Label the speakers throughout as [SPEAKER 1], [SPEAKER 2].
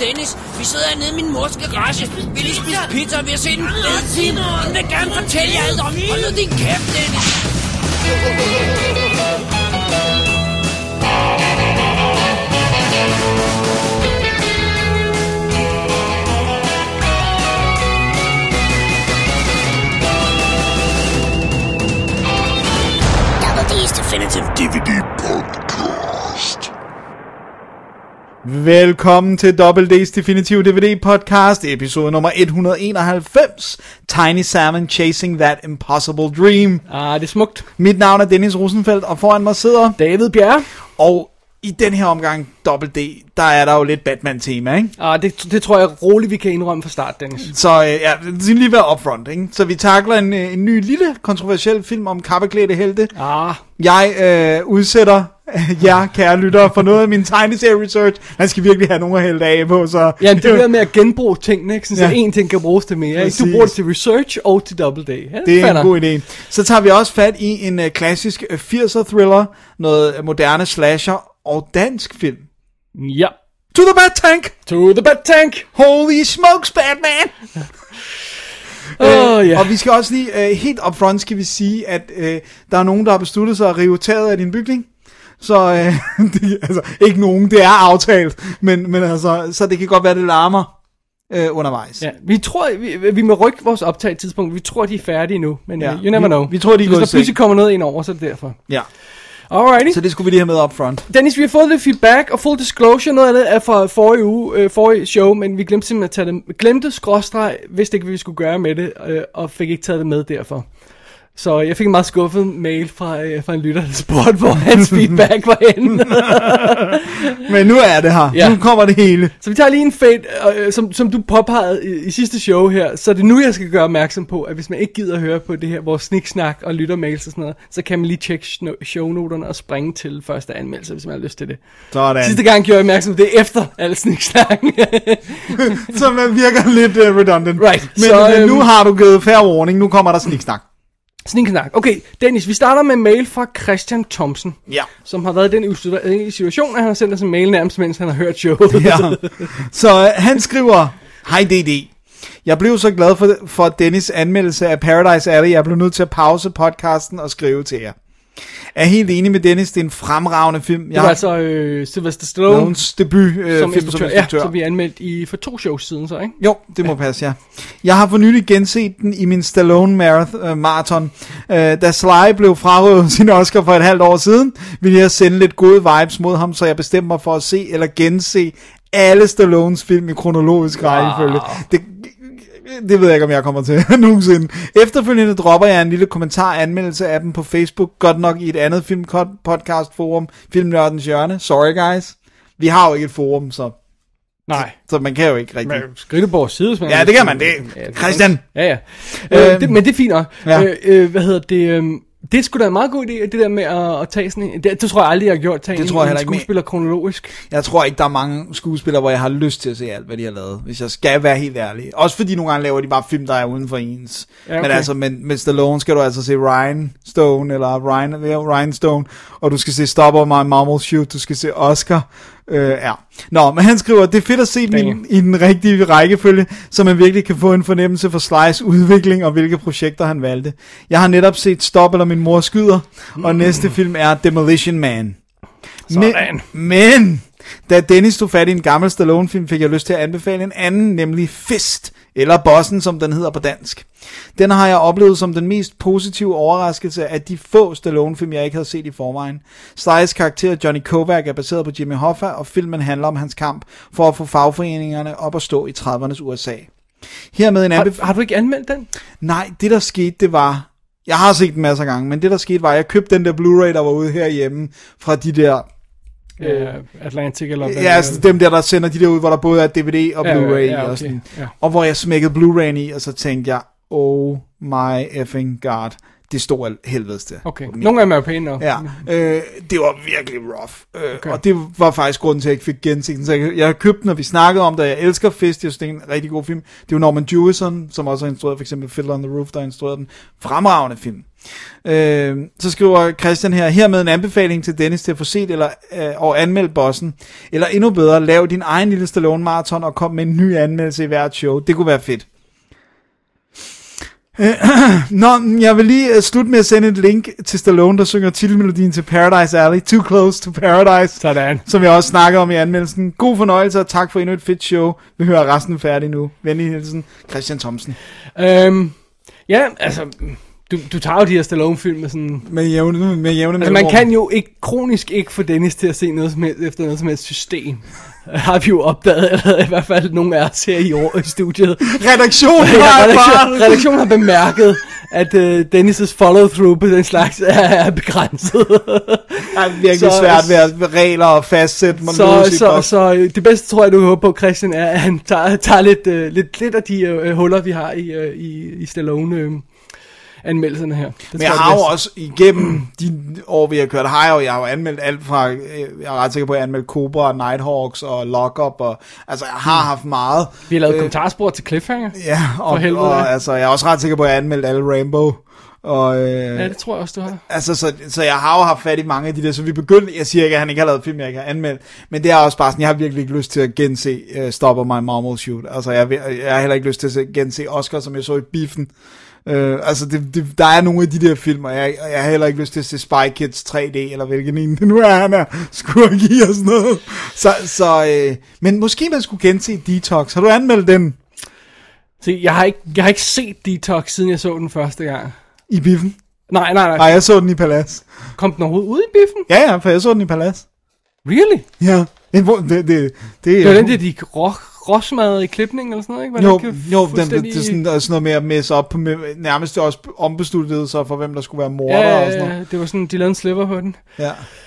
[SPEAKER 1] Dennis. Vi sidder hernede i min mors garage. Vi lige spise pizza, og vi har set en fed film. Hun vil gerne fortælle jer alt om. Hold nu din kæft, Dennis.
[SPEAKER 2] D's Definitive DVD Podcast.
[SPEAKER 3] Velkommen til D's Definitive DVD Podcast, episode nummer 191, Tiny Salmon Chasing That Impossible Dream.
[SPEAKER 4] Det er smukt.
[SPEAKER 3] Mit navn er Dennis Rosenfeldt, og foran mig sidder
[SPEAKER 4] David Bjerre.
[SPEAKER 3] Og i den her omgang, D, der er der jo lidt Batman-tema, ikke?
[SPEAKER 4] Det tror jeg roligt, vi kan indrømme fra start, Dennis.
[SPEAKER 3] Så ja, det skal lige være upfront, ikke? Så vi takler en ny lille kontroversiel film om kappeklædte helte. Jeg udsætter jer, kære lyttere, for noget af min tegneserie research. Han skal virkelig have nogen at hælde af på, så...
[SPEAKER 4] Ja, det er med at genbruge tingene, ikke? Så en ting kan bruges til mere. Ikke? Du bruger det til research og til Double D. Ja,
[SPEAKER 3] det er en god idé. Så tager vi også fat i en klassisk 80'er thriller, noget moderne slasher og dansk film.
[SPEAKER 4] Ja.
[SPEAKER 3] To the Bat-Tank!
[SPEAKER 4] To the Bat-Tank!
[SPEAKER 3] Holy smokes, Batman! Og vi skal også lige, helt upfront skal vi sige, at der er nogen, der har besluttet sig at rive taget af din bygning. Så altså, ikke nogen, det er aftalt, men altså, så det kan godt være, det larmer undervejs.
[SPEAKER 4] Ja, vi tror, vi må rykke vores optag tidspunkt. Vi tror, de er færdige nu, men you never know.
[SPEAKER 3] Vi tror, de er gået.
[SPEAKER 4] Hvis der pludselig kommer noget ind over, så er det derfor.
[SPEAKER 3] Ja.
[SPEAKER 4] Alrighty.
[SPEAKER 3] Så det skulle vi lige have med up front.
[SPEAKER 4] Dennis, vi har fået lidt feedback, og full disclosure, noget af det er fra forrige show, men vi glemte simpelthen at tage det. Glemte skråstreg, vidste ikke, hvad vi skulle gøre med det, og fik ikke taget det med derfor. Så jeg fik en meget skuffet mail fra en lytter, der spurgte, hvor hans feedback var henne.
[SPEAKER 3] Men nu er det her. Ja. Nu kommer det hele.
[SPEAKER 4] Så vi tager lige en fade, som du påpegede i sidste show her. Så er det nu, jeg skal gøre opmærksom på, at hvis man ikke gider at høre på det her, vores sniksnak og lyttermails og sådan noget, så kan man lige tjekke shownoterne og springe til første anmeldelse, hvis man har lyst til det.
[SPEAKER 3] Sådan.
[SPEAKER 4] Sidste gang gjorde jeg opmærksom på det efter al sniksnakken.
[SPEAKER 3] Så man virker lidt redundant.
[SPEAKER 4] Right.
[SPEAKER 3] Men nu har du givet fair warning, nu kommer der sniksnak.
[SPEAKER 4] Sniksnak. Okay, Dennis, vi starter med en mail fra Christian Thomsen, som har været i den situation, at han har sendt os en mail nærmest, mens han har hørt showet.
[SPEAKER 3] Ja. Så han skriver, hej DD. Jeg blev så glad for Dennis anmeldelse af Paradise Alley, jeg blev nødt til at pause podcasten og skrive til jer. Jeg er helt enig med Dennis, det er en fremragende film.
[SPEAKER 4] Det var altså Sylvester Stallones
[SPEAKER 3] debut som instruktør.
[SPEAKER 4] Ja, som vi anmeldt for 2 shows siden så, ikke?
[SPEAKER 3] Jo, det må passe, ja. Jeg har for nylig genset den i min Stallone marathon. Da Sly blev frarøvet sin Oscar for et halvt år siden, ville jeg sende lidt gode vibes mod ham, så jeg bestemte mig for at se eller gense alle Stallones film i kronologisk rækkefølge. Det ved jeg ikke, om jeg kommer til nogensinde. Efterfølgende dropper jeg en lille kommentar-anmeldelse af dem på Facebook, godt nok i et andet filmpodcast-forum, Filmnørdens Hjørne. Sorry guys. Vi har jo ikke et forum, så...
[SPEAKER 4] Nej.
[SPEAKER 3] Så man kan jo ikke rigtig...
[SPEAKER 4] Skriveborgs side,
[SPEAKER 3] ja, det kan man, det. Christian!
[SPEAKER 4] Ja. Men det er fint nok. Ja. Det er sgu da en meget god idé, det der med at tage sådan en... Det tror jeg aldrig, jeg har gjort, tage en skuespiller kronologisk.
[SPEAKER 3] Jeg tror ikke, der er mange skuespillere, hvor jeg har lyst til at se alt, hvad de har lavet, hvis jeg skal være helt ærlig. Også fordi nogle gange laver de bare film, der er uden for ens. Ja, okay. Men altså, med Stallone skal du altså se Ryan Stone, og du skal se Stop or My Mom Will Shoot, du skal se Oscar. Nå, men han skriver, det er fedt at se den i den rigtige rækkefølge, så man virkelig kan få en fornemmelse for Slys udvikling og hvilke projekter han valgte. Jeg har netop set Stop eller Min Mor Skyder, og næste film er Demolition Man. Men da Dennis tog fat i en gammel Stallone-film, fik jeg lyst til at anbefale en anden, nemlig Fist, eller Bossen, som den hedder på dansk. Den har jeg oplevet som den mest positive overraskelse af de få Stallone-film, jeg ikke havde set i forvejen. Slys karakter Johnny Kovac er baseret på Jimmy Hoffa, og filmen handler om hans kamp for at få fagforeningerne op at stå i 30'ernes USA. Hermed en
[SPEAKER 4] har du ikke anmeldt den?
[SPEAKER 3] Nej, det der skete, det var... Jeg har set den masser af gange, men det der skete var, at jeg købte den der Blu-ray, der var ude herhjemme, fra de der...
[SPEAKER 4] Atlantic eller hvad?
[SPEAKER 3] Ja, altså dem der sender de der ud, hvor der både er DVD og Blu-ray og sådan. Ja. Og hvor jeg smækkede Blu-rayen i, og så tænkte jeg, oh my effing god, det stod helvedes til.
[SPEAKER 4] Okay, nogle af dem er pæne nok.
[SPEAKER 3] Ja, det var virkelig rough. Okay. Og det var faktisk grunden til, at jeg ikke fik genset den. Så jeg købte den, og vi snakkede om det. Jeg elsker Fist, jeg synes, det er en rigtig god film. Det er jo Norman Jewison, som også har instrueret for eksempel Fiddler on the Roof, der har instrueret den. Fremragende film. Så skriver Christian hermed en anbefaling til Dennis til at få set og anmelde bossen. Eller endnu bedre, lav din egen lille Stallone-marathon og kom med en ny anmeldelse i hvert show. Det kunne være fedt. Jeg vil lige slutte med at sende et link til Stallone, der synger titelmelodien til Paradise Alley, Too Close to Paradise.
[SPEAKER 4] Sådan.
[SPEAKER 3] Som jeg også snakker om i anmeldelsen. God fornøjelse, og tak for endnu et fedt show. Vi hører resten færdig nu. Venlig hilsen, Christian Thomsen.
[SPEAKER 4] Ja, altså... Du tager jo de her Stallone-film med sådan...
[SPEAKER 3] Med jævne
[SPEAKER 4] altså, man kan jo ikke kronisk ikke få Dennis til at se noget som helst, efter noget som helst system. Har vi jo opdaget, eller i hvert fald nogle af os her i studiet.
[SPEAKER 3] Redaktionen
[SPEAKER 4] har bemærket, at Dennis' follow-through på den slags er begrænset.
[SPEAKER 3] Det er virkelig svært ved regler og fastsætte.
[SPEAKER 4] Så det bedste, tror jeg, du håber på, Christian, er, at han tager lidt af de huller, vi har i Stallone... anmeldelserne her.
[SPEAKER 3] Men jeg har jo også igennem de år, vi har kørt, jeg har jo anmeldt alt fra, jeg er ret sikker på, at jeg har anmeldt Cobra, Nighthawks og Lockup, og altså jeg har haft meget.
[SPEAKER 4] Vi har lavet kommentarspor til Cliffhanger.
[SPEAKER 3] Ja, og altså jeg er også ret sikker på, at jeg har anmeldt alle Rambo. Og,
[SPEAKER 4] ja, det tror jeg også, du har.
[SPEAKER 3] Altså, så jeg har jo haft fat i mange af de der, så vi begyndte, jeg siger ikke, at han ikke har lavet film, jeg ikke har anmeldt, men det er også bare sådan, jeg har virkelig ikke lyst til at gense Stop My Mom Will Shoot. Altså, jeg har heller ikke lyst til at gense Oscar, som jeg så i Biffen. Altså der er nogle af de der film, og jeg har heller ikke lyst til at se Spy Kids 3D, eller hvilken en det nu er, han er skurk i og sådan noget. Men måske man skulle gense Detox. Har du anmeldt den?
[SPEAKER 4] Se, jeg har ikke set Detox, siden jeg så den første gang.
[SPEAKER 3] I Biffen?
[SPEAKER 4] Nej.
[SPEAKER 3] Nej, jeg så den i Palads.
[SPEAKER 4] Kom den overhovedet ud i Biffen?
[SPEAKER 3] Ja, for jeg så den i Palads.
[SPEAKER 4] Really?
[SPEAKER 3] Ja. Det
[SPEAKER 4] var den der, de råsmadede i klipningen eller sådan noget, ikke?
[SPEAKER 3] Det er sådan noget med at messe op på nærmest også ombesluttet så for hvem der skulle være morder og sådan noget. Ja,
[SPEAKER 4] det var sådan, de lavede en slipper på den.
[SPEAKER 3] Ja.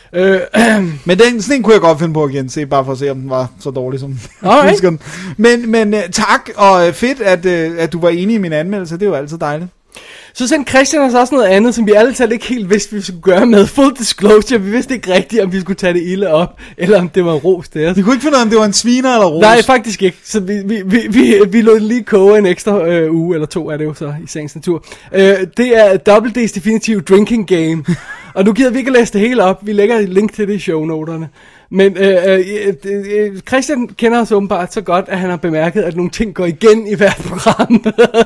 [SPEAKER 3] Men sådan en kunne jeg godt finde på igen, se bare for at se, om den var så dårlig som husker den. Men tak, og fedt, at du var enig i min anmeldelse, det er jo altid dejligt.
[SPEAKER 4] Så sendte Christian os også noget andet, som vi alle talt ikke helt vidste, vi skulle gøre med. Full disclosure, vi vidste ikke rigtigt, om vi skulle tage det ilde op, eller om det var ros der.
[SPEAKER 3] Vi kunne ikke finde ud af, om det var en sviner eller ros.
[SPEAKER 4] Nej, faktisk ikke. Så vi lod lige koge en ekstra uge, eller 2 er det jo så, i sagens natur. Det er Double D's Definitive Drinking Game. Og nu gider vi ikke at læse det hele op. Vi lægger et link til det i shownoterne. Men Christian kender os åbenbart så godt, at han har bemærket, at nogle ting går igen i hvert program.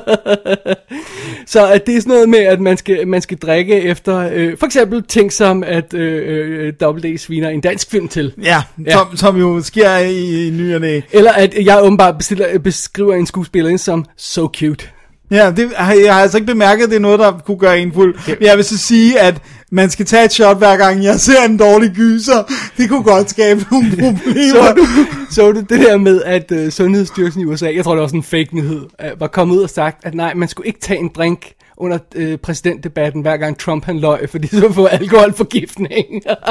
[SPEAKER 4] Så at det er sådan noget med, at man skal drikke efter, for eksempel ting som, at Double D sviner en dansk film til.
[SPEAKER 3] Ja. Som jo sker i ny og næ.
[SPEAKER 4] Eller at jeg åbenbart beskriver en skuespiller som so cute.
[SPEAKER 3] Ja, jeg har altså ikke bemærket, at det er noget, der kunne gøre en fuld. Men jeg vil så sige, at man skal tage et shot hver gang, jeg ser en dårlig gyser. Det kunne godt skabe nogle problemer.
[SPEAKER 4] Så du det der med, at Sundhedsstyrelsen i USA, jeg tror det var sådan en fake nyhed, var kommet ud og sagt, at nej, man skulle ikke tage en drink under præsidentdebatten, hver gang Trump han løg, fordi så får alkoholforgiftning.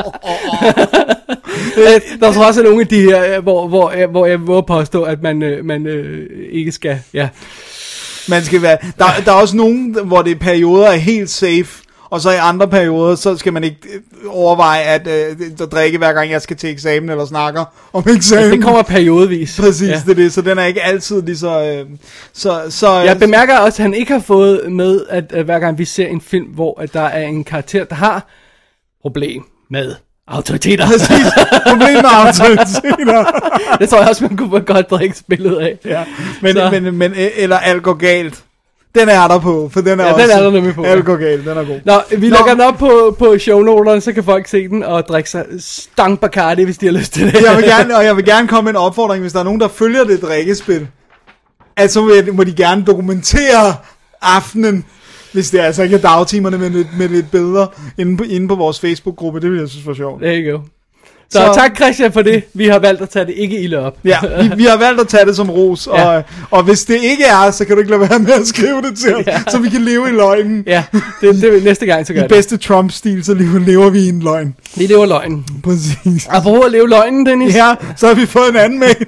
[SPEAKER 4] Der tror også nogle af de her, hvor jeg vil påstå, at man ikke skal, ja.
[SPEAKER 3] Man skal være, der er også nogen, hvor det i perioder er helt safe, og så i andre perioder, så skal man ikke overveje at drikke hver gang jeg skal til eksamen eller snakker om eksamen.
[SPEAKER 4] Ja, det kommer periodevis.
[SPEAKER 3] Præcis, ja. Det, så den er ikke altid lige så
[SPEAKER 4] jeg bemærker også, at han ikke har fået med, at hver gang vi ser en film, hvor at der er en karakter, der har problem med autoriteter.
[SPEAKER 3] Præcis, problem med autoriteter.
[SPEAKER 4] Det tror jeg også, man kunne godt drikke spillet af.
[SPEAKER 3] Ja. Men eller alt går galt. Den er der på, for den er også...
[SPEAKER 4] den er der nemlig på.
[SPEAKER 3] Alt går galt, den er god.
[SPEAKER 4] Nå, vi lægger den op på shownoterne, så kan folk se den og drikke sig stang Bacardi, hvis de har lyst til det.
[SPEAKER 3] Jeg vil gerne komme med en opfordring, hvis der er nogen, der følger det drikkespil. Altså må de gerne dokumentere aftenen, hvis det altså ikke er dagtimerne med lidt billeder inde på vores Facebook-gruppe. Det vil jeg synes var sjovt.
[SPEAKER 4] There you go. Så tak Christian for det. Vi har valgt at tage det ikke ilde op.
[SPEAKER 3] Ja, vi har valgt at tage det som ros. Ja. Og hvis det ikke er, så kan du ikke lade være med at skrive det til os, så vi kan leve i løgnen.
[SPEAKER 4] Ja, det næste gang så gør det.
[SPEAKER 3] I bedste Trump-stil, så lever vi i en løgn.
[SPEAKER 4] Vi lever løgnen.
[SPEAKER 3] Præcis.
[SPEAKER 4] Apropos at leve løgnen, Dennis.
[SPEAKER 3] Ja, så har vi fået en anden med.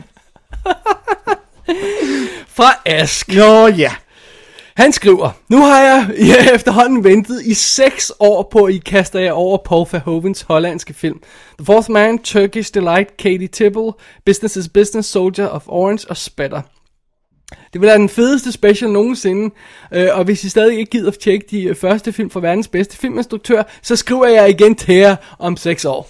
[SPEAKER 4] Fra Ask.
[SPEAKER 3] Nå ja.
[SPEAKER 4] Han skriver, nu har jeg efterhånden ventet i 6 år på, at I kaster jer over Paul Verhoevens hollandske film. The Fourth Man, Turkish Delight, Katie Tibble, Business is Business, Soldier of Orange og Spatter. Det vil være den fedeste special nogensinde, og hvis I stadig ikke gider at tjekke de første film fra verdens bedste filminstruktør, så skriver jeg igen til jer om 6 år.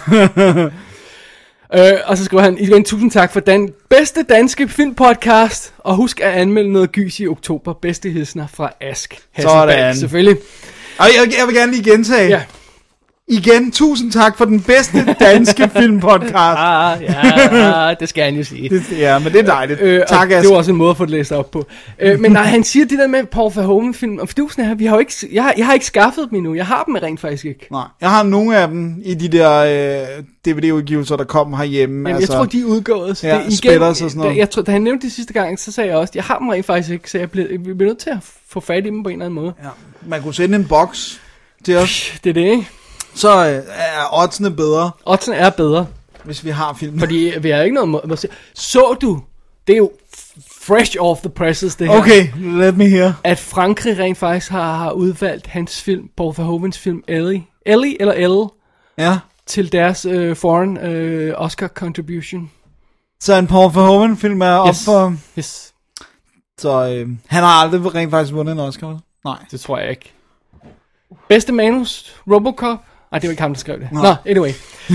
[SPEAKER 4] Og så skriver han igen, tusind tak for den bedste danske filmpodcast, og husk at anmelde noget gys i oktober. Bedste hilsner fra Ask Hasselbalch, selvfølgelig.
[SPEAKER 3] Og jeg vil gerne lige gentage.
[SPEAKER 4] Ja.
[SPEAKER 3] Igen, tusind tak for den bedste danske filmpodcast.
[SPEAKER 4] Ja, det skal han jo sige.
[SPEAKER 3] Ja, men det er dejligt. Tak,
[SPEAKER 4] det var også en måde at få det læst op på. Men når han siger det der med Paul Verhoeven-film, og fordusen her, jeg har ikke skaffet dem endnu. Jeg har dem rent faktisk ikke.
[SPEAKER 3] Nej, jeg har nogle af dem i de der DVD-udgivelser, der kom herhjemme.
[SPEAKER 4] Jamen, jeg tror, de er udgået. Så
[SPEAKER 3] ja,
[SPEAKER 4] det igen,
[SPEAKER 3] Spitters og sådan noget.
[SPEAKER 4] Jeg tror, da han nævnte det sidste gang, så sagde jeg også, jeg har dem rent faktisk ikke, så jeg bliver nødt til at få fat i dem på en eller anden måde.
[SPEAKER 3] Ja, man kunne sende en boks til os.
[SPEAKER 4] Det er det, ikke?
[SPEAKER 3] Så er oddsene bedre.
[SPEAKER 4] Oddsene er bedre.
[SPEAKER 3] Hvis vi har filmen.
[SPEAKER 4] Fordi vi har ikke noget at se. Så du, det er jo fresh off the presses, det her.
[SPEAKER 3] Okay, let me hear.
[SPEAKER 4] At Frankrig rent faktisk har udvalgt hans film, Paul Verhoevens film Ellie eller Elle,
[SPEAKER 3] ja,
[SPEAKER 4] til deres foreign Oscar contribution.
[SPEAKER 3] Så en Paul Verhoeven film er op for...
[SPEAKER 4] Yes.
[SPEAKER 3] Så han har aldrig rent faktisk vundet en Oscar, vel? Nej.
[SPEAKER 4] Det tror jeg ikke. Bedste manus, Robocop. Nej, det var ikke ham, der skrev det. Nå, anyway.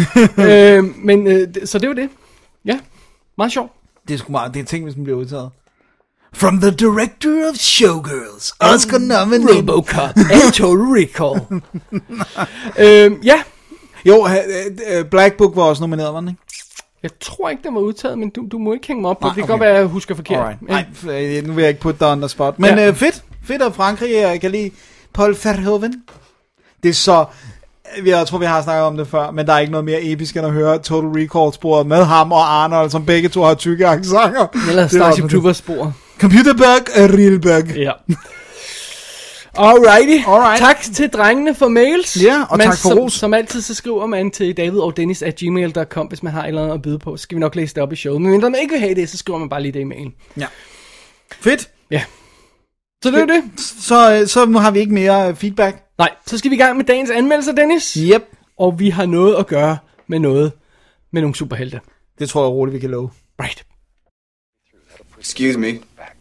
[SPEAKER 4] Så det var det. Ja, meget sjovt.
[SPEAKER 3] Det er sgu meget, det er ting, hvis den bliver udtaget. From the director of Showgirls, Oscar nominated
[SPEAKER 4] Robocop and Total Recall. Ja.
[SPEAKER 3] Jo, Black Book var også nomineret, var den ikke?
[SPEAKER 4] Jeg tror ikke, den var udtaget, men du må ikke hænge mig op på. Det kan godt være, at jeg husker forkert.
[SPEAKER 3] Nej, nu vil jeg ikke putte dig on the spot. Men fedt af Frankrig, jeg kan lide Paul Verhoeven. Det er så... Jeg tror, vi har snakket om det før, men der er ikke noget mere episk end at høre Total Recall-sporet med ham og Arnold, som begge to har tykke accenter.
[SPEAKER 4] Eller Starship Troopers-sporet.
[SPEAKER 3] Computerbug og Realbug.
[SPEAKER 4] Ja. Alrighty. Tak til drengene for mails.
[SPEAKER 3] Ja, og tak for ros.
[SPEAKER 4] Som altid, så skriver man til davidogdennis@gmail.com, hvis man har et eller andet at byde på. Så skal vi nok læse det op i showet. Men hvis man ikke vil have det, så skriver man bare lige det i mailen.
[SPEAKER 3] Ja. Fedt.
[SPEAKER 4] Ja. Så det er det.
[SPEAKER 3] Så nu har vi ikke mere feedback.
[SPEAKER 4] Nej, så skal vi i gang med dagens anmeldelser, Dennis.
[SPEAKER 3] Yep.
[SPEAKER 4] Og vi har noget at gøre med nogle superhelte.
[SPEAKER 3] Det tror jeg roligt, vi kan love.
[SPEAKER 4] Right.
[SPEAKER 5] Excuse me.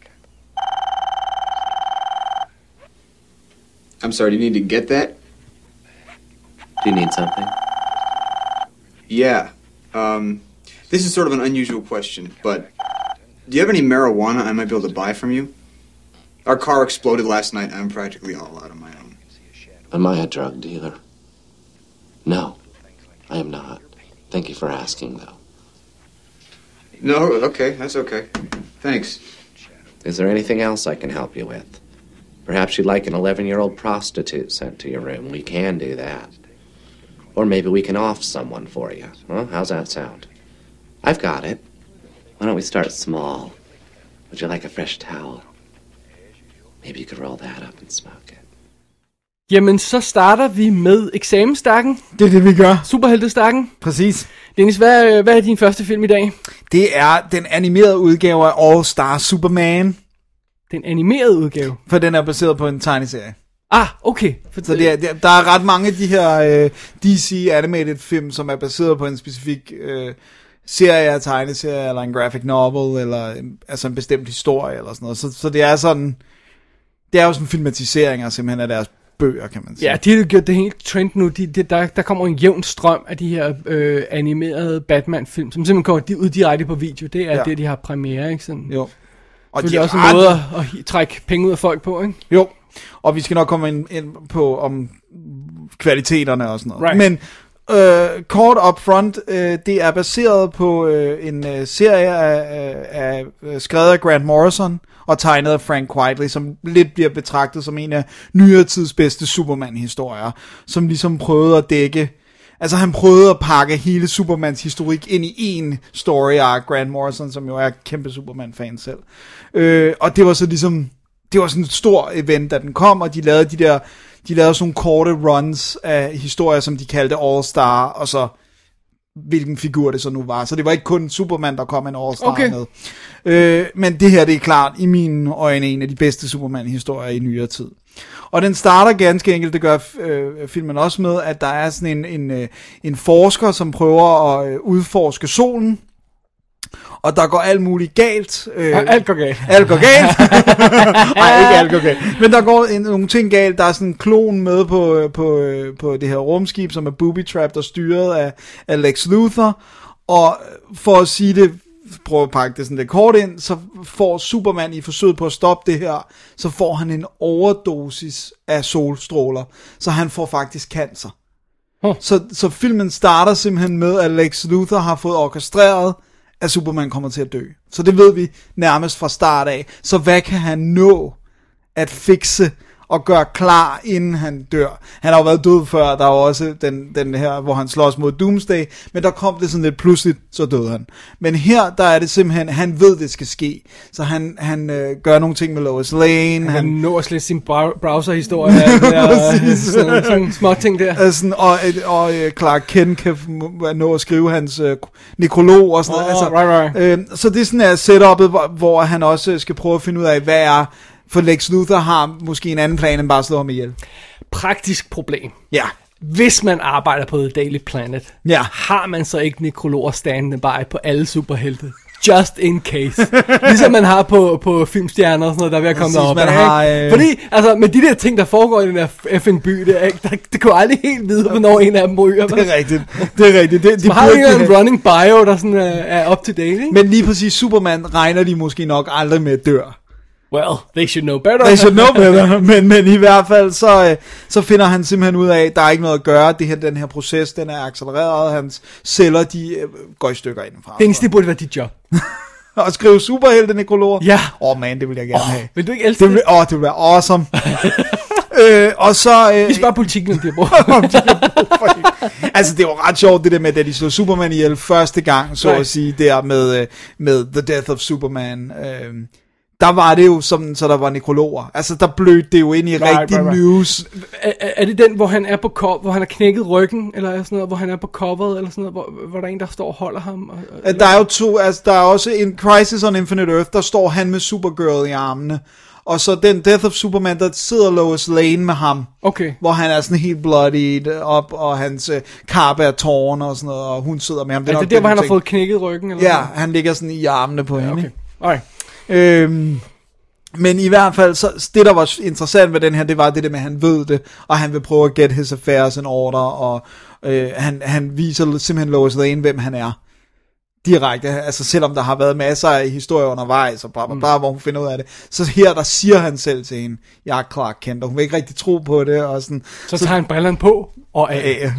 [SPEAKER 5] I'm sorry, do you need to get that?
[SPEAKER 6] Do you need something?
[SPEAKER 5] Yeah. This is sort of an unusual question, but do you have any marijuana I might be able to buy from you? Our car exploded last night and I'm practically all out of my own.
[SPEAKER 6] Am I a drug dealer? No, I am not. Thank you for asking, though.
[SPEAKER 5] No, okay, that's okay. Thanks.
[SPEAKER 6] Is there anything else I can help you with? Perhaps you'd like an 11-year-old prostitute sent to your room. We can do that. Or maybe we can off someone for you. Huh? How's that sound? I've got it. Why don't we start small? Would you like a fresh towel? Maybe you could roll that up and smoke it.
[SPEAKER 4] Jamen, så starter vi med eksamensstakken.
[SPEAKER 3] Det er det, vi gør.
[SPEAKER 4] Superheltestakken.
[SPEAKER 3] Præcis.
[SPEAKER 4] Dennis, hvad er din første film i dag?
[SPEAKER 3] Det er den animerede udgave af All Star Superman.
[SPEAKER 4] Den animerede udgave?
[SPEAKER 3] For den er baseret på en tegneserie.
[SPEAKER 4] Ah, okay.
[SPEAKER 3] Så der er ret mange af de her DC animated film, som er baseret på en specifik serie af tegneserie, eller en graphic novel, eller altså en bestemt historie, eller sådan noget. Så det er sådan, det er jo sådan filmatiseringer simpelthen af deres bøger, kan man sige.
[SPEAKER 4] Ja, de har gjort det helt trend nu. Der kommer en jævn strøm af de her animerede Batman-film, som simpelthen kommer ud direkte på video. Det er det, de har premiere, ikke sådan?
[SPEAKER 3] Jo.
[SPEAKER 4] Og det er også en måde at trække penge ud af folk på, ikke?
[SPEAKER 3] Jo, og vi skal nok komme ind på om kvaliteterne og sådan noget.
[SPEAKER 4] Right.
[SPEAKER 3] Men kort up front, det er baseret på en serie af skrevet af Grant Morrison og tegnet af Frank Quitely, som lidt bliver betragtet som en af nyere tids bedste Superman-historier, som ligesom prøvede at dække. Altså han prøvede at pakke hele Supermans historik ind i en story arc, Grant Morrison, som jo er kæmpe Superman-fan selv. Og det var så ligesom, det var sådan et stort event, da den kom, og de lavede sådan nogle korte runs af historier, som de kaldte All Star, og så hvilken figur det så nu var. Så det var ikke kun Superman, der kom en All Star med. Men det her, det er klart i mine øjne en af de bedste Superman-historier i nyere tid. Og den starter ganske enkelt, det gør filmen også med, at der er sådan en forsker, som prøver at udforske solen. og der går alt muligt galt.
[SPEAKER 4] Alt går galt.
[SPEAKER 3] Alt går galt. Nej, ikke alt går galt. Men der går nogle ting galt. Der er sådan en klon med på det her rumskib, som er booby-trapped og styret af Lex Luthor. Og for at sige det, prøv at pakke det sådan lidt kort ind, så får Superman i forsøget på at stoppe det her, så får han en overdosis af solstråler. Så han får faktisk cancer. Så filmen starter simpelthen med, at Lex Luthor har fået orkestreret, at Superman kommer til at dø. Så det ved vi nærmest fra start af. Så hvad kan han nå at fikse og gøre klar, inden han dør? Han har jo været død før, der er også den her, hvor han slås mod Doomsday, men der kom det sådan lidt pludseligt, så døde han. Men her, der er det simpelthen, han ved, det skal ske. Så han gør nogle ting med Lois Lane.
[SPEAKER 4] Han når slet sin browserhistorie. Sådan små ting der.
[SPEAKER 3] Sådan, og Clark Kent kan nå at skrive hans nekrolog og sådan noget.
[SPEAKER 4] Right.
[SPEAKER 3] Så det er sådan her setupet, hvor han også skal prøve at finde ud af, hvad er. For Lex Luthor har måske en anden plan, end bare at slå ham ihjel.
[SPEAKER 4] Praktisk problem.
[SPEAKER 3] Ja.
[SPEAKER 4] Hvis man arbejder på The Daily Planet,
[SPEAKER 3] ja,
[SPEAKER 4] har man så ikke nekrologer standende bare på alle superhelte. Just in case. Ligesom man har på filmstjerner og sådan noget, der er ved at komme derop. Fordi, altså, med de der ting, der foregår i den der FN-by, det kunne aldrig helt vide, hvornår en af dem ryger.
[SPEAKER 3] Det er rigtigt.
[SPEAKER 4] De har ikke en running bio, der sådan er up to date, ikke?
[SPEAKER 3] Men lige præcis Superman regner de måske nok aldrig med at dør.
[SPEAKER 4] Well, they should know better.
[SPEAKER 3] Men i hvert fald, så finder han simpelthen ud af, at der er ikke noget at gøre. Den her proces, den er accelereret. Hans celler, de går i stykker indenfra.
[SPEAKER 4] Det eneste, det burde være dit job.
[SPEAKER 3] At skrive superhelte-nekrologer?
[SPEAKER 4] Ja.
[SPEAKER 3] Man, det vil jeg gerne have.
[SPEAKER 4] Vil du ikke elske det?
[SPEAKER 3] Det vil være awesome. Og så...
[SPEAKER 4] Vi spørger politikken, om de har brug.
[SPEAKER 3] Altså, det var ret sjovt, det der med, da de slog Superman ihjel første gang, så at sige, der med The Death of Superman. Der var det jo sådan, så der var nekrologer. Altså, der blødte det jo ind i rigtig news.
[SPEAKER 4] Er det den, hvor han er på hvor han har knækket ryggen, eller sådan noget, hvor han er på coveret, eller sådan noget, hvor der er en, der står og holder ham?
[SPEAKER 3] Der er jo to, altså, der er også en Crisis on Infinite Earth, der står han med Supergirl i armene. Og så den Death of Superman, der sidder Lois Lane med ham.
[SPEAKER 4] Okay.
[SPEAKER 3] Hvor han er sådan helt bloodied op, og hans karpe er tårn og sådan noget, og hun sidder med ham.
[SPEAKER 4] Det er der, hvor han har fået knækket ryggen? Eller
[SPEAKER 3] ja, han ligger sådan i armene på hende.
[SPEAKER 4] Okay, alright.
[SPEAKER 3] Men i hvert fald, så det der var interessant ved den her, det var det der med, at han ved det, og han vil prøve at get his affairs in order, og han viser simpelthen Lois Lane, hvem han er. Direkte, altså selvom der har været masser af historier undervejs, og bla, hvor hun finder ud af det. Så her, der siger han selv til hende, jeg er Clark Kent, og hun vil ikke rigtig tro på det, og sådan.
[SPEAKER 4] Så tager han brillerne på, og af.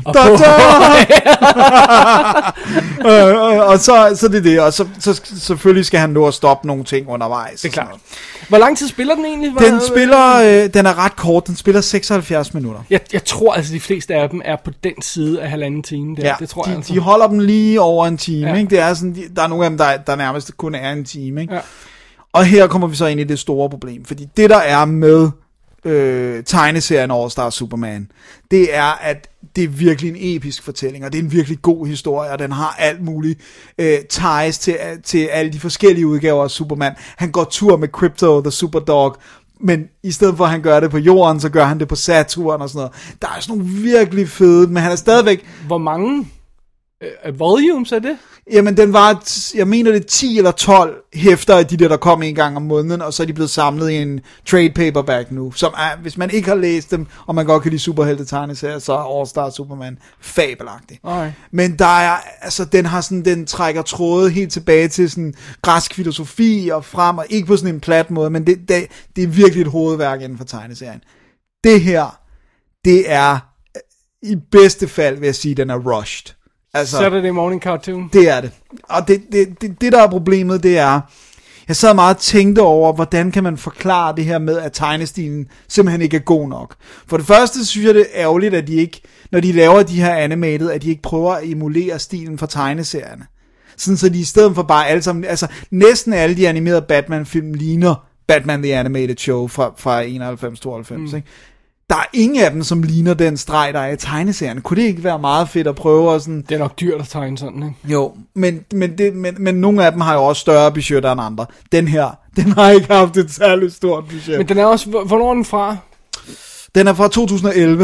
[SPEAKER 3] Og så det er det, og så selvfølgelig skal han nå at stoppe nogle ting undervejs.
[SPEAKER 4] Det er klart. Hvor lang tid spiller den egentlig?
[SPEAKER 3] Den er ret kort, den spiller 76 minutter.
[SPEAKER 4] Jeg tror altså, de fleste af dem er på den side af 1,5 time. Der.
[SPEAKER 3] Ja,
[SPEAKER 4] det tror jeg altså.
[SPEAKER 3] De holder dem lige over en time, ikke? Det er sådan, der er nogle af dem, der nærmest kun er en time, ikke? Ja. Og her kommer vi så ind i det store problem, fordi det der er med tegneserien All Star Superman, det er, at det er virkelig en episk fortælling, og det er en virkelig god historie, og den har alt muligt ties til alle de forskellige udgaver af Superman. Han går tur med Krypto, The Superdog, men i stedet for at han gør det på jorden, så gør han det på Saturn og sådan noget. Der er sådan nogle virkelig fede, men han er stadigvæk...
[SPEAKER 4] Hvor mange volumes er det?
[SPEAKER 3] Jamen, den var, jeg mener det 10 eller 12 hæfter af de der kom en gang om måneden, og så er de blevet samlet i en trade paperback nu, som er, hvis man ikke har læst dem, og man godt kan lide superhelte-tegneserier, så er All Star Superman fabelagtig.
[SPEAKER 4] Okay.
[SPEAKER 3] Men der er, altså, den trækker tråde helt tilbage til sådan græsk filosofi og frem, og ikke på sådan en plat måde, men det er virkelig et hovedværk inden for tegneserien. Det her, det er i bedste fald, vil jeg sige, den er rushed. Altså,
[SPEAKER 4] Saturday morning cartoon.
[SPEAKER 3] Det er det. Og det der er problemet, det er, jeg sad meget og tænkte over, hvordan kan man forklare det her med, at tegnestilen simpelthen ikke er god nok. For det første synes jeg, det er ærgerligt, at de ikke, når de laver de her animated, at de ikke prøver at emulere stilen fra tegneserierne. Sådan så de i stedet for bare alle sammen, altså næsten alle de animerede Batman-film ligner Batman The Animated Show fra 91-92, ikke? Der er ingen af dem, som ligner den streg, der er i tegneserien. Kunne det ikke være meget fedt at prøve at sådan...
[SPEAKER 4] Det er nok dyrt at tegne sådan, ikke?
[SPEAKER 3] Jo, men nogle af dem har jo også større budgetter end andre. Den her, den har ikke haft et særligt stort budget.
[SPEAKER 4] Men den er også... Hvornår er den fra?
[SPEAKER 3] Den er fra 2011.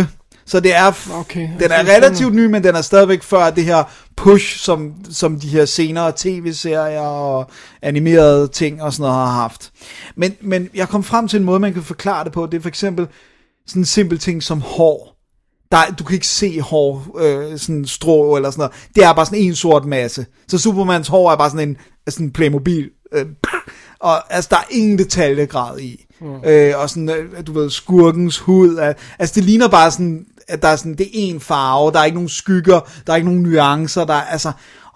[SPEAKER 3] Så det er, den er relativt ny, men den er stadigvæk før det her push, som de her senere tv-serier og animerede ting og sådan noget har haft. Men jeg kom frem til en måde, man kan forklare det på. Det er for eksempel sådan en simpel ting som hår. Du kan ikke se hår, sådan strå eller sådan noget. Det er bare sådan en sort masse. Så Supermans hår er bare sådan en Playmobil. Og altså, der er ingen detaljegrad i. Og sådan, du ved, skurkens hud. Altså, det ligner bare sådan, at der er sådan, det er en farve. Der er ikke nogen skygger. Der er ikke nogen nuancer. Der er, altså...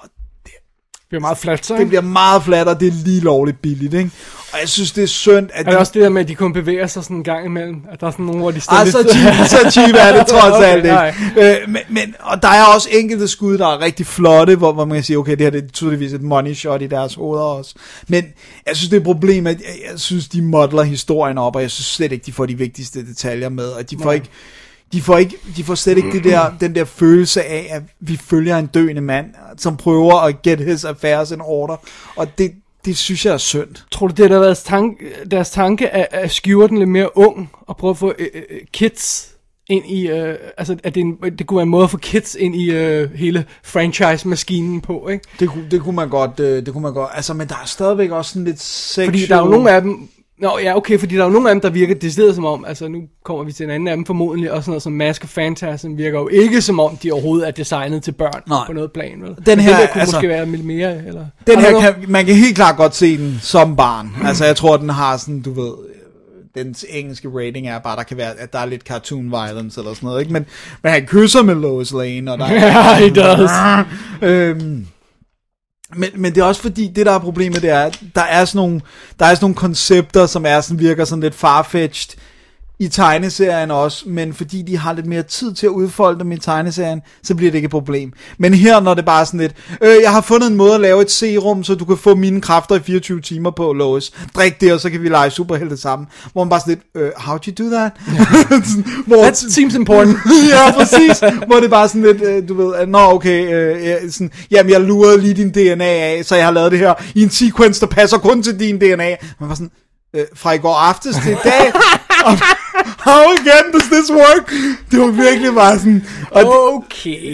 [SPEAKER 4] Det bliver meget fladt, så.
[SPEAKER 3] Det bliver meget fladt, og det er lige lovligt billigt, ikke? Og jeg synes, det er synd, at...
[SPEAKER 4] Er det også det der med, at de kun bevæger sig sådan en gang imellem? At der er sådan nogle, hvor de står lidt...
[SPEAKER 3] Så cheap er det trods alt ikke. Men, og der er også enkelte skud, der er rigtig flotte, hvor man kan sige, okay, det her det er tydeligvis et money shot i deres hoveder også. Men jeg synes, det er et problem, at jeg synes, de modeler historien op, og jeg synes slet ikke, de får de vigtigste detaljer med, og de får ikke... De får slet ikke den der følelse af, at vi følger en døende mand, som prøver at get his affairs in order. Og det synes jeg er synd.
[SPEAKER 4] Tror du, det har været deres tanke at skyve den lidt mere ung, og prøve at få kids ind i, altså at det kunne være en måde at få kids ind i hele franchise-maskinen på, ikke?
[SPEAKER 3] Det kunne man godt, altså, men der er stadigvæk også sådan lidt sexual...
[SPEAKER 4] Fordi der er jo nogle af dem... Nå, ja, okay, fordi der er jo nogle af dem, der virker decideret som om, altså nu kommer vi til en anden af dem formodentlig, og sådan noget som Mask of Phantasm virker jo ikke som om, de overhovedet er designet til børn på noget plan, vel? Den her kunne altså, måske være lidt mere, eller...
[SPEAKER 3] Den her, man kan helt klart godt se den som barn. Altså jeg tror, den har sådan, du ved, dens engelske rating er bare, der kan være, at der er lidt cartoon violence eller sådan noget, ikke? Men han kysser med Lois Lane, og der
[SPEAKER 4] ja, he does.
[SPEAKER 3] Men det er også fordi, det der er problemet, det er, at der er sådan nogle koncepter, som er sådan, virker sådan lidt farfetched i tegneserien også, men fordi de har lidt mere tid til at udfolde dem i tegneserien, så bliver det ikke et problem. Men her, når det bare er sådan lidt, jeg har fundet en måde at lave et serum, så du kan få mine kræfter i 24 timer på, Lois. Drik det, og så kan vi lege superhelte sammen. Hvor man bare sådan lidt, how'd you do that?
[SPEAKER 4] That seems important.
[SPEAKER 3] Ja, præcis. Hvor det bare sådan lidt, du ved, sådan, jamen jeg lurede lige din DNA af, så jeg har lavet det her i en sequence, der passer kun til din DNA. Man var sådan, fra i går aftes til i dag, how again does this work? Det var virkelig bare sådan...
[SPEAKER 4] Okay.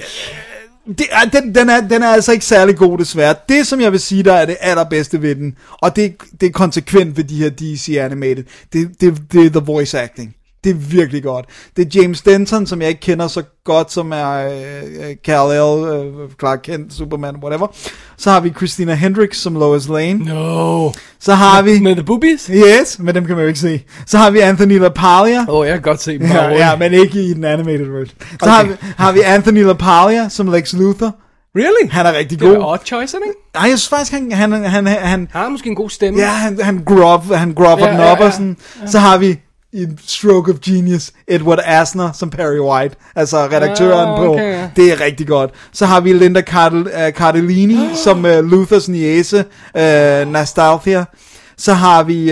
[SPEAKER 3] Den er altså ikke særlig god, desværre. Det, som jeg vil sige, der er det allerbedste ved den, og det er konsekvent ved de her DC Animated, det er the voice acting. Det er virkelig godt. Det er James Denton, som jeg ikke kender så godt, som er Kal-El, Clark Kent, Superman, whatever. Så har vi Christina Hendricks som Lois Lane.
[SPEAKER 4] No.
[SPEAKER 3] Så har vi...
[SPEAKER 4] Med the boobies?
[SPEAKER 3] Yes, men dem kan man jo ikke se. Så har vi Anthony LaPaglia.
[SPEAKER 4] Jeg kan godt se dem.
[SPEAKER 3] Ja, men ikke i den animated version. Så har vi Anthony LaPaglia som Lex Luthor.
[SPEAKER 4] Really?
[SPEAKER 3] Han er rigtig god.
[SPEAKER 4] Det er odd choice, ikke?
[SPEAKER 3] Nej, jeg synes faktisk, han
[SPEAKER 4] har måske en god stemme.
[SPEAKER 3] Ja, han grubber den op og sådan. Ja. Så har vi i stroke of genius, Edward Asner som Perry White, altså redaktøren på, det er rigtig godt. Så har vi Linda Cardellini som Luthers niece, Nastalthia. Så har vi,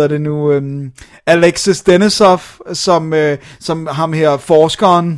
[SPEAKER 3] Alexis Denisov som ham her, forskeren.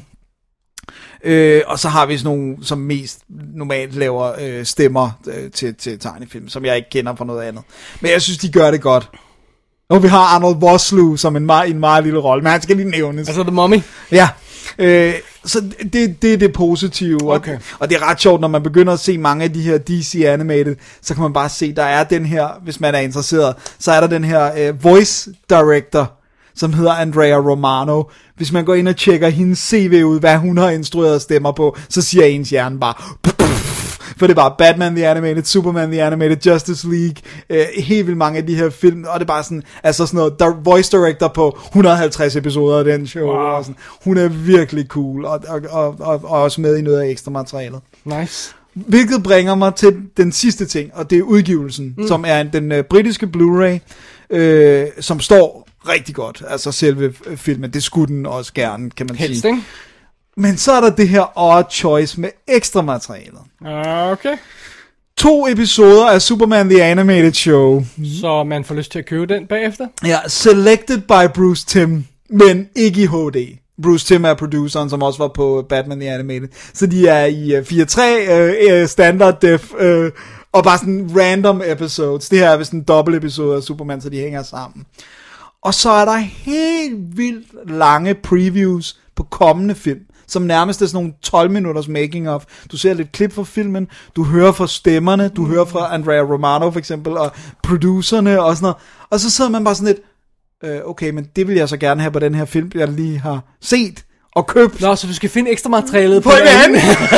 [SPEAKER 3] Og så har vi sådan nogle, som mest normalt laver stemmer til tegnefilm, som jeg ikke kender fra noget andet. Men jeg synes, de gør det godt. Og vi har Arnold Vosloo som en meget lille rolle, men han skal lige nævnes.
[SPEAKER 4] Altså The Mummy?
[SPEAKER 3] Ja, så det er det positive, okay. Og det er ret sjovt, når man begynder at se mange af de her DC Animated, så kan man bare se, der er den her, hvis man er interesseret, så er der den her voice director, som hedder Andrea Romano. Hvis man går ind og tjekker hendes CV ud, hvad hun har instrueret stemmer på, så siger ens hjerne bare... For det er bare Batman the Animated, Superman the Animated, Justice League, helt vildt mange af de her film, og det er bare sådan, altså sådan noget, voice director på 150 episoder af den show, wow. Og sådan. Hun er virkelig cool, og også med i noget af ekstra materialet.
[SPEAKER 4] Nice.
[SPEAKER 3] Hvilket bringer mig til den sidste ting, og det er udgivelsen, som er den britiske Blu-ray, som står rigtig godt, altså selve filmen, det skulle den også gerne, kan man
[SPEAKER 4] helst,
[SPEAKER 3] sige.
[SPEAKER 4] Ikke?
[SPEAKER 3] Men så er der det her odd choice med ekstra materialet.
[SPEAKER 4] Okay.
[SPEAKER 3] 2 episoder af Superman the Animated Show.
[SPEAKER 4] Så man får lyst til at købe den bagefter?
[SPEAKER 3] Ja, selected by Bruce Timm, men ikke i HD. Bruce Timm er produceren, som også var på Batman the Animated. Så de er i 4:3 standard def, og bare sådan random episodes. Det her er vist en dobbelt episode af Superman, så de hænger sammen. Og så er der helt vildt lange previews på kommende film. som nærmest er sådan nogle 12 minutters making of. Du ser lidt klip fra filmen, du hører fra stemmerne, du hører fra Andrea Romano for eksempel, og producerne og sådan noget. Og så sidder man bare sådan lidt, okay, men det vil jeg så gerne have på den her film, jeg lige har set og købt.
[SPEAKER 4] Nå, så du skal finde ekstra materialet
[SPEAKER 3] på en anden.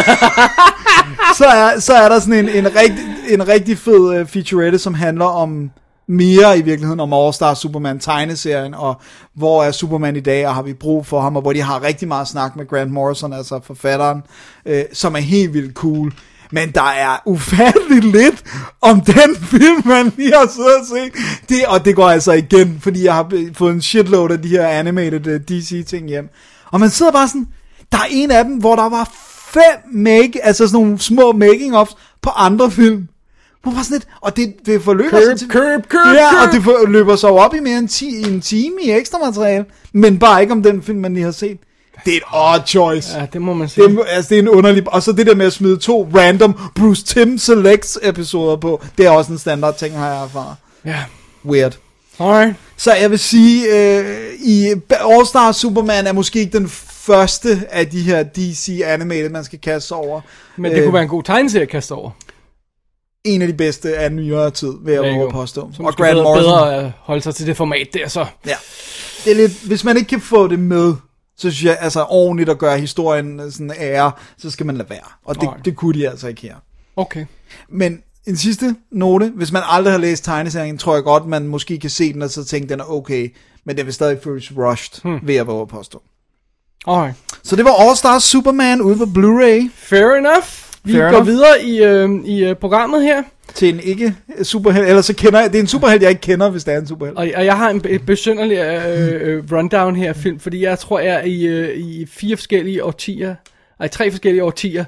[SPEAKER 3] så er der sådan en rigtig fed featurette, som handler om mere i virkeligheden om All Star Superman tegneserien, og hvor er Superman i dag, og har vi brug for ham, og hvor de har rigtig meget snak med Grant Morrison, altså forfatteren, som er helt vildt cool. Men der er ufatteligt lidt om den film, man lige har siddet og set. Og det går altså igen, fordi jeg har fået en shitload af de her animated DC-ting hjem. Og man sidder bare sådan, der er en af dem, hvor der var 5 altså sådan nogle små making-ofs på andre film. Hvor var sådan lidt, og det forløber sig til... og det forløber sig op i mere end en time i ekstra materiale, men bare ikke om den film, man lige har set. Det er et odd choice.
[SPEAKER 4] Ja, det må man sige.
[SPEAKER 3] Det er en underlig... Og så det der med at smide 2 random Bruce Timm Selects episoder på, det er også en standard ting, har jeg erfaret.
[SPEAKER 4] Ja.
[SPEAKER 3] Weird.
[SPEAKER 4] Alright.
[SPEAKER 3] Så jeg vil sige, i All Star Superman er måske ikke den første af de her DC animated, man skal kaste over.
[SPEAKER 4] Men det kunne være en god tegneserie at kaste over.
[SPEAKER 3] En af de bedste af nyere tid, vil jeg våge påstå.
[SPEAKER 4] Og Grant Morrison. Bedre at holde sig til det format der, så.
[SPEAKER 3] Ja. Det er lidt, hvis man ikke kan få det med, så synes jeg, altså ordentligt at gøre historien sådan ære, så skal man lade være. Og det kunne de altså ikke her.
[SPEAKER 4] Okay.
[SPEAKER 3] Men en sidste note, hvis man aldrig har læst tegneserien, tror jeg godt, man måske kan se den, og så tænke, den er okay, men det vil stadig føles rushed, ved at våge at påstå.
[SPEAKER 4] Okay.
[SPEAKER 3] Så det var All Star Superman ude på Blu-ray.
[SPEAKER 4] Fair enough. Vi går videre i programmet her.
[SPEAKER 3] Til en ikke superhelt, eller så kender jeg, det er en superhelt, jeg ikke kender, hvis det er en superhelt.
[SPEAKER 4] Og jeg har en besynderlig rundown her film, fordi jeg tror, jeg er i 3 forskellige årtier,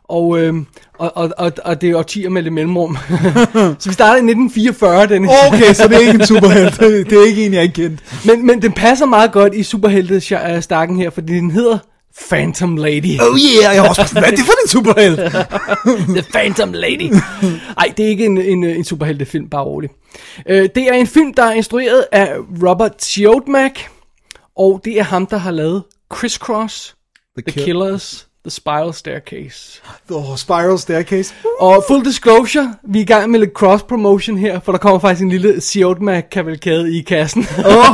[SPEAKER 4] og det er årtier med lidt mellemrum. Så vi starter i 1944.
[SPEAKER 3] Okay, så det er ikke en superhelt, det er ikke en, jeg ikke kendt.
[SPEAKER 4] Men den passer meget godt i superhelte-stakken her, fordi den hedder Phantom Lady.
[SPEAKER 3] Oh yeah, jeg har også hvad er det for en superhelt?
[SPEAKER 4] The Phantom Lady. Ej, det er ikke en superheltefilm, bare rolig. Det er en film, der er instrueret af Robert Siodmak, og det er ham, der har lavet Criss Cross, The Killers, The Spiral Staircase.
[SPEAKER 3] Spiral Staircase.
[SPEAKER 4] Og full disclosure, vi er i gang med lidt cross-promotion her, for der kommer faktisk en lille Siodmak-kavalkade i kassen.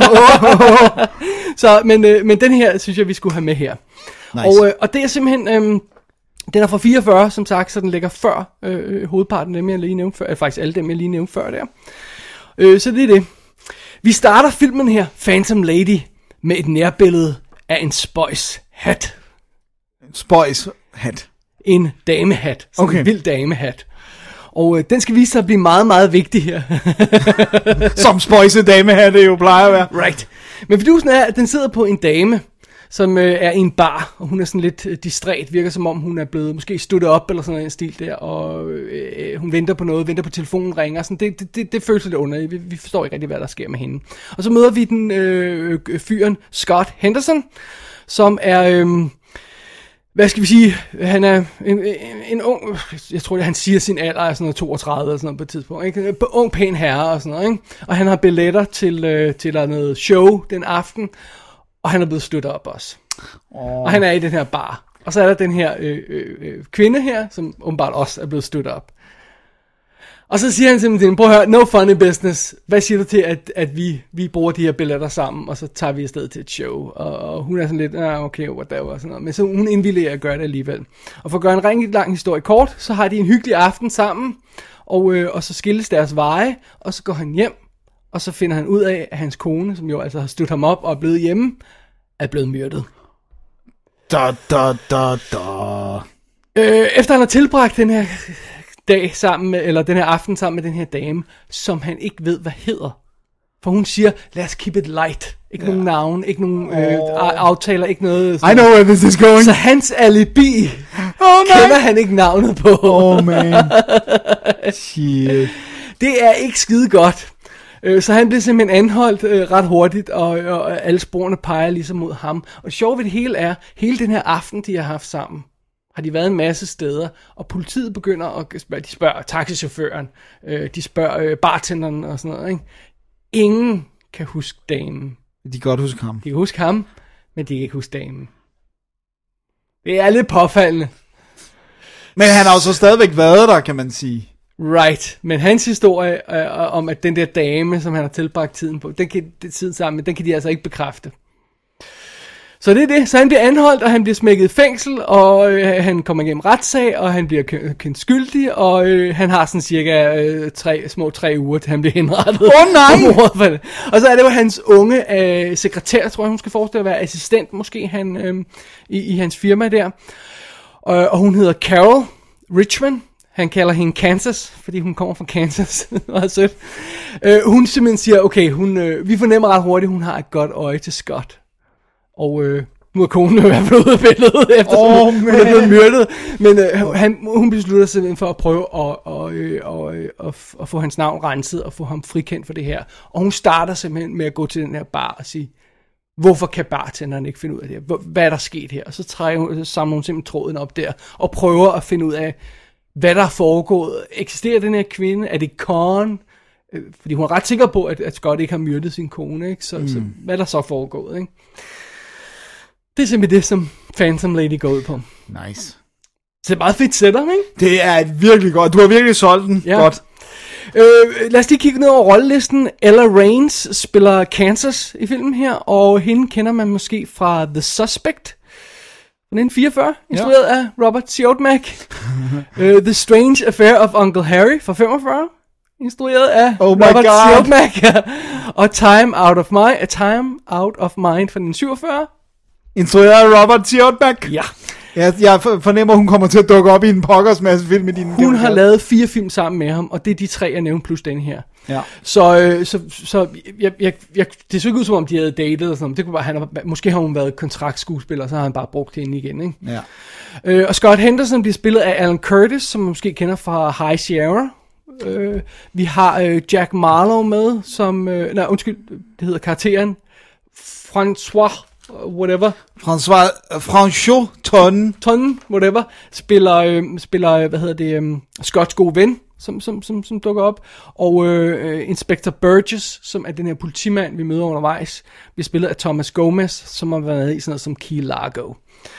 [SPEAKER 4] Så, men den her, synes jeg, vi skulle have med her. Nice. Og det er simpelthen, den er fra 44, som sagt, så den ligger før hovedparten af dem, jeg lige nævnte før, faktisk alle dem, jeg lige nævnte før der. Så det er det. Vi starter filmen her, Phantom Lady, med et nærbillede af en spøjs hat.
[SPEAKER 3] Spøjs hat.
[SPEAKER 4] En damehat. En vild damehat. Og den skal vise sig at blive meget, meget vigtig her.
[SPEAKER 3] Som spøjse damehat det jo plejer at være.
[SPEAKER 4] Right. Men fidusen er, at den sidder på en dame, som er i en bar, og hun er sådan lidt distræt, virker som om hun er blevet måske stødt op, eller sådan en stil der, og hun venter på noget, venter på telefonen ringer, sådan, det føles lidt underligt, vi forstår ikke rigtig, hvad der sker med hende. Og så møder vi den fyren Scott Henderson, som er... hvad skal vi sige, han er en ung, jeg tror, han siger sin alder er sådan noget 32 eller sådan noget på et tidspunkt, ikke? Ung, pæn herre og sådan noget, ikke? Og han har billetter til noget show den aften, og han er blevet støttet op også. Og han er i den her bar. Og så er der den her kvinde her, som åbenbart også er blevet støttet op. Og så siger han simpelthen, prøv at høre, no funny business. Hvad siger du til, at vi bruger de her billetter sammen, og så tager vi afsted til et show. Og hun er sådan lidt, okay, whatever, sådan noget. Men så hun indvilliger at gøre det alligevel. Og for at gøre en rigtig lang historie kort, så har de en hyggelig aften sammen, og så skilles deres veje, og så går han hjem, og så finder han ud af, at hans kone, som jo altså har stødt ham op og er blevet hjemme, er blevet myrdet. Efter han har tilbragt den her dag sammen med, eller den her aften sammen med den her dame, som han ikke ved, hvad hedder. For hun siger, let's keep it light. Ikke nogen navn, ikke nogen aftaler, ikke noget.
[SPEAKER 3] I know where this is going.
[SPEAKER 4] Så hans alibi kender han ikke navnet på.
[SPEAKER 3] Oh man. Shit.
[SPEAKER 4] Det er ikke skide godt. Så han blev simpelthen anholdt ret hurtigt, og alle sporene peger ligesom mod ham. Og det sjove ved det hele er, hele den her aften, de har haft sammen, har de været en masse steder, og politiet begynder at spørge, de spørger taxichaufføren, de spørger bartenderen og sådan noget, ikke? Ingen kan huske damen.
[SPEAKER 3] De kan godt huske ham.
[SPEAKER 4] De kan huske ham, men de kan ikke huske damen. Det er lidt påfaldende.
[SPEAKER 3] Men han har jo så stadigvæk været der, kan man sige.
[SPEAKER 4] Right, men hans historie om, at den der dame, som han har tilbragt tiden på, tiden sammen med, den kan de altså ikke bekræfte. Så det er det. Så han bliver anholdt, og han bliver smækket i fængsel, og han kommer igennem retssag, og han bliver kendt skyldig, og han har sådan cirka 3 uger, til han bliver henrettet.
[SPEAKER 3] Nej!
[SPEAKER 4] Og så er det jo hans unge sekretær, tror jeg, hun skal forestille at være assistent, måske han, i hans firma der. Og hun hedder Carol Richmond. Han kalder hende Kansas, fordi hun kommer fra Kansas. Meget sødt. Hun simpelthen siger, okay, vi fornemmer ret hurtigt, hun har et godt øje til Scott. Og nu er konen i hvert fald ude af billedet, eftersom hun er blevet myrdet. Men hun beslutter simpelthen for at prøve at få hans navn renset og få ham frikendt for det her. Og hun starter simpelthen med at gå til den her bar og sige, hvorfor kan bartenderen ikke finde ud af det her? Hvad er der sket her? Og så samler hun simpelthen tråden op der og prøver at finde ud af, hvad der er foregået. Eksisterer den her kvinde? Er det con? Fordi hun er ret sikker på, at Scott ikke har myrdet sin kone, ikke? Så hvad er der så foregået, ikke? Det er simpelthen det, som Phantom Lady går ud på.
[SPEAKER 3] Nice.
[SPEAKER 4] Så det er meget fedt setup, ikke?
[SPEAKER 3] Det er et virkelig godt. Du har virkelig solgt den. Ja. Godt.
[SPEAKER 4] Lad os lige kigge ned over rollelisten. Ella Raines spiller Kansas i filmen her, og hende kender man måske fra The Suspect. Den er 44, instrueret af Robert Siodmak. The Strange Affair of Uncle Harry fra 45, instrueret af Robert Siodmak. Og Time Out of Mind fra den 47.
[SPEAKER 3] Instrueret af Robert Siodmak.
[SPEAKER 4] Ja.
[SPEAKER 3] Jeg fornemmer, hun kommer til at dukke op i en pokkers masse film med dine.
[SPEAKER 4] Hun har lavet 4 film sammen med ham, og det er de 3, jeg nævnte, plus den her.
[SPEAKER 3] Ja.
[SPEAKER 4] Så det så ikke ud som om, de havde datet og sådan noget. Det kunne bare, måske har hun været kontraktskuespiller, så har han bare brugt hende igen, ikke?
[SPEAKER 3] Ja.
[SPEAKER 4] Og Scott Henderson bliver spillet af Alan Curtis, som man måske kender fra High Sierra. Vi har Jack Marlowe med, som, det hedder karakteren François Tonnen, whatever, spiller Scotts gode ven, som dukker op, og Inspector Burgess, som er den her politimand, vi møder undervejs, bliver spillet af Thomas Gomez, som har været med i sådan noget som Key Largo.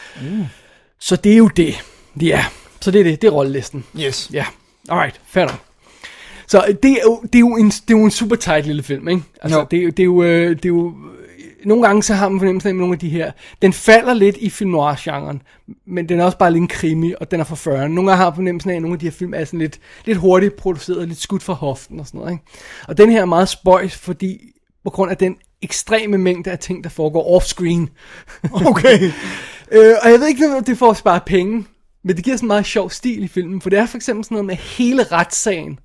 [SPEAKER 4] Så det er jo det. Ja, så det er det. Det er rollelisten.
[SPEAKER 3] Yes.
[SPEAKER 4] Ja, alright, fair nok. Så det er jo en super tight lille film, ikke? Altså, det er jo nogle gange så har man fornemmelsen af nogle af de her. Den falder lidt i film noir-genren, men den er også bare lidt en krimi, og den er fra 40'erne. Nogle gange har man fornemmelsen af, at nogle af de her film er sådan lidt hurtigt produceret, lidt skudt fra hoften og sådan noget, ikke? Og den her er meget spøjs, fordi på grund af den ekstreme mængde af ting, der foregår off-screen.
[SPEAKER 3] Okay.
[SPEAKER 4] Og jeg ved ikke, om det får at spare penge, men det giver sådan en meget sjov stil i filmen, for det er for eksempel sådan noget med hele retssagen.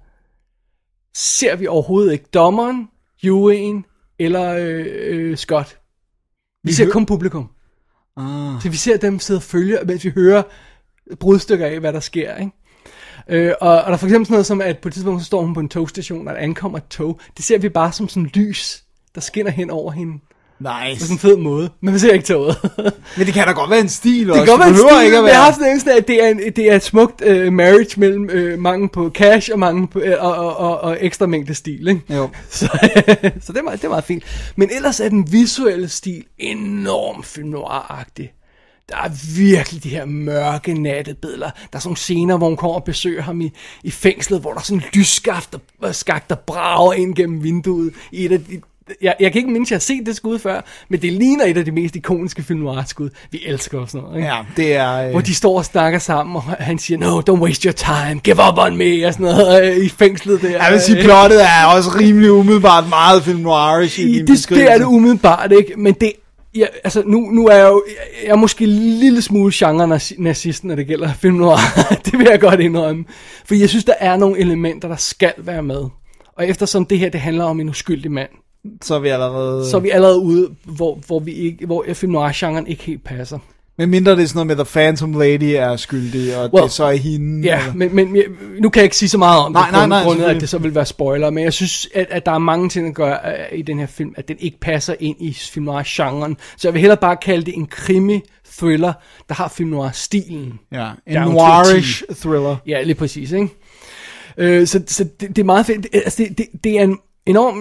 [SPEAKER 4] Ser vi overhovedet ikke dommeren, juryen eller Scott. Vi ser kun publikum. Så vi ser dem sidde og følge, mens vi hører brudstykker af, hvad der sker, ikke? Og der er for eksempel sådan noget som, at på et tidspunkt så står hun på en togstation, og der ankommer et tog. Det ser vi bare som sådan lys, der skinner hen over hende.
[SPEAKER 3] Nice.
[SPEAKER 4] På sådan en fed måde. Men vi ser ikke toget.
[SPEAKER 3] Men det kan da godt være en stil også.
[SPEAKER 4] Det kan godt være en stil, ikke jeg har sådan en sådan, at det er et smukt marriage mellem mangel på cash og mangel på, og ekstra mængde stil, ikke?
[SPEAKER 3] Jo.
[SPEAKER 4] Så det er meget fint. Men ellers er den visuelle stil enormt film noir-agtig. Der er virkelig de her mørke nattebilleder. Der er sådan nogle scener, hvor hun kommer og besøger ham i fængslet, hvor der er sådan en lysskakt, der brager ind gennem vinduet i et af de. Jeg kan ikke mindst, at jeg har set det skud før, men det ligner et af de mest ikoniske film noir-skud. Vi elsker også noget, ikke?
[SPEAKER 3] Ja, det er.
[SPEAKER 4] Hvor de står og snakker sammen, og han siger, no, don't waste your time, give up on me, og sådan noget i fængslet der.
[SPEAKER 3] Jeg vil sige, plottet er også rimelig umiddelbart meget film noir-ish.
[SPEAKER 4] Det er det umiddelbart, ikke? Men det, altså nu er jeg er måske en lille smule genre-nazist, når det gælder film noir. Det vil jeg godt indrømme. For jeg synes, der er nogle elementer, der skal være med. Og eftersom det her, det handler om en uskyldig mand,
[SPEAKER 3] så er vi allerede
[SPEAKER 4] ude, hvor film noir-genren ikke helt passer.
[SPEAKER 3] Men mindre det er sådan noget med, The Phantom Lady er skyldig, og det så er hende.
[SPEAKER 4] Ja, men nu kan jeg ikke sige så meget om det, på grund af, at det så vil være spoiler. Men jeg synes, at der er mange ting at gøre i den her film, at den ikke passer ind i film noir-genren. Så jeg vil hellere bare kalde det en krimi-thriller, der har film noir-stilen.
[SPEAKER 3] Ja, en noirish thriller.
[SPEAKER 4] Ja, lige præcis, ikke? Så det er meget fedt. Altså, det er en enorm,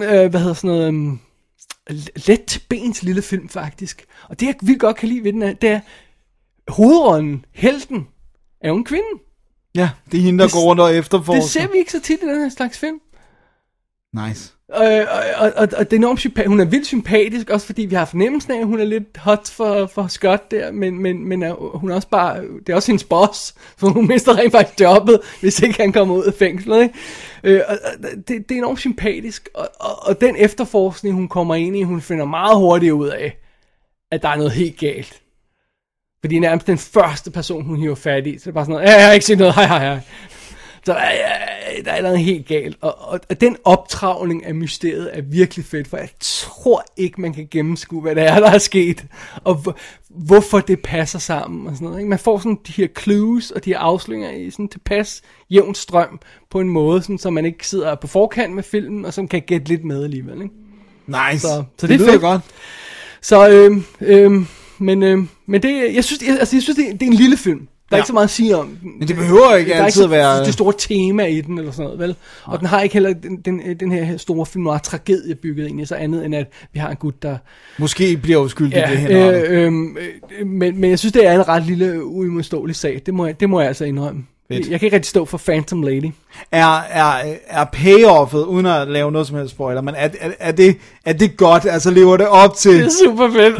[SPEAKER 4] let til bens lille film faktisk. Og det jeg vildt godt kan lide ved den, det er, hovedrollen, helten, er jo en kvinde.
[SPEAKER 3] Ja, det er hende, der går rundt og efterforsker.
[SPEAKER 4] Det ser vi ikke så tit i den her slags film.
[SPEAKER 3] Nice.
[SPEAKER 4] Og det er enormt sympatisk. Hun er vildt sympatisk, også fordi vi har fornemmelsen af, at hun er lidt hot for Scott der, men hun er også bare, det er også hendes boss, så hun mister rent faktisk jobbet, hvis ikke han kommer ud af fængslet, ikke? Det er enormt sympatisk, og den efterforskning, hun kommer ind i, hun finder meget hurtigt ud af, at der er noget helt galt. Fordi nærmest den første person, hun hiver fat i, så det er bare sådan noget, jeg har ikke set noget, hej. Så der er noget helt galt. Og den optravning af mysteriet er virkelig fedt, for jeg tror ikke, man kan gennemskue, hvad det er, der er sket, og hvorfor det passer sammen og sådan noget. Ikke? Man får sådan de her clues og de her afsløringer i sådan tilpas jævn strøm på en måde, sådan, så man ikke sidder på forkant med filmen, og som kan gætte lidt med alligevel. Ikke?
[SPEAKER 3] Nice.
[SPEAKER 4] Så det
[SPEAKER 3] lyder
[SPEAKER 4] fedt.
[SPEAKER 3] Godt.
[SPEAKER 4] Så, men det, jeg synes, det er en lille film. Der er ikke så meget at sige om den.
[SPEAKER 3] Men det behøver ikke altid at være...
[SPEAKER 4] det store tema i den, eller sådan noget, vel? Og den har ikke heller den her store film, noir tragedie bygget ind i, så andet end at vi har en gut, der...
[SPEAKER 3] Måske bliver uskyldig det her.
[SPEAKER 4] Men jeg synes, det er en ret lille, uimodståelig sag. Det må jeg altså indrømme. Jeg kan ikke rigtig stå for Phantom Lady.
[SPEAKER 3] Er payoffet, uden at lave noget som helst spoiler, men er det godt? Altså lever det op til...
[SPEAKER 4] Det er super fedt.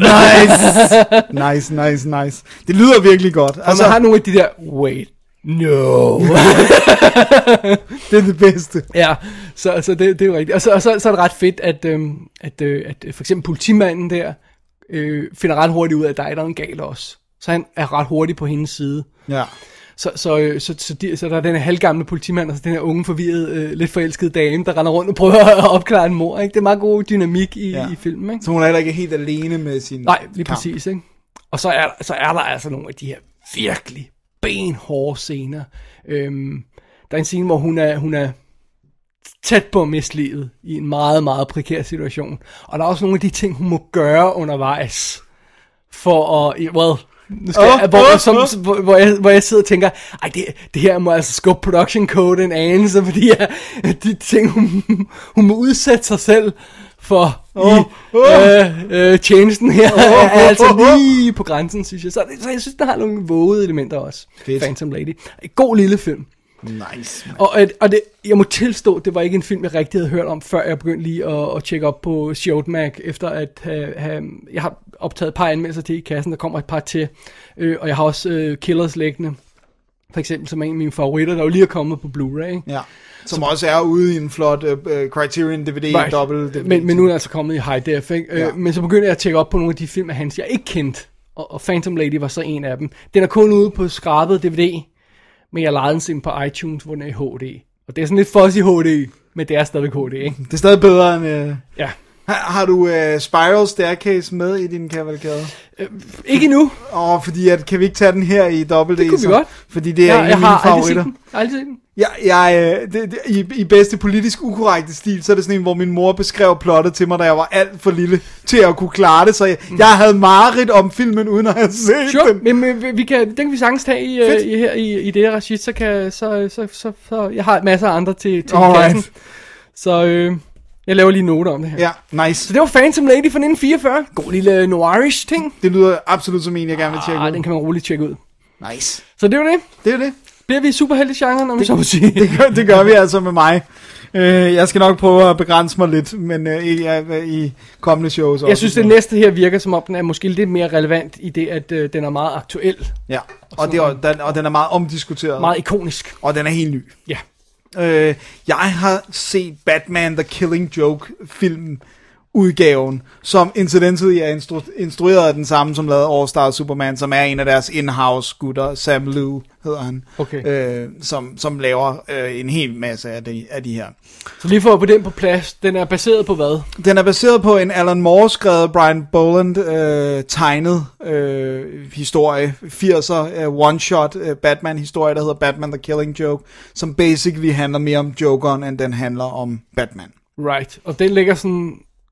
[SPEAKER 3] Nice. Det lyder virkelig godt.
[SPEAKER 4] Altså, man har nogle af de der, wait, no.
[SPEAKER 3] Det er det bedste.
[SPEAKER 4] Ja, så det er jo rigtigt. Og så er det ret fedt, at for eksempel politimanden der finder ret hurtigt ud af, at der er noget galt også. Så han er ret hurtigt på hendes side.
[SPEAKER 3] Ja.
[SPEAKER 4] Så der er den her halvgamle politimand, og så den her unge, forvirrede, lidt forelskede dame, der render rundt og prøver at opklare en mord, ikke? Det er meget god dynamik i filmen, ikke?
[SPEAKER 3] Så hun er heller ikke helt alene med sin
[SPEAKER 4] Nej, lige
[SPEAKER 3] kamp.
[SPEAKER 4] præcis, ikke? Og så er der altså nogle af de her virkelig benhårde scener. Der er en scene, hvor hun er tæt på at miste livet i en meget, meget prekær situation. Og der er også nogle af de ting, hun må gøre undervejs for at... Nu skal hvor jeg sidder og tænker, det her må altså skubbe production code en anelse, fordi de ting, hun må udsætte sig selv for i tjenesten her, er altså lige på grænsen, synes jeg. Så jeg synes, der har nogle vågede elementer også. Fedt. Phantom Lady. En god lille film.
[SPEAKER 3] Nice.
[SPEAKER 4] Og det, jeg må tilstå, det var ikke en film, jeg rigtig havde hørt om, før jeg begyndte lige at tjekke op på Showtmag, efter at jeg har optaget et par anmeldelser til i kassen, der kommer et par til, og jeg har også Killers liggende, for eksempel, som er en af mine favoritter, der jo lige er kommet på Blu-ray.
[SPEAKER 3] Ja. Som også er ude i en flot Criterion DVD, right. Double DVD.
[SPEAKER 4] Men nu er den altså kommet i high def, ikke? Ja. Men så begyndte jeg at tjekke op på nogle af de film af hans, jeg ikke kendte, og Phantom Lady var så en af dem. Den er kun ude på skrabet DVD, men jeg lejede den simpelthen på iTunes, hvor den er i HD. Og det er sådan lidt fuzzy HD, men det er stadigvæk HD, ikke?
[SPEAKER 3] Det er stadig bedre end...
[SPEAKER 4] Ja.
[SPEAKER 3] Har du Spiral Staircase med i din kavalkade?
[SPEAKER 4] Ikke endnu.
[SPEAKER 3] Fordi kan vi ikke tage den her i Double D?
[SPEAKER 4] Det kunne vi godt.
[SPEAKER 3] Fordi det er en af mine favoritter.
[SPEAKER 4] Jeg har aldrig set den.
[SPEAKER 3] I bedste politisk ukorrekte stil, så er det sådan en, hvor min mor beskrev plottet til mig, da jeg var alt for lille til at kunne klare det, så jeg havde mareridt om filmen, uden at have set den.
[SPEAKER 4] Men den kan vi sagtens tage i det her regi, så jeg har masser af andre til kassen. Så jeg laver lige noter om det her.
[SPEAKER 3] Ja, nice.
[SPEAKER 4] Så det var Phantom Lady fra 1944. God lille noirish ting.
[SPEAKER 3] Det lyder absolut som en, jeg gerne vil tjekke ud.
[SPEAKER 4] Den kan man roligt tjekke ud.
[SPEAKER 3] Nice.
[SPEAKER 4] Så det var det.
[SPEAKER 3] Det er det.
[SPEAKER 4] Bliver vi superhelte-genren, om vi så må sige.
[SPEAKER 3] Det gør vi altså med mig. Jeg skal nok prøve at begrænse mig lidt, men i kommende shows også.
[SPEAKER 4] Jeg synes, det næste her virker som om, den er måske lidt mere relevant i det, at den er meget aktuel.
[SPEAKER 3] Ja, og den er meget omdiskuteret.
[SPEAKER 4] Meget ikonisk.
[SPEAKER 3] Og den er helt ny.
[SPEAKER 4] Ja.
[SPEAKER 3] Jeg har set Batman The Killing Joke film udgaven, som incidentally er instrueret af den samme, som lavede All Star Superman, som er en af deres in-house gutter, Sam Liu hedder han,
[SPEAKER 4] okay.
[SPEAKER 3] Som laver en hel masse af de her.
[SPEAKER 4] Så lige for at få den på plads, den er baseret på hvad?
[SPEAKER 3] Den er baseret på en Alan Moore skrevet, Brian Boland tegnet historie, 80'er one-shot Batman-historie, der hedder Batman The Killing Joke, som basically handler mere om Jokeren, end den handler om Batman.
[SPEAKER 4] Right, og den ligger sådan...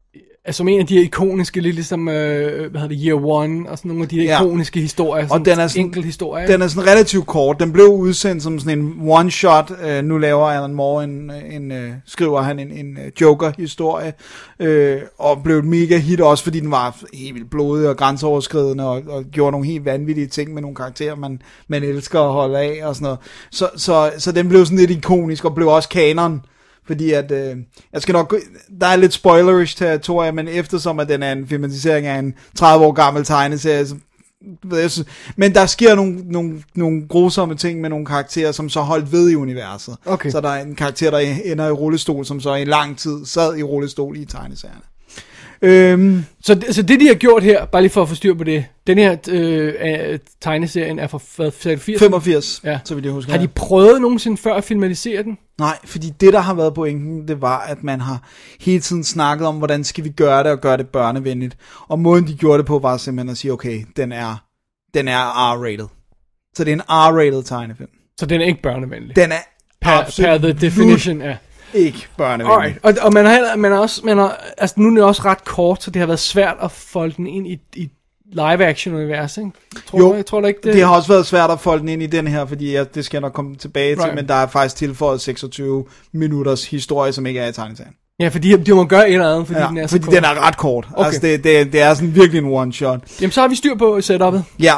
[SPEAKER 4] som en af de her ikoniske, lidt ligesom, hvad hedder det, Year One, og sådan nogle af de her ikoniske historier,
[SPEAKER 3] og den er sådan,
[SPEAKER 4] enkelt historie.
[SPEAKER 3] Den er sådan relativt kort. Den blev udsendt som sådan en one-shot. Nu laver Alan Moore skriver han en Joker-historie, og blev et mega hit også, fordi den var helt vildt blodig og grænseoverskridende, og gjorde nogle helt vanvittige ting med nogle karakterer, man elsker at holde af, og sådan noget. Så den blev sådan lidt ikonisk, og blev også kanon. Fordi at, jeg skal nok, der er lidt spoilerish territorie, men eftersom at den er en filmatisering af en 30 år gammel tegneserie, men der sker nogle grusomme ting med nogle karakterer, som så holdt ved i universet.
[SPEAKER 4] Okay.
[SPEAKER 3] Så der er en karakter, der ender i rullestol, som så i lang tid sad i rullestol i tegneserierne.
[SPEAKER 4] Så det de har gjort her, bare lige for at få styr på det, den her tegneserien er fra 80?
[SPEAKER 3] 85,
[SPEAKER 4] ja.
[SPEAKER 3] Så vidt jeg husker.
[SPEAKER 4] Har de prøvet nogensinde før at filmatisere den?
[SPEAKER 3] Nej, fordi det der har været pointen, det var, at man har hele tiden snakket om, hvordan skal vi gøre det, og gøre det børnevenligt. Og måden de gjorde det på, var simpelthen at sige, okay, den er R-rated. Så det er en R-rated tegnefilm.
[SPEAKER 4] Så den er ikke børnevenlig?
[SPEAKER 3] Den er
[SPEAKER 4] per the definition, ja.
[SPEAKER 3] Ikke børnevenlig.
[SPEAKER 4] Og man har, altså nu er det også ret kort, så det har været svært at folde den ind i live-action-univers, ikke? Tror du ikke det?
[SPEAKER 3] Det har også været svært at folde den ind i den her, fordi det skal jeg nok komme tilbage til, men der er faktisk tilføjet 26 minutters historie, som ikke er i tegneserien.
[SPEAKER 4] Ja, fordi de må gøre et eller andet, fordi den er så
[SPEAKER 3] fordi
[SPEAKER 4] kort.
[SPEAKER 3] Den er ret kort.
[SPEAKER 4] Okay.
[SPEAKER 3] Altså, det er sådan virkelig en one-shot.
[SPEAKER 4] Jamen, så har vi styr på setup'et.
[SPEAKER 3] Ja.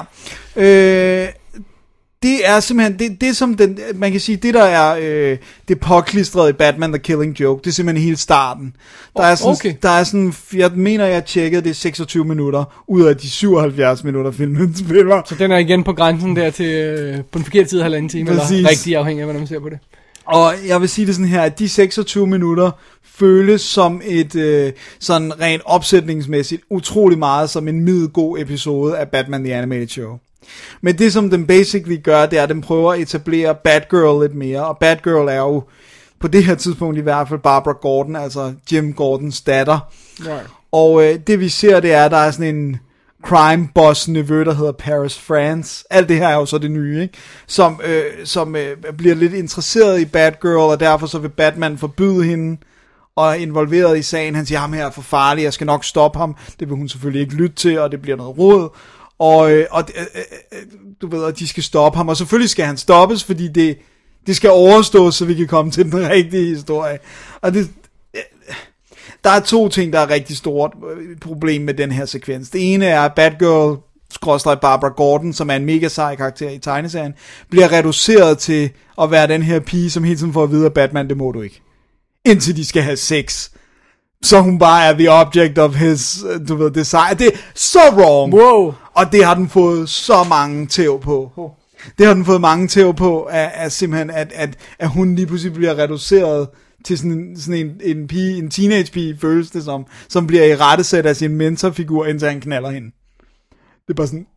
[SPEAKER 3] Det er simpelthen, det som man kan sige, det der er det påklistrede i Batman The Killing Joke, det er simpelthen hele starten. Der er sådan, jeg mener jeg tjekkede, det er 26 minutter, ud af de 77 minutter filmen spiller.
[SPEAKER 4] Så den er igen på grænsen der til, på den forkerte tid, halvanden time, eller rigtig afhængig af, hvordan man ser på det.
[SPEAKER 3] Og jeg vil sige det sådan her, at de 26 minutter føles som et, sådan rent opsætningsmæssigt, utrolig meget som en middelgod episode af Batman The Animated Show. Men det som den basically gør, det er at den prøver at etablere Batgirl lidt mere. Og Batgirl er jo på det her tidspunkt i hvert fald Barbara Gordon, altså Jim Gordons datter.
[SPEAKER 4] Right.
[SPEAKER 3] Og det vi ser, det er at der er sådan en crime boss nevø, der hedder Paris France. Alt det her er jo så det nye, ikke? Som bliver lidt interesseret i Batgirl, og derfor så vil Batman forbyde hende og involveret i sagen. Han siger, ham her er for farlig, jeg skal nok stoppe ham. Det vil hun selvfølgelig ikke lytte til, og det bliver noget rod. Og du ved, at de skal stoppe ham, og selvfølgelig skal han stoppes, fordi det skal overstås, så vi kan komme til den rigtige historie. Og der er to ting, der er rigtig stort problem med den her sekvens. Det ene er, at Batgirl Barbara Gordon, som er en mega sej karakter i tegneserien, bliver reduceret til at være den her pige, som hele tiden får at vide, at Batman, det må du ikke. Indtil de skal have sex. Så hun bare er the object of his, du ved, desire. Det er så wrong.
[SPEAKER 4] Wow.
[SPEAKER 3] Og det har den fået så mange tæv på. Det har den fået mange tæv på, at simpelthen, at hun lige pludselig bliver reduceret til sådan en pige, en teenage pige, føles det som bliver i rettesæt af sin mentorfigur, indtil han knaller hende. Det er bare sådan,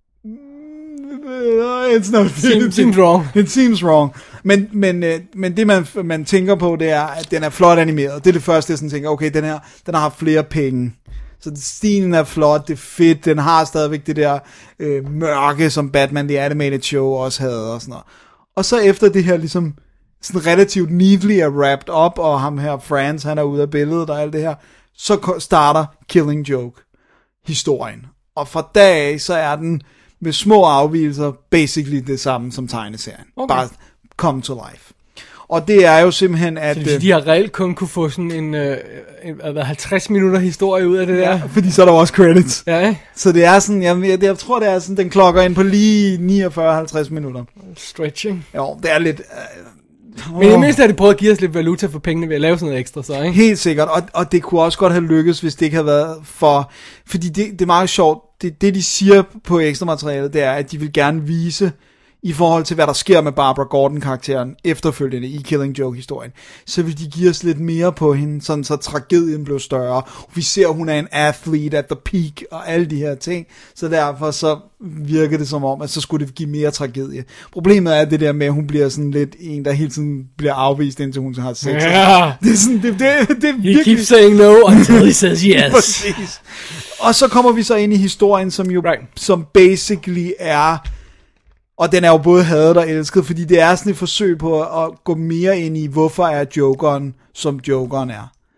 [SPEAKER 3] it's not,
[SPEAKER 4] seems wrong.
[SPEAKER 3] It seems wrong. Men det man tænker på, det er, at den er flot animeret. Det er det første, jeg sådan tænker, okay, den har haft flere penge. Så stilen er flot, det er fedt, den har stadigvæk det der mørke, som Batman The Animated Show også havde og sådan noget. Og så efter det her ligesom sådan relativt neatly er wrapped up, og ham her France, han er ude af billedet og alt det her, så starter Killing Joke historien. Og fra dag af, så er den med små afvigelser basically det samme som tegneserien. Okay. Bare come to life. Og det er jo simpelthen, at
[SPEAKER 4] så de har reelt kun kunne få sådan en 50 minutter historie ud af det der.
[SPEAKER 3] Ja, fordi så er der også credits.
[SPEAKER 4] Ja, ikke?
[SPEAKER 3] Så det er sådan, jeg tror det er sådan, den klokker ind på lige 49-50 minutter.
[SPEAKER 4] Stretching.
[SPEAKER 3] Jo, det er lidt...
[SPEAKER 4] Men i mindst har de prøvet at give os lidt valuta for pengene ved at lave sådan noget ekstra, så, ikke?
[SPEAKER 3] Helt sikkert, og det kunne også godt have lykkes, hvis det ikke havde været for... Fordi det er meget sjovt, det de siger på ekstra materialet, det er, at de vil gerne vise, i forhold til hvad der sker med Barbara Gordon-karakteren efterfølgende i Killing Joke-historien, så vil de give os lidt mere på hende, sådan så tragedien blev større. Vi ser, at hun er en athlete at the peak, og alle de her ting, så derfor så virker det som om, at så skulle det give mere tragedie. Problemet er det der med, at hun bliver sådan lidt en, der hele tiden bliver afvist, indtil hun har sex.
[SPEAKER 4] Yeah.
[SPEAKER 3] Det er sådan, det er virkelig...
[SPEAKER 4] He keeps saying no until he says yes.
[SPEAKER 3] Præcis. Og så kommer vi så ind i historien, som jo som basically er... Og den er jo både hadet og elsket, fordi det er sådan et forsøg på at gå mere ind i, hvorfor er Jokeren, som Jokeren er.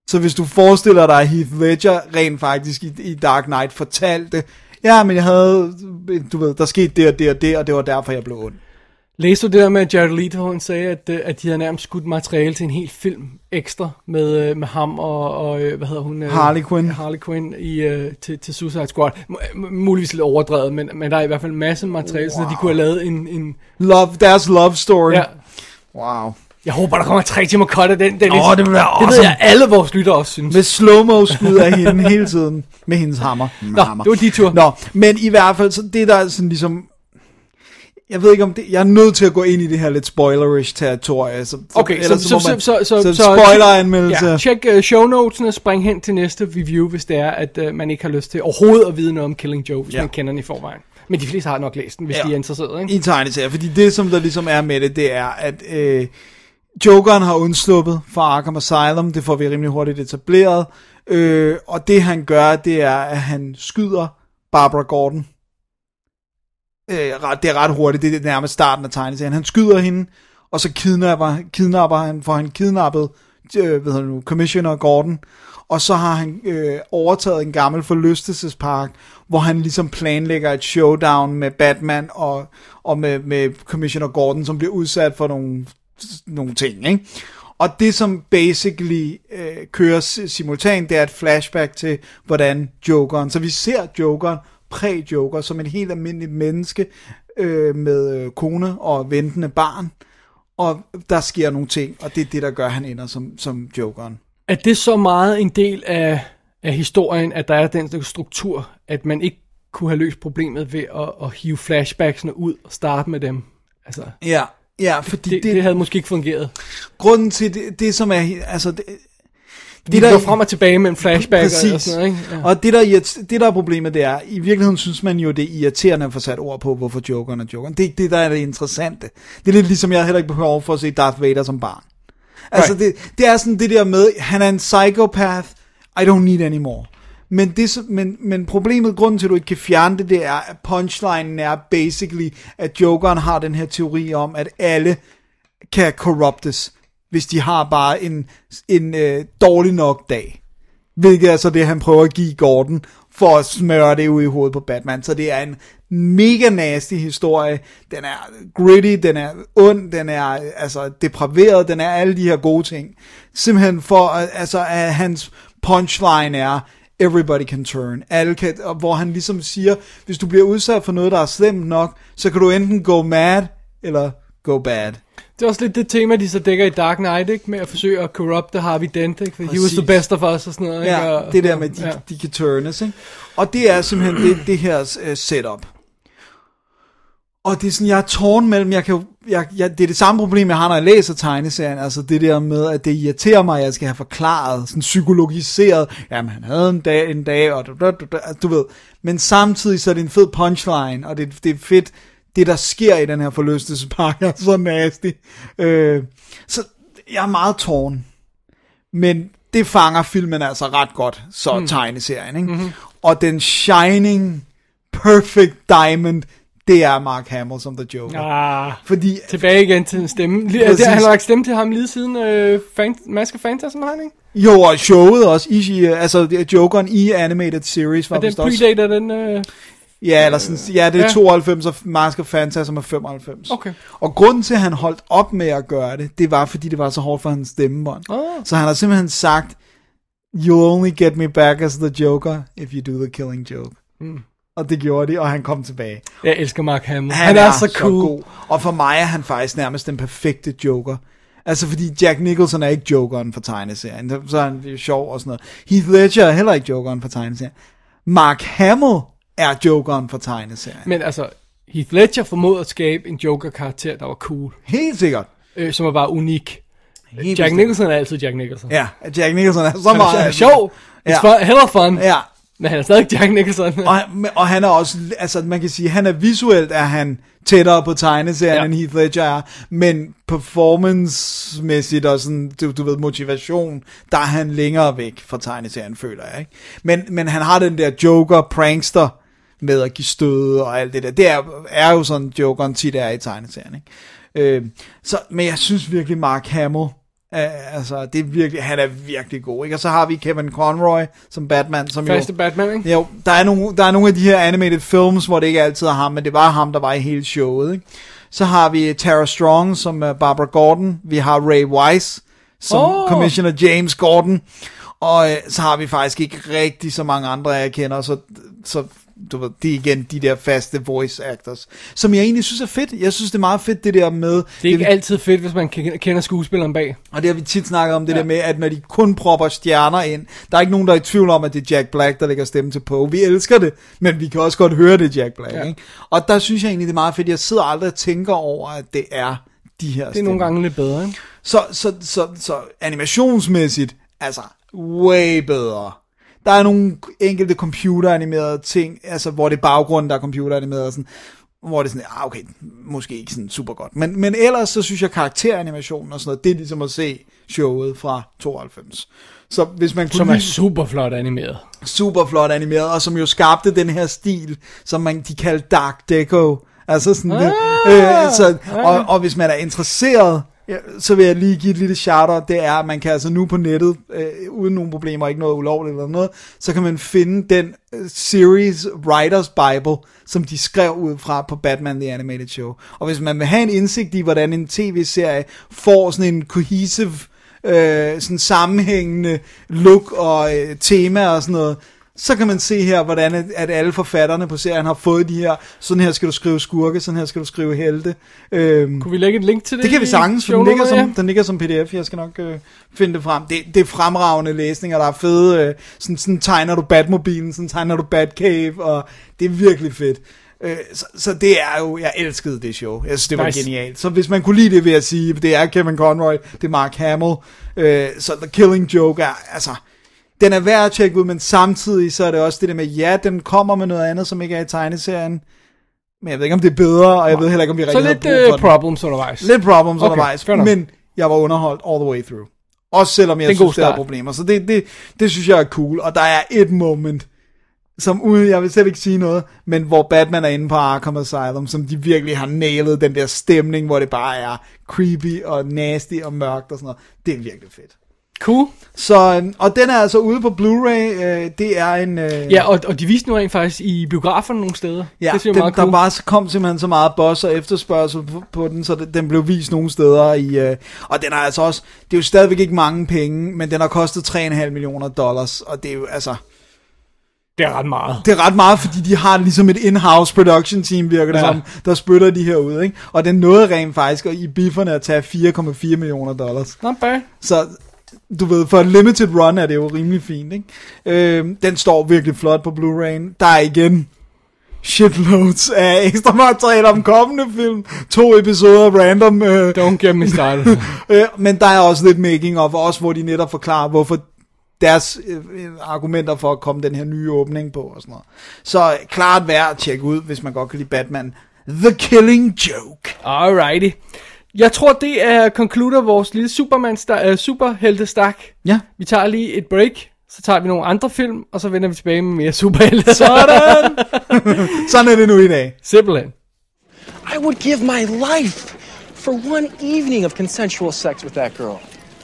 [SPEAKER 3] Så hvis du forestiller dig, at Heath Ledger rent faktisk i Dark Knight fortalte, ja, men jeg havde, du ved, der skete det og det og det, og det var derfor, jeg blev ond.
[SPEAKER 4] Læste du det der med, at Jared Leto, han sagde, at de havde nærmest skudt materiale til en hel film ekstra med ham og hvad hedder hun? Harley Quinn til Suicide Squad. Muligvis lidt overdrevet, men der er i hvert fald en masse materiale, så de kunne have lavet en
[SPEAKER 3] deres love story.
[SPEAKER 4] Ja.
[SPEAKER 3] Wow.
[SPEAKER 4] Jeg håber, der kommer 3 timer cut af den. Det
[SPEAKER 3] vil være awesome.
[SPEAKER 4] Det ved jeg, alle vores lyttere også synes.
[SPEAKER 3] Med slow-mo skud af hende hele tiden. Med hendes hammer.
[SPEAKER 4] Nå, det var de tur.
[SPEAKER 3] Nå, men i hvert fald, så det der er sådan ligesom... Jeg ved ikke om det... Jeg er nødt til at gå ind i det her lidt spoilerish territorie.
[SPEAKER 4] Okay,
[SPEAKER 3] så spoiler-anmeldelse.
[SPEAKER 4] Ja, tjek show notesene, spring hen til næste review, hvis det er, at man ikke har lyst til overhovedet at vide noget om Killing Joke, hvis man kender den i forvejen. Men de fleste har nok læst den, hvis de er interesseret, ikke?
[SPEAKER 3] I tegneserier, fordi det, som der ligesom er med det er, at Jokeren har undsluppet fra Arkham Asylum. Det får vi rimelig hurtigt etableret. Og det han gør, det er, at han skyder Barbara Gordon. Det er ret hurtigt, det er nærmest starten af tegneserien. Han skyder hende, og så kidnapper han, får han kidnappet Commissioner Gordon, og så har han overtaget en gammel forlystelsespark, hvor han ligesom planlægger et showdown med Batman og med Commissioner Gordon, som bliver udsat for nogle ting, ikke? Og det som basically kører simultant, det er et flashback til hvordan Jokeren, så vi ser Jokeren præ-Joker som en helt almindelig menneske med kone og ventende barn, og der sker nogle ting, og det er det, der gør, han ender som Jokeren.
[SPEAKER 4] Er det så meget en del af historien, at der er den struktur, at man ikke kunne have løst problemet ved at hive flashbacksene ud og starte med dem? Altså,
[SPEAKER 3] ja, fordi
[SPEAKER 4] det havde måske ikke fungeret.
[SPEAKER 3] Grunden til det som er... Altså,
[SPEAKER 4] det der går frem og tilbage med en flashback og sådan noget, ikke? Ja.
[SPEAKER 3] Og det der er problemet, det er, i virkeligheden synes man jo, det er irriterende at få sat ord på, hvorfor Jokeren er Jokeren. Det er ikke det, der er det interessante. Det er lidt ligesom, jeg heller ikke behøver for at se Darth Vader som barn. Altså, det er sådan det der med, han er en psychopath, I don't need anymore. Men problemet, grunden til, at du ikke kan fjerne det, er, at punchlinen er basically, at Jokeren har den her teori om, at alle kan corruptes, hvis de har bare en dårlig nok dag. Hvilket er så det, han prøver at give Gordon, for at smøre det ud i hovedet på Batman. Så det er en mega nasty historie. Den er gritty, den er ond, den er altså depraveret, den er alle de her gode ting. Simpelthen for, at hans punchline er, everybody can turn. Alle kan, hvor han ligesom siger, hvis du bliver udsat for noget, der er slemt nok, så kan du enten go mad, eller go bad.
[SPEAKER 4] Det er også lidt det tema, de så dækker i Dark Knight, ikke? Med at forsøge at corrupte Harvey Dent, ikke? For he was the best of us og sådan noget, ikke?
[SPEAKER 3] Ja, det der med, de kan turnes, ikke? Og det er simpelthen det her setup. Og det er sådan, jeg er tårn mellem, det er det samme problem, jeg har, når jeg læser tegneserien, altså det der med, at det irriterer mig, at jeg skal have forklaret, sådan psykologiseret, jamen han havde en dag, og du ved, men samtidig så er det en fed punchline, og det er fedt, det der sker i den her forlystelsespark er så nasty. Så jeg er meget tårn. Men det fanger filmen altså ret godt, så tegneserien, ikke? Mm-hmm. Og den shining, perfect diamond, det er Mark Hamill som The Joker. Fordi,
[SPEAKER 4] tilbage igen til en stemme. Han har lagt stemme til ham lige siden Mask of Phantasm, har han ikke?
[SPEAKER 3] Jo, og showet også. Altså Jokeren i Animated Series.
[SPEAKER 4] Og den predater den...
[SPEAKER 3] Ja, eller sådan, ja, det er 92, og Mask of Phantasm er 95.
[SPEAKER 4] Okay.
[SPEAKER 3] Og grunden til, at han holdt op med at gøre det var, fordi det var så hårdt for hans stemmebånd. Så han har simpelthen sagt, you'll only get me back as the Joker, if you do the killing joke. Og det gjorde de, og han kom tilbage.
[SPEAKER 4] Jeg elsker Mark Hamill. Han er så cool.
[SPEAKER 3] God. Og for mig er han faktisk nærmest den perfekte Joker. Altså fordi Jack Nicholson er ikke Jokeren for tegneserien. Så er han jo sjov og sådan noget. Heath Ledger er heller ikke Jokeren for tegneserien. Mark Hamill er Jokeren for tegneserien.
[SPEAKER 4] Men altså, Heath Ledger formåede at skabe en Joker-karakter, der var cool.
[SPEAKER 3] Helt sikkert.
[SPEAKER 4] Som var bare unik. Jack Nicholson er altid Jack Nicholson.
[SPEAKER 3] Ja, Jack Nicholson er så meget...
[SPEAKER 4] Han er sjov. It's hella fun.
[SPEAKER 3] Ja.
[SPEAKER 4] Men han er stadig Jack Nicholson.
[SPEAKER 3] og han er også, altså man kan sige, han er visuelt, er han tættere på tegneserien end Heath Ledger er, men performance-mæssigt og sådan, du ved, motivation, der er han længere væk fra tegneserien, føler jeg, ikke? Men han har den der Joker-prankster med at give støde og alt det der. Det er jo sådan, Jokeren tit er i tegneserien, ikke? Men jeg synes virkelig, Mark Hamill Altså, det er virkelig, han er virkelig god, ikke? Og så har vi Kevin Conroy som Batman, som
[SPEAKER 4] Første Batman, ikke?
[SPEAKER 3] Jo, der er nogle af de her animated films, hvor det ikke altid er ham, men det var ham, der var i hele showet, ikke? Så har vi Tara Strong som Barbara Gordon, vi har Ray Wise som Commissioner James Gordon, og så har vi faktisk ikke rigtig så mange andre, jeg kender, så du ved, det er igen de der faste voice actors, som jeg egentlig synes er fedt. Jeg synes, det er meget fedt, det der med...
[SPEAKER 4] Det er ikke altid fedt, hvis man kender skuespilleren bag.
[SPEAKER 3] Og det har vi tit snakket om, det der med, at når de kun propper stjerner ind, der er ikke nogen, der er i tvivl om, at det er Jack Black, der lægger stemme til Poe. Vi elsker det, men vi kan også godt høre, det er Jack Black, ikke? Og der synes jeg egentlig, det er meget fedt. Jeg sidder aldrig og tænker over, at det er de her stemmer.
[SPEAKER 4] Det er nogle gange lidt bedre, ikke?
[SPEAKER 3] Så animationsmæssigt, altså, way bedre. Der er nogle enkelte computeranimerede ting, altså hvor det er baggrunden, der er computeranimeret, sådan, hvor det er sådan, okay, måske ikke sådan super godt. Men ellers så synes jeg karakteranimationen og sådan noget, det er ligesom at se showet fra 92. Så hvis man kunne
[SPEAKER 4] som er super flot animeret.
[SPEAKER 3] Super flot animeret, og som jo skabte den her stil, som de kaldte Dark Deco. Altså sådan og hvis man er interesseret, ja, så vil jeg lige give et lille shout-out. Det er, at man kan altså nu på nettet, uden nogen problemer, ikke noget ulovligt eller noget, så kan man finde den series Writers Bible, som de skrev ud fra på Batman The Animated Show. Og hvis man vil have en indsigt i, hvordan en tv-serie får sådan en cohesive, sådan sammenhængende look og tema og sådan noget, så kan man se her, hvordan at alle forfatterne på serien har fået de her, sådan her skal du skrive skurke, sådan her skal du skrive helte.
[SPEAKER 4] Kunne vi lægge et link til det?
[SPEAKER 3] Det kan vi sagtens, for den ligger som pdf, jeg skal nok finde det frem. Det er fremragende læsninger, der er fede, sådan tegner du Batmobilen, sådan tegner du Batcave, og det er virkelig fedt. Så det er jo, jeg elskede det show. Jeg synes, det var genialt. Så hvis man kunne lide det, vil jeg sige, det er Kevin Conroy, det er Mark Hamill, så The Killing Joke er, altså... Den er værd at tjekke ud, men samtidig så er det også det der med, ja, den kommer med noget andet, som ikke er i tegneserien, men jeg ved ikke, om det er bedre, og jeg ved heller ikke, om vi rigtig har brug for den.
[SPEAKER 4] Så lidt problems undervejs.
[SPEAKER 3] Lidt problems undervejs, men jeg var underholdt all the way through. Også selvom jeg synes, der er problemer. Så det synes jeg er cool, og der er et moment, som uden, jeg vil selv ikke sige noget, men hvor Batman er inde på Arkham Asylum, som de virkelig har nailet den der stemning, hvor det bare er creepy og nasty og mørkt og sådan noget. Det er virkelig fedt.
[SPEAKER 4] Cool.
[SPEAKER 3] Så, og den er altså ude på Blu-ray. Det er en...
[SPEAKER 4] Ja, og de viste nu rent faktisk i biograferne nogle steder.
[SPEAKER 3] Ja,
[SPEAKER 4] det synes jeg meget cool.
[SPEAKER 3] Der bare kom simpelthen så meget buzz og efterspørgsel på den, så den blev vist nogle steder i... og den er altså også... Det er jo stadigvæk ikke mange penge, men den har kostet $3,5 million, og det er jo altså...
[SPEAKER 4] Det er ret meget.
[SPEAKER 3] Det er ret meget, fordi de har ligesom et in-house production team, virker det som, der spytter de her ud, ikke? Og den nåede rent faktisk i bifferne at tage $4,4 million.
[SPEAKER 4] Not bad.
[SPEAKER 3] Så... Du ved, for en limited run er det jo rimelig fint, ikke? Den står virkelig flot på Blu-ray'en. Der er igen shitloads af ekstra materiale om kommende film. 2 episoder random.
[SPEAKER 4] Don't get me started.
[SPEAKER 3] Men der er også lidt making of, også hvor de netop forklarer, hvorfor deres argumenter for at komme den her nye åbning på og sådan noget. Så klart værd at tjekke ud, hvis man godt kan lide Batman. The Killing Joke.
[SPEAKER 4] Alrighty. Jeg tror, det er concluder vores lille superheltestak.
[SPEAKER 3] Ja.
[SPEAKER 4] Vi tager lige et break, så tager vi nogle andre film, og så vender vi tilbage med mere superhelte.
[SPEAKER 3] Sådan! Sådan er det nu i dag.
[SPEAKER 4] Simpelthen.
[SPEAKER 7] I would give my life for one evening of consensual sex with that girl.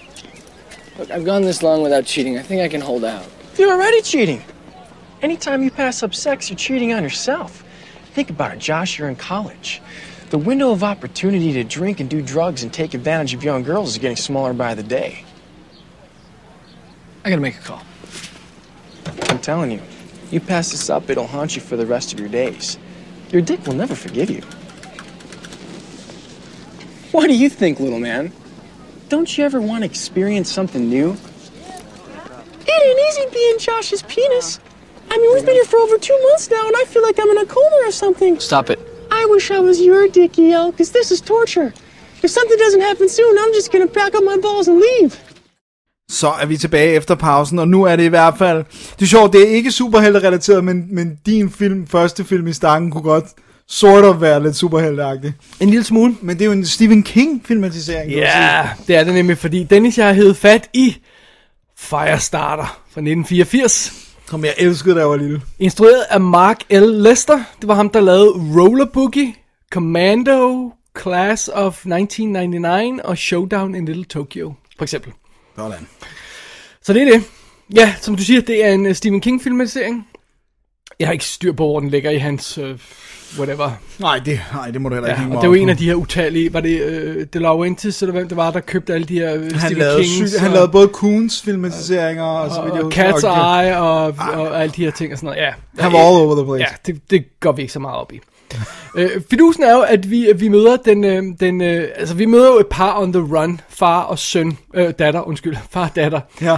[SPEAKER 8] Look, I've gone this long without cheating. I think I can hold out.
[SPEAKER 7] You're already cheating. Anytime you pass up sex, you're cheating on yourself. Think about it, Josh. You're in college. The window of opportunity to drink and do drugs and take advantage of young girls is getting smaller by the day.
[SPEAKER 8] I gotta make a call.
[SPEAKER 7] I'm telling you, you pass this up, it'll haunt you for the rest of your days. Your dick will never forgive you.
[SPEAKER 8] What do you think, little man?
[SPEAKER 7] Don't you ever want to experience something new? It ain't easy being Josh's penis. I mean, we've been here for over 2 months now, and I feel like I'm in a coma or something.
[SPEAKER 8] Stop it.
[SPEAKER 7] I wish I was your dick, EL, because this is torture. If something doesn't happen soon, I'm just gonna pack up my balls and leave.
[SPEAKER 3] Så er vi tilbage efter pausen, og nu er det i hvert fald... Det er sjovt, det er ikke superhelterelateret, men din første film i stakken kunne godt sort of være lidt superhelteagtig.
[SPEAKER 4] En lille smule.
[SPEAKER 3] Men det er jo en Stephen King-filmatisering.
[SPEAKER 4] Ja, det er det nemlig, fordi Dennis, jeg har hævet fat i Firestarter fra 1984.
[SPEAKER 3] Som jeg elskede, da jeg var lille.
[SPEAKER 4] Instrueret af Mark L. Lester. Det var ham, der lavede Roller Boogie, Commando, Class of 1999 og Showdown in Little Tokyo. For eksempel.
[SPEAKER 3] Sådan.
[SPEAKER 4] Så det er det. Ja, som du siger, det er en Stephen King-filmatisering. Jeg har ikke styr på, hvor den ligger i hans... whatever.
[SPEAKER 3] Nej, det må du heller ikke hænge
[SPEAKER 4] og det var en af de her utallige, var det De Laurentiis, eller hvem det var, der købte alle de her Stephen Kings.
[SPEAKER 3] Han lavede både Coens filmatiseringer,
[SPEAKER 4] og Cat's Eye, og alle de her ting og sådan noget. Ja,
[SPEAKER 3] han var all over the place.
[SPEAKER 4] Ja, det går vi ikke så meget op i. Fidusen er jo, at vi møder altså vi møder jo et par on the run, far og søn, far og datter.
[SPEAKER 3] Ja.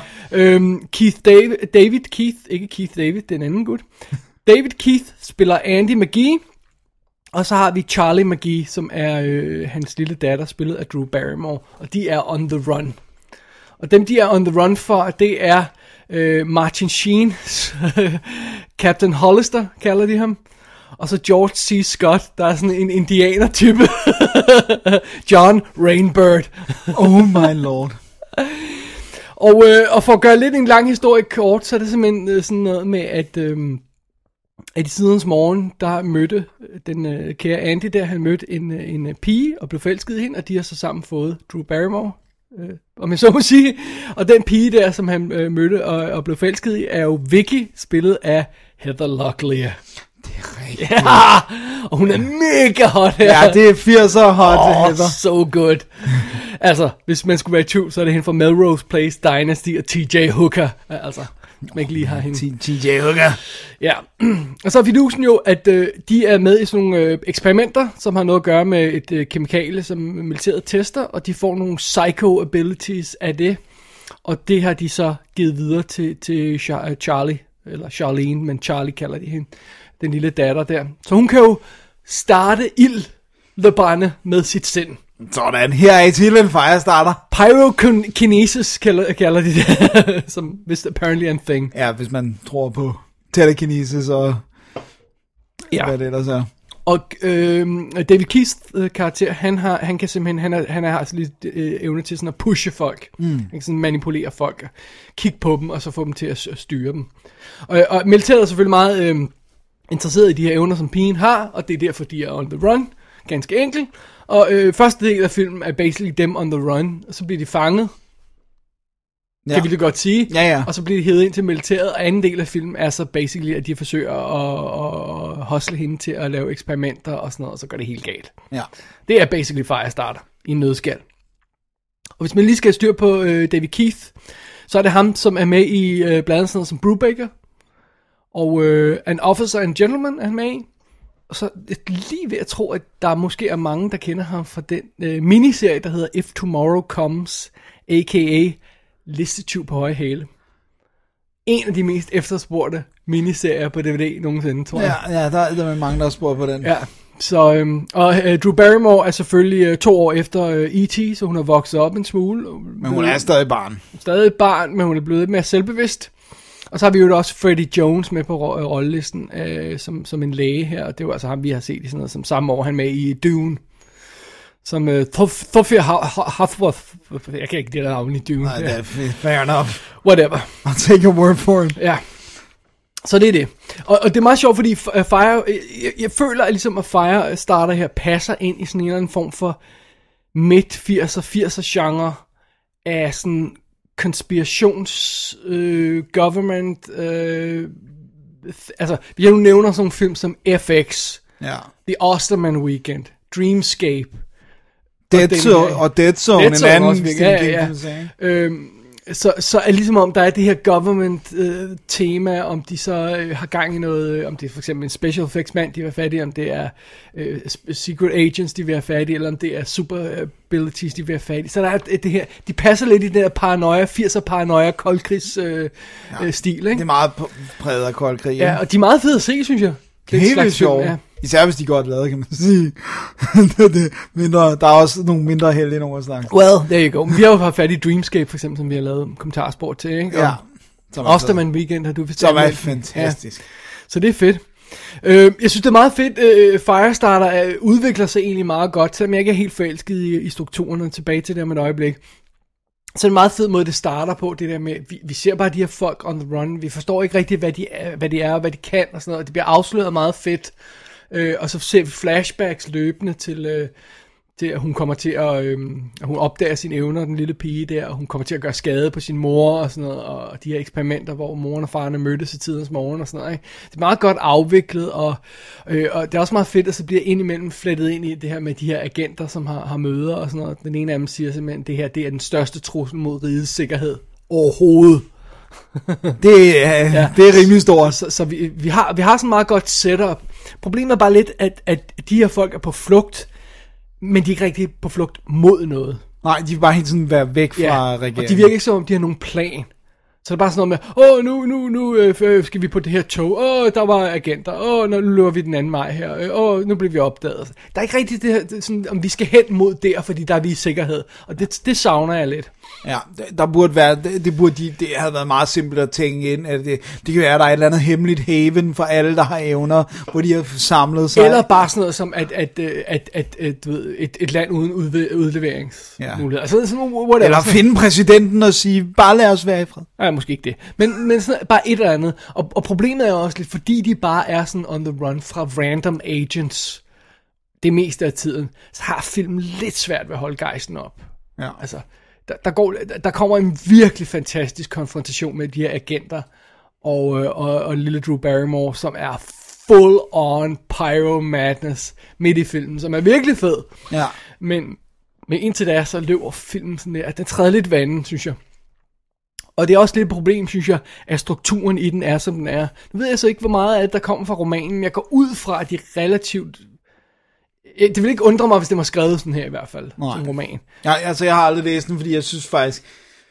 [SPEAKER 4] David Keith, ikke Keith David, det er en anden gut. David Keith spiller Andy McGee, og så har vi Charlie McGee, som er hans lille datter, spillet af Drew Barrymore, og de er on the run. Og dem, de er on the run for, det er Martin Sheen, Captain Hollister, kalder de ham, og så George C. Scott, der er sådan en indianer-type, John Rainbird.
[SPEAKER 3] Oh my lord.
[SPEAKER 4] Og for at gøre lidt en lang historie kort, så er det simpelthen sådan noget med, at i tidens morgen, der mødte den kære Andy der, han mødte en pige og blev forelsket i hende, og de har så sammen fået Drew Barrymore, om jeg så må sige. Og den pige der, som han mødte og blev forelsket i, er jo Vicky, spillet af Heather Locklear.
[SPEAKER 3] Det er rigtigt.
[SPEAKER 4] Ja, og hun er mega hot her.
[SPEAKER 3] Ja, det er 80'er hot, Heather.
[SPEAKER 4] So good. Altså, hvis man skulle være i tvivl, så er det hende fra Melrose Place, Dynasty og TJ Hooker. Altså, man ikke lige har hende.
[SPEAKER 3] TJ Hooker.
[SPEAKER 4] Ja, og så er fidusen jo, at de er med i sådan nogle eksperimenter, som har noget at gøre med et kemikalie, som militæret tester, og de får nogle psycho-abilities af det. Og det har de så givet videre til Charlie, eller Charlene, men Charlie kalder de hende, den lille datter der. Så hun kan jo starte ildbrænde med sit sind.
[SPEAKER 3] Sådan, her er til en firestarter.
[SPEAKER 4] Pyrokinesis kalder de det, som vist apparently a thing.
[SPEAKER 3] Ja, hvis man tror på telekinesis og hvad det ellers er.
[SPEAKER 4] Og David Keiths karakter, han kan simpelthen, han har altså lidt evne til sådan at pushe folk. Han kan sådan manipulere folk, kigge på dem, og så få dem til at styre dem. Og militæret er selvfølgelig meget interesseret i de her evner, som pigen har, og det er derfor, de er on the run, ganske enkelt. Og første del af filmen er basically dem on the run, og så bliver de fanget, kan vi det godt sige.
[SPEAKER 3] Ja.
[SPEAKER 4] Og så bliver de hævet ind til militæret, og anden del af filmen er så basically, at de forsøger at hustle hende til at lave eksperimenter og sådan noget, og så går det helt galt.
[SPEAKER 3] Ja.
[SPEAKER 4] Det er basically Firestarter i en nødskal. Og hvis man lige skal styr på David Keith, så er det ham, som er med i blandt andet sådan noget som Brubaker, og An Officer and Gentleman er han med i. Og så lige ved at tro, at der måske er mange, der kender ham fra den miniserie, der hedder If Tomorrow Comes, a.k.a. Listetyv på høje hæle. En af de mest efterspurgte miniserier på DVD nogensinde, tror jeg.
[SPEAKER 3] Ja, der er mange, der har spurgt på den.
[SPEAKER 4] Ja, så, og Drew Barrymore er selvfølgelig 2 år efter E.T., så hun har vokset op en smule.
[SPEAKER 3] Men hun er stadig barn.
[SPEAKER 4] Stadig et barn, men hun er blevet mere selvbevidst. Og så har vi jo også Freddie Jones med på rollelisten som en læge her, og det er jo altså ham, vi har set i sådan noget som samme år, han med i Dune. Som Thofir Hathworth. Jeg kan ikke det der navn i Dune.
[SPEAKER 3] Nej, det er fair enough.
[SPEAKER 4] Whatever.
[SPEAKER 3] I'll take your word for it.
[SPEAKER 4] Ja. Så det er det. Og det er meget sjovt, fordi Fire, jeg føler at ligesom, at Firestarter her passer ind i sådan en eller anden form for midt-80'er genre af sådan konspirations government altså vi har nu nævner sådan en film som FX, The Osterman Weekend, Dreamscape,
[SPEAKER 3] Dead Zone en anden
[SPEAKER 4] så er ligesom om der er det her government tema, om de så har gang i noget, om det er for eksempel en special effects mand de vil have fat i, om det er secret agents de vil have fat i, eller om det er super abilities de vil have fat i. Så der er det her, de passer lidt i den der paranoia, 80'er paranoia koldkrigs stil, ikke?
[SPEAKER 3] Det er meget præget af koldkrig.
[SPEAKER 4] Ja, og de er meget fede at se, synes jeg.
[SPEAKER 3] Det er helt vildt sjovt. Ja. Især hvis de godt lavet, kan man sige. Der er også nogle mindre heldige nogle at snakke.
[SPEAKER 4] Well, there you go. Men vi har jo haft fat i Dreamscape, for eksempel, som vi har lavet kommentarsport til, ikke?
[SPEAKER 3] Ja.
[SPEAKER 4] Osterman Weekend har du vist.
[SPEAKER 3] Som er fantastisk.
[SPEAKER 4] Ja. Så det er fedt. Jeg synes, det er meget fedt. Firestarter udvikler sig egentlig meget godt, selvom jeg ikke er helt forelsket i strukturerne. Tilbage til det om et øjeblik. Så er det meget fed måde, det starter på, det der med, vi ser bare de her folk on the run, vi forstår ikke rigtig, hvad de er, og hvad de kan, og sådan noget, det bliver afsløret meget fedt, og så ser vi flashbacks løbende til at hun kommer til at, hun opdager sine evner, den lille pige der, og hun kommer til at gøre skade på sin mor og sådan noget, og de her eksperimenter, hvor moren og faren mødtes i tidens morgen og sådan noget, ikke? Det er meget godt afviklet, og det er også meget fedt, at så bliver indimellem flettet ind i det her med de her agenter, som har møder og sådan noget. Den ene af dem siger simpelthen, det her, det er den største trussel mod rigets sikkerhed overhovedet.
[SPEAKER 3] Det er rimelig stort.
[SPEAKER 4] Så vi har sådan meget godt setup. Problemet er bare lidt, at de her folk er på flugt, men de er ikke rigtig på flugt mod noget.
[SPEAKER 3] Nej, de vil bare helt sådan være væk fra regeringen.
[SPEAKER 4] Og de virker ikke som om, de har nogen plan. Så det er bare sådan noget med, nu skal vi på det her tog, der var agenter, nu løber vi den anden vej her, nu bliver vi opdaget. Der er ikke rigtig det her, sådan, om vi skal hen mod der, fordi der er vi i sikkerhed. Og det savner jeg lidt.
[SPEAKER 3] Ja, der burde være, det havde været meget simpelt at tænke ind, at det kan være, at der er et eller andet hemmeligt haven for alle, der har evner, hvor de har samlet sig.
[SPEAKER 4] Eller bare sådan noget som, at du ved, et land uden udleveringsmuligheder. Altså, sådan, whatever.
[SPEAKER 3] Eller finde præsidenten og sige, bare lad os være i fred.
[SPEAKER 4] Ja, måske ikke det. Men sådan, bare et eller andet. Og problemet er også lidt, fordi de bare er sådan on the run fra random agents det meste af tiden, så har filmen lidt svært ved at holde gejsten op.
[SPEAKER 3] Ja.
[SPEAKER 4] Altså, der kommer en virkelig fantastisk konfrontation med de her agenter og lille Drew Barrymore, som er full on pyro madness midt i filmen, som er virkelig fed.
[SPEAKER 3] Ja.
[SPEAKER 4] Men indtil da, så løber filmen sådan der, at den træder lidt vandet, synes jeg. Og det er også lidt et problem, synes jeg, at strukturen i den er, som den er. Nu ved jeg så ikke, hvor meget af det, der kommer fra romanen, men jeg går ud fra, at de relativt... Det vil ikke undre mig, hvis det var skrevet sådan her i hvert fald, som roman.
[SPEAKER 3] Ja, altså jeg har aldrig læst den, fordi jeg synes faktisk...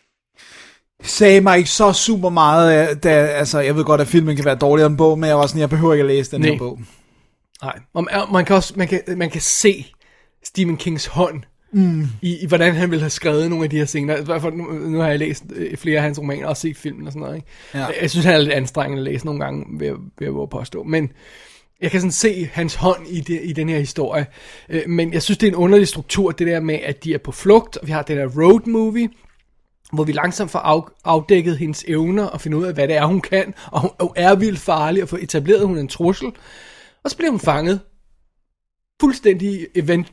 [SPEAKER 3] sagde mig ikke så super meget, altså jeg ved godt, at filmen kan være dårligere end bog, men jeg var sådan, jeg behøver ikke at læse den her bog.
[SPEAKER 4] Nej, man kan se Stephen Kings hånd i hvordan han ville have skrevet nogle af de her scener. I hvert fald nu har jeg læst flere af hans romaner og set filmen og sådan noget, ikke? Ja. Jeg synes, han er lidt anstrengende at læse nogle gange, ved at påstå. Men jeg kan sådan se hans hånd i den her historie. Men jeg synes, det er en underlig struktur, det der med, at de er på flugt, og vi har den der road movie, hvor vi langsomt får afdækket hendes evner og finder ud af, hvad det er, hun kan, og hun er vildt farlig, og får etableret hun en trussel. Og så bliver hun fanget. Fuldstændig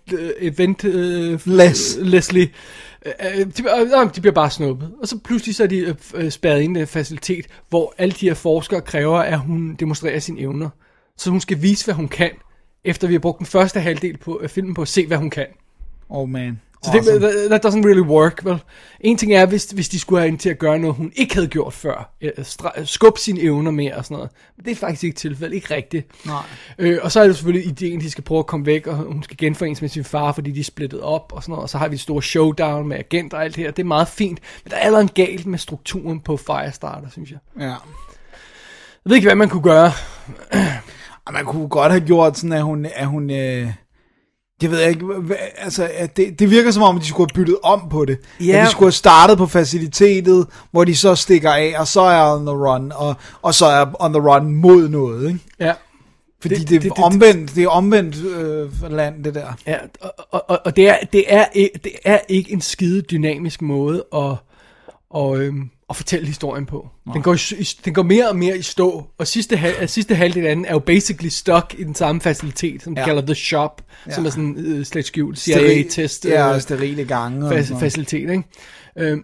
[SPEAKER 4] Leslie. De bliver bare snuppet. Og så pludselig så er de spadet ind i en facilitet, hvor alle de her forskere kræver, at hun demonstrerer sine evner. Så hun skal vise, hvad hun kan, efter vi har brugt den første halvdel på filmen på at se, hvad hun kan.
[SPEAKER 3] Oh man.
[SPEAKER 4] Så awesome. That doesn't really work, vel? En ting er, hvis de skulle have hende til at gøre noget, hun ikke havde gjort før. Skubbe sine evner mere og sådan noget. Men det er faktisk ikke tilfældet, ikke rigtigt.
[SPEAKER 3] Nej.
[SPEAKER 4] Og så er det selvfølgelig ideen, de skal prøve at komme væk, og hun skal genforenes med sin far, fordi de er splittet op og sådan noget. Og så har vi et stort showdown med agenter og alt det her. Det er meget fint, men der er allerede galt med strukturen på Firestarter, synes jeg.
[SPEAKER 3] Ja.
[SPEAKER 4] Jeg ved ikke, hvad man kunne gøre.
[SPEAKER 3] Man kunne godt have gjort sådan, at hun jeg ved ikke, altså det virker som om, de skulle have byttet om på det.
[SPEAKER 4] Yeah.
[SPEAKER 3] At de skulle have startet på facilitetet, hvor de så stikker af, og så er on the run, og så er on the run mod noget, ikke?
[SPEAKER 4] Ja.
[SPEAKER 3] Fordi det er omvendt land, det der.
[SPEAKER 4] Ja, og det er ikke en skide dynamisk måde at fortælle historien på. Den går mere og mere i stå, og sidste halvdel af den er jo basically stuck i den samme facilitet, som de kalder The Shop, som er sådan slet skjult CIA-test.
[SPEAKER 3] Ja, sterile gange.
[SPEAKER 4] Facilitet, ikke?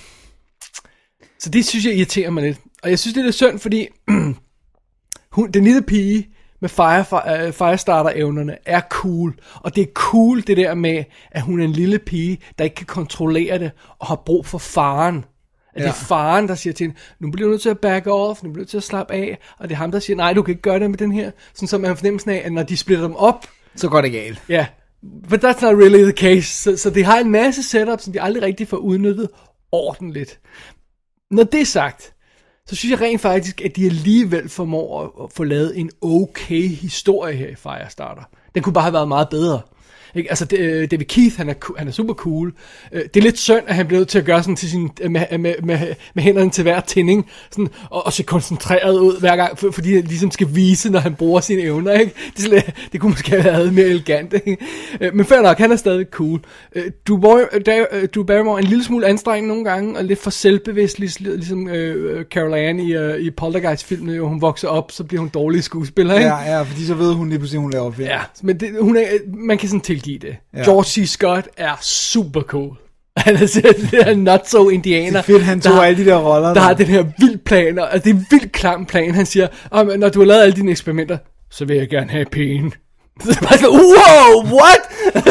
[SPEAKER 4] Så det synes jeg irriterer mig lidt. Og jeg synes, det er lidt synd, fordi den lille pige med Firestarter-evnerne er cool. Og det er cool, det der med, at hun er en lille pige, der ikke kan kontrollere det, og har brug for faren. At det er faren, der siger til hende, nu bliver du nødt til at back off, nu bliver du nødt til at slappe af. Og det er ham, der siger, nej, du kan ikke gøre det med den her. Sådan som man har fornemmelsen af, at når de splitter dem op,
[SPEAKER 3] så går det galt.
[SPEAKER 4] Ja, but that's not really the case. Så det har en masse setup, som de aldrig rigtig får udnyttet ordentligt. Når det er sagt, så synes jeg rent faktisk, at de alligevel formår at få lavet en okay historie her i Firestarter. Den kunne bare have været meget bedre. Ikke? Altså David Keith, han er super cool. Det er lidt synd, at han bliver nødt til at gøre sådan til sin, med hænderne til hver tænding, sådan, og se koncentreret ud hver gang, fordi han ligesom skal vise, når han bruger sine evner. Ikke? Det kunne måske have været mere elegant. Ikke? Men fair nok, han er stadig cool. Drew Barrymore er en lille smule anstrengende nogle gange, og lidt for selvbevidst, ligesom Carol Ann i Poltergeist-filmen, hun vokser op, så bliver hun dårlig skuespiller. Ikke?
[SPEAKER 3] Ja, fordi så ved hun lige pludselig, hun laver film.
[SPEAKER 4] Ja, men man kan sådan tilgive det. Ja. George C. Scott er super cool. Han er not so indianer.
[SPEAKER 3] Det er fedt, han tog alle de der roller.
[SPEAKER 4] Der har den her vild plan, og det er en vild klam plan. Han siger, når du har lavet alle dine eksperimenter, så vil jeg gerne have penge. Så er bare sådan, wow, what?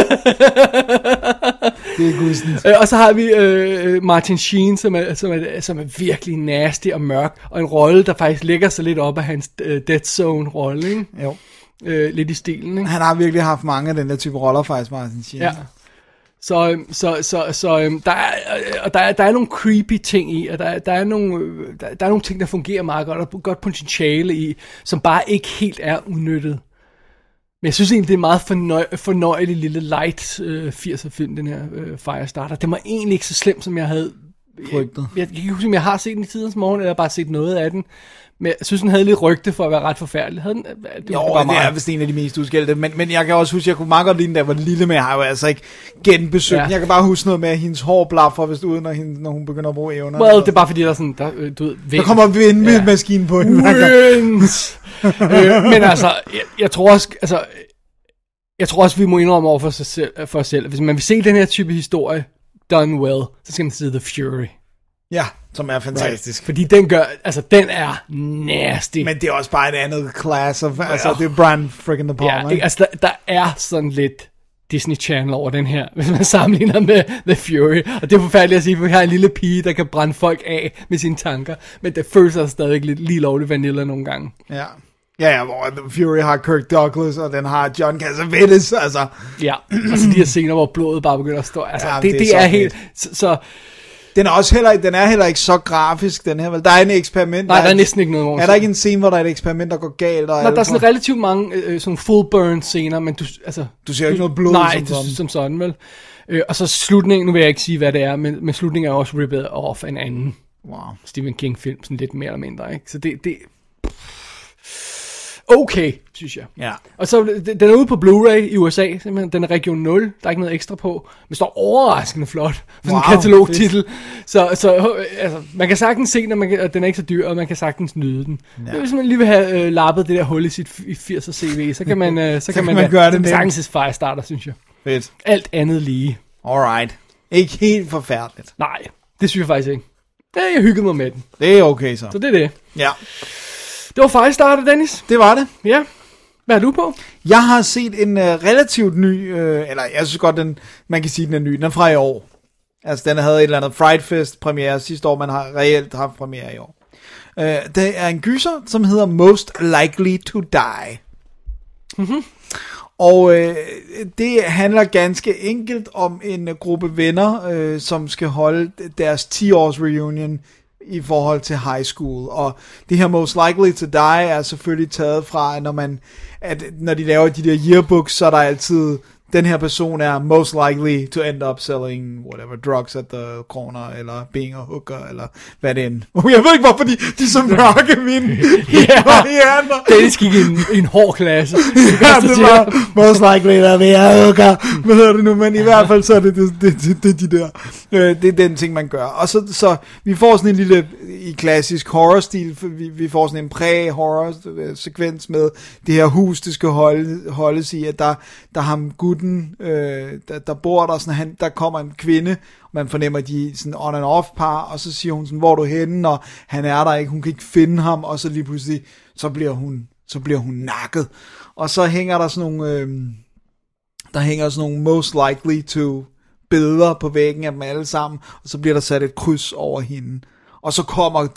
[SPEAKER 3] Det er gudstens.
[SPEAKER 4] Og så har vi Martin Sheen, som er virkelig nasty og mørk, og en rolle, der faktisk lægger sig lidt op af hans Dead Zone-rolle, ikke?
[SPEAKER 3] Jo.
[SPEAKER 4] Lidt i stilen, ikke?
[SPEAKER 3] Han har virkelig haft mange af den der type roller, faktisk, Martin Sheen.
[SPEAKER 4] Ja. Så der er nogle creepy ting i, og der er nogle ting, der fungerer meget godt, og godt potentiale i, som bare ikke helt er udnyttet. Men jeg synes egentlig, det er meget fornøjelig lille light 80'er film, den her Firestarter. Det var egentlig ikke så slemt, som jeg havde
[SPEAKER 3] frygtet.
[SPEAKER 4] Jeg kan ikke huske, om jeg har set den i tidens morgen, eller bare set noget af den. Men jeg synes, den havde lidt rygte for at være ret forfærdelig. Det
[SPEAKER 3] er vist en af de mest udskældte. Men jeg kan også huske, jeg kunne meget godt lide den, da jeg var lille, men jeg har jo altså ikke genbesøgt. Ja. Jeg kan bare huske noget med, at hendes hår blaffer, hvis du når hun begynder at bruge evner.
[SPEAKER 4] Well, det er bare fordi, der er sådan, du ved,
[SPEAKER 3] der kommer vindmaskinen på hende.
[SPEAKER 4] Men altså, jeg tror også, vi må indrømme over for os selv. Hvis man vil se den her type historie done well, så skal man se The Fury.
[SPEAKER 3] Ja, som er fantastisk.
[SPEAKER 4] Right. Fordi den er nasty.
[SPEAKER 3] Men det er også bare et andet class of, altså det er Brian freaking De Palma.
[SPEAKER 4] Ja, altså der er sådan lidt Disney Channel over den her, hvis man sammenligner med The Fury. Og det er forfærdeligt at sige, for vi har en lille pige, der kan brænde folk af med sine tanker. Men det føles sig stadig lidt lige lovligt vanilla nogle gange.
[SPEAKER 3] Ja. Ja, hvor The Fury har Kirk Douglas, og den har John Cassavetes, altså.
[SPEAKER 4] Ja, altså de her scener, hvor blodet bare begynder at stå. Altså, ja, det er helt... Så
[SPEAKER 3] den er heller ikke så grafisk, den her, vel? Der er en eksperiment.
[SPEAKER 4] Nej, der er næsten ikke noget.
[SPEAKER 3] Er der ikke en scene, hvor der er et eksperiment, der går galt?
[SPEAKER 4] Nej, der er sådan relativt mange sådan full burn scener, men
[SPEAKER 3] du ser ikke noget blod
[SPEAKER 4] som sådan, vel? Og så slutningen, nu vil jeg ikke sige, hvad det er, men slutningen er også rippet off af en anden Stephen King-film, sådan lidt mere eller mindre, ikke? Så det okay, synes jeg.
[SPEAKER 3] Ja.
[SPEAKER 4] Og så, den er ude på Blu-ray i USA, simpelthen. Den er region 0, der er ikke noget ekstra på. Men står overraskende flot for sådan en katalogtitel. Så altså, man kan sagtens se den, og den er ikke så dyr, og man kan sagtens nyde den. Ja. Hvis man lige vil have lappet det der hul i sit 80'er CV, så kan man,
[SPEAKER 3] gøre det.
[SPEAKER 4] Sagtens Firestarter, synes jeg.
[SPEAKER 3] Fedt.
[SPEAKER 4] Alt andet lige.
[SPEAKER 3] Alright. Ikke helt forfærdeligt.
[SPEAKER 4] Nej, det synes jeg faktisk ikke. Jeg hyggede mig med den.
[SPEAKER 3] Det er okay så.
[SPEAKER 4] Så det er det.
[SPEAKER 3] Ja.
[SPEAKER 4] Det var Firestarter, Dennis.
[SPEAKER 3] Det var det.
[SPEAKER 4] Ja. Hvad er du på?
[SPEAKER 3] Jeg har set en relativt ny, eller jeg synes godt, man kan sige, den er ny. Den er fra i år. Altså, den havde et eller andet Fright Fest premiere sidste år, man har reelt haft premiere i år. Det er en gyser, som hedder Most Likely to Die.
[SPEAKER 4] Mm-hmm.
[SPEAKER 3] Og det handler ganske enkelt om en gruppe venner, som skal holde deres 10-års reunion i forhold til high school. Og det her Most Likely to Die er selvfølgelig taget fra, når de laver de der yearbooks, så er der altid, den her person er most likely to end up selling whatever drugs at the corner, eller being a hooker, eller hvad det end. Jeg ved ikke, hvorfor de er så mørke, mine varianter.
[SPEAKER 4] Dennis gik i en hård klasse.
[SPEAKER 3] Ja, det var most likely to be a hooker. Hvad hedder det nu? Men i hvert fald så er det de der. Det er den ting, man gør. Og så vi får sådan en lille, i klassisk horror-stil, vi får sådan en præ-horror-sekvens med det her hus, det skal holdes i, at der ham gutten, der bor der sådan, der kommer en kvinde, og man fornemmer, at de er sådan on and off par, og så siger hun sådan, hvor er du henne, og han er der ikke, hun kan ikke finde ham, og så lige pludselig, så bliver hun nakket, og så hænger der sådan nogle, most likely to billeder på væggen af dem alle sammen, og så bliver der sat et kryds over hende. Og så kommer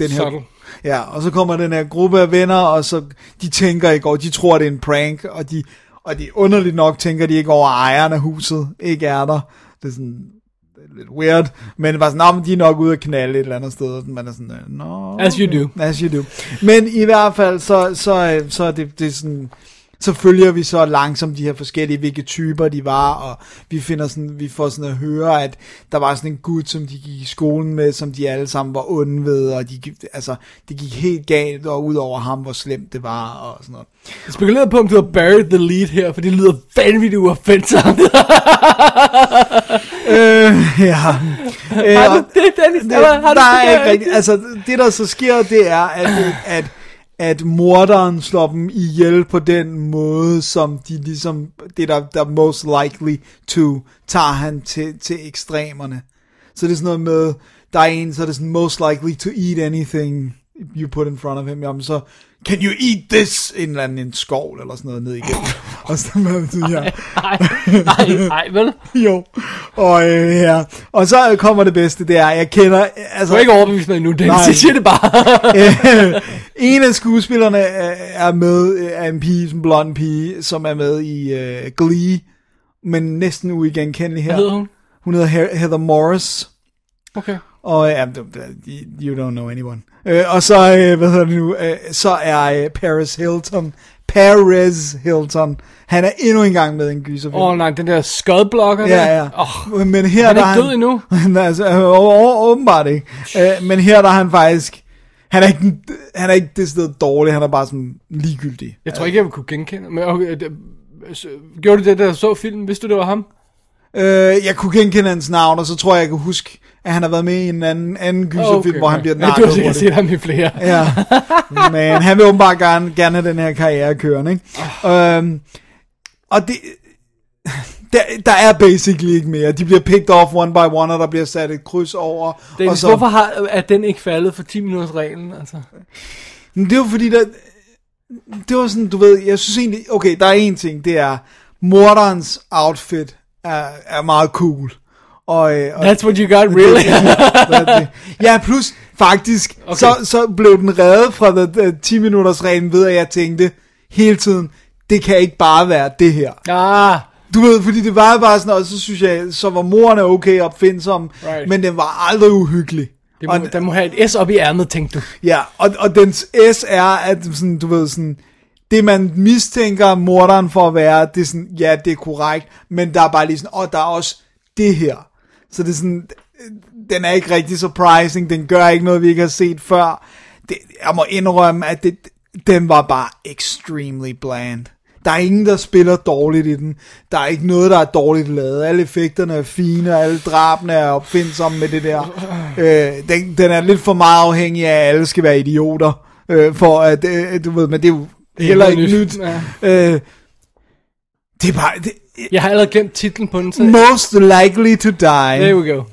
[SPEAKER 3] den her gruppe af venner, og så de tænker ikke over, de tror det er en prank, og de underligt nok tænker de ikke over, at ejeren af huset ikke er der. Det er sådan lidt weird, men det var sådan, men de er nok ude at knalde et eller andet sted, og man er sådan, no,
[SPEAKER 4] as you do.
[SPEAKER 3] Men i hvert fald så er det sådan, så følger vi så langsomt de her forskellige, hvilke typer de var, og vi får sådan at høre, at der var sådan en gut, som de gik i skolen med, som de alle sammen var onde ved, og det gik helt galt, og ud over ham, hvor slemt det var, og sådan noget.
[SPEAKER 4] Jeg spekulerede på, om du har buried the lead her, for det lyder vanvittigt uoffensive.
[SPEAKER 3] Ja.
[SPEAKER 4] Har du det, Dennis?
[SPEAKER 3] Der er ikke rigtigt. Altså, det der så sker, det er, at at morderen slår dem ihjel på den måde, som de ligesom, det der most likely to, tager han til ekstremerne. Så det er sådan noget med, der er en, så er det sådan, most likely to eat anything you put in front of him. Jamen så, can you eat this? En eller anden en skov, eller sådan noget ned igennem. Og så
[SPEAKER 4] Nej, vel?
[SPEAKER 3] Jo. Og ja. Og så kommer det bedste, det er, jeg kender... Altså,
[SPEAKER 4] du er ikke overbevist mig nu, Dennis, jeg siger det bare.
[SPEAKER 3] En af skuespillerne er med, er en pige, en blond pige, som er med i Glee, men næsten uigenkendelig her.
[SPEAKER 4] Hvad hedder hun?
[SPEAKER 3] Hun hedder Heather Morris.
[SPEAKER 4] Okay.
[SPEAKER 3] Og ja, you don't know anyone. Og så, hvad hedder det nu, så er Perez Hilton, han er endnu en gang med i en gyserfilm.
[SPEAKER 4] Nej, den der skødblokker
[SPEAKER 3] ja. Men her
[SPEAKER 4] han er ikke død endnu.
[SPEAKER 3] Altså, åbenbart ikke. Men her der er han faktisk, han er ikke det sted dårlig, han er bare sådan ligegyldig.
[SPEAKER 4] Jeg tror ikke, jeg vil kunne genkende. Men okay, gjorde du det, der så filmen? Vidste du, det var ham?
[SPEAKER 3] Jeg kunne genkende hans navn, og så tror jeg kan huske, at han har været med i en anden gyserfilm, hvor han bliver narket.
[SPEAKER 4] Du har sikkert set ham i flere.
[SPEAKER 3] Ja, men han vil åbenbart gerne have den her karriere kørende, ikke? Og det... Der er basically ikke mere. De bliver picked off one by one, og der bliver sat et kryds over.
[SPEAKER 4] Og så... Hvorfor er den ikke faldet for 10 minutters reglen? Altså?
[SPEAKER 3] Det var fordi, det var sådan, du ved, jeg synes egentlig, okay, der er en ting, det er, morderens outfit er meget cool. Og
[SPEAKER 4] that's what you got, really?
[SPEAKER 3] Ja, plus faktisk, okay. så blev den reddet fra 10 minutters reglen ved, at jeg tænkte hele tiden, det kan ikke bare være det her. Du ved, fordi det var bare sådan, og så synes jeg, så var morerne okay opfindsom, right. Men den var aldrig uhyggelig.
[SPEAKER 4] Den må have et S op i ærmet, tænkte du.
[SPEAKER 3] Ja, og dens S er, at sådan, du ved sådan, det man mistænker morderen for at være, det er sådan, ja, det er korrekt, men der er bare lige sådan, der er også det her. Så det er sådan, den er ikke rigtig surprising, den gør ikke noget, vi ikke har set før. Jeg må indrømme, at den var bare extremely bland. Der er ingen, der spiller dårligt i den. Der er ikke noget, der er dårligt lavet. Alle effekterne er fine, og alle drabene er opfindsomme med det der. Den er lidt for meget afhængig af, at alle skal være idioter. For at, du ved, men det er jo heller ikke nyt. Ja. Det er bare...
[SPEAKER 4] Jeg har allerede glemt titlen på den. Så...
[SPEAKER 3] Most likely to die.
[SPEAKER 4] There we go.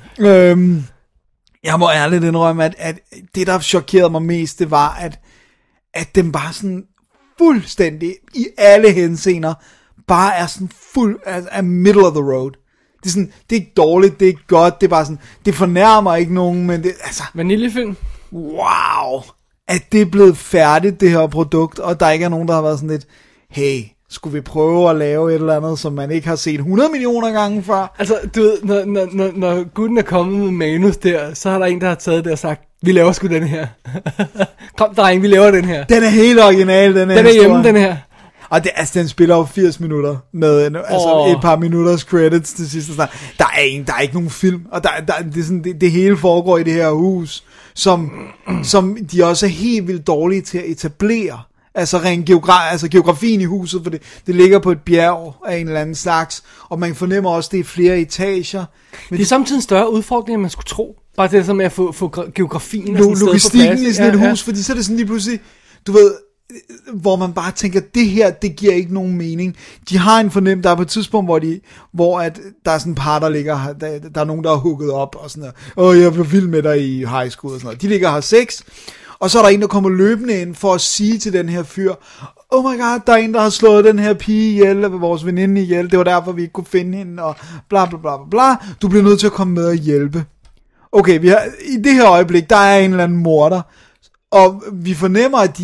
[SPEAKER 3] Jeg må ærligt indrømme, at det, der chokerede mig mest, det var, at den bare sådan fuldstændig, i alle henseender, bare er sådan er middle of the road. Det er sådan, det er ikke dårligt, det er ikke godt, det er bare sådan, det fornærmer ikke nogen, men det, altså...
[SPEAKER 4] Vaniljefilm?
[SPEAKER 3] Wow! At det er blevet færdigt, det her produkt, og der ikke er nogen, der har været sådan lidt, hey, skulle vi prøve at lave et eller andet, som man ikke har set 100 millioner gange før?
[SPEAKER 4] Altså, du ved, når gutten er kommet med manus der, så har der en, der har taget det og sagt, vi laver sgu den her. Kom, dreng, vi laver den her.
[SPEAKER 3] Den er helt original, den her.
[SPEAKER 4] Den er hjemme, den her.
[SPEAKER 3] Og den spiller jo 80 minutter med et par minutters credits til sidst. Der er ikke nogen film, og det, er sådan, det hele foregår i det her hus, som de også er helt vildt dårlige til at etablere. Altså rent geografien i huset, for det ligger på et bjerg af en eller anden slags, og man fornemmer også, det er flere etager. Men
[SPEAKER 4] det er samtidig en større udfordring, end man skulle tro. Bare det med at få geografien og sådan
[SPEAKER 3] logistikken i sådan et hus, fordi så er det sådan lige pludselig, du ved, hvor man bare tænker, det her, det giver ikke nogen mening. De har en fornemmelse, der er på et tidspunkt, hvor at der er sådan et par, der ligger, der er nogen, der er hooket op, og sådan noget, jeg blev vild med dig i high school, og sådan noget. De ligger her 6, og så er der en, der kommer løbende ind, for at sige til den her fyr, oh my god, der er en, der har slået den her pige ihjel, vores veninde ihjel, det var derfor, vi ikke kunne finde hende, og bla bla bla bla, du bliver nødt til at komme med og hjælpe. Okay, i det her øjeblik, der er en eller anden morder, og vi fornemmer, at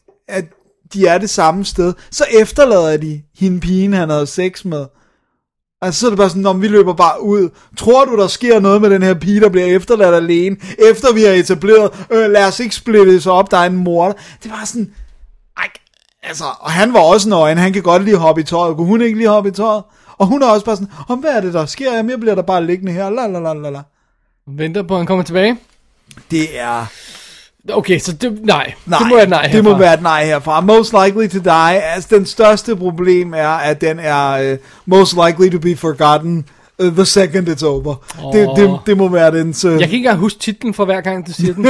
[SPEAKER 3] de er det samme sted, så efterlader de hende pigen, han havde sex med. Altså så er det bare sådan, når vi løber bare ud. Tror du, der sker noget med den her pige, der bliver efterladt alene, efter vi har etableret, lad os ikke splitte sig op, der er en morder. Det var sådan, altså, og han var også nøgen, han kan godt lige hoppe i tøjet, kunne hun ikke lige hoppe i tøjet? Og hun er også bare sådan, hvad er det, der sker? Jamen, jeg bliver der bare liggende her, la.
[SPEAKER 4] Venter på, at han kommer tilbage.
[SPEAKER 3] Det er...
[SPEAKER 4] Okay, så nej. Det må være et nej herfra.
[SPEAKER 3] Det må være et nej herfra. Most likely to die. Altså, den største problem er, at den er most likely to be forgotten The second it's over. Det må være dens...
[SPEAKER 4] Jeg kan ikke engang huske titlen for hver gang, du siger den.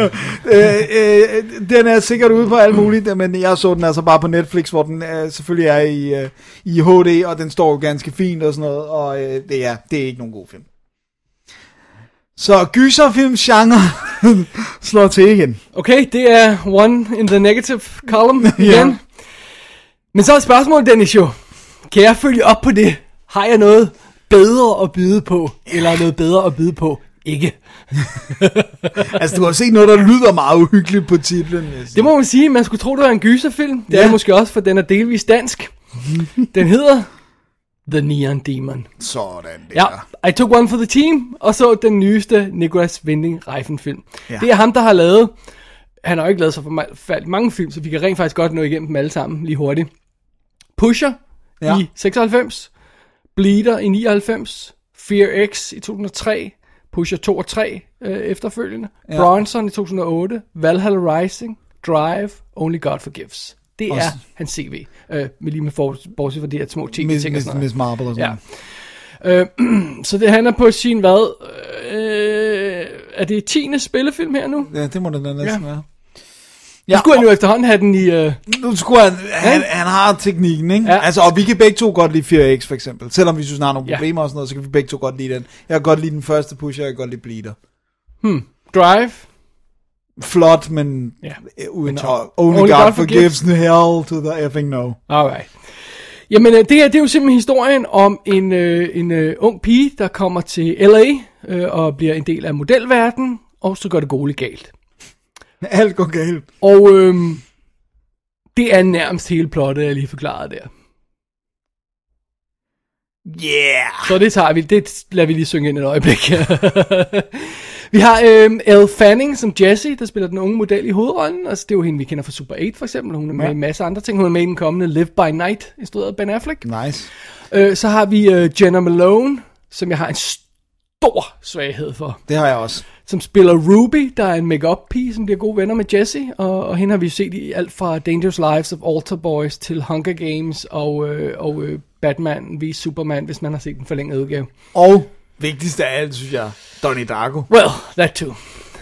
[SPEAKER 3] Den er sikkert ude på alt muligt, men jeg så den altså bare på Netflix, hvor den selvfølgelig er i HD, og den står ganske fint og sådan noget, og det er ikke nogen god film. Så gyserfilmsgenre slår til igen.
[SPEAKER 4] Okay, det er one in the negative column igen. Yeah. Men så er spørgsmålet, Dennis, jo. Kan jeg følge op på det? Har jeg noget bedre at byde på? Eller noget bedre at byde på? Ikke.
[SPEAKER 3] Altså, du har set noget, der lyder meget uhyggeligt på titlen.
[SPEAKER 4] Det må man sige. Man skulle tro, det var en gyserfilm. Det er det måske også, for den er delvis dansk. Den hedder The Neon Demon.
[SPEAKER 3] Sådan der.
[SPEAKER 4] Ja, I Took One for the Team, og så den nyeste Nicolas Winding Refn film. Ja. Det er ham, der har lavet, han har jo ikke lavet så for mange film, så vi kan rent faktisk godt nå igennem dem alle sammen lige hurtigt. Pusher i 96, Bleeder i 99, Fear X i 2003, Pusher 2 og 3 efterfølgende, Bronson i 2008, Valhalla Rising, Drive, Only God Forgives. Det er hans CV. Lige med bortset for de her små ting og sådan noget.
[SPEAKER 3] Miss Marple og sådan
[SPEAKER 4] så det han er på sin er det 10. spillefilm her nu?
[SPEAKER 3] Ja, det må det næsten være.
[SPEAKER 4] Nu skulle han jo efterhånden have den i...
[SPEAKER 3] Nu skulle han har teknikken, ikke? Ja. Altså, og vi kan begge to godt lide 4X for eksempel. Selvom vi synes, han har nogle problemer og sådan noget, så kan vi begge to godt lide den. Jeg kan godt lide den første Pusher, jeg kan godt lide Bleeder.
[SPEAKER 4] Drive?
[SPEAKER 3] Flot, men uden only God forgives hell to the effing no.
[SPEAKER 4] Alright. Jamen, det er jo simpelthen historien om en ung pige, der kommer til LA og bliver en del af modelverdenen, og så går det galt galt.
[SPEAKER 3] Alt går galt.
[SPEAKER 4] Og det er nærmest hele plottet, jeg lige forklarede der.
[SPEAKER 3] Yeah!
[SPEAKER 4] Så det tager vi, det lader vi lige synge ind et øjeblik. Vi har Elle Fanning som Jessie, der spiller den unge model i hovedrollen. Altså det er jo hende, vi kender fra Super 8 for eksempel. Hun er med i en masse andre ting. Hun er med i den kommende Live by Night, instrueret af Ben Affleck.
[SPEAKER 3] Nice.
[SPEAKER 4] Så har vi Jenna Malone, som jeg har en stor svaghed for.
[SPEAKER 3] Det har jeg også.
[SPEAKER 4] Som spiller Ruby, der er en make-up pige, som bliver gode venner med Jessie. Og hende har vi set i alt fra Dangerous Lives of Altar Boys til Hunger Games og Batman v Superman, hvis man har set den forlængede udgave.
[SPEAKER 3] Og vigtigst af alt, synes jeg, Donnie Darko.
[SPEAKER 4] Well, that too.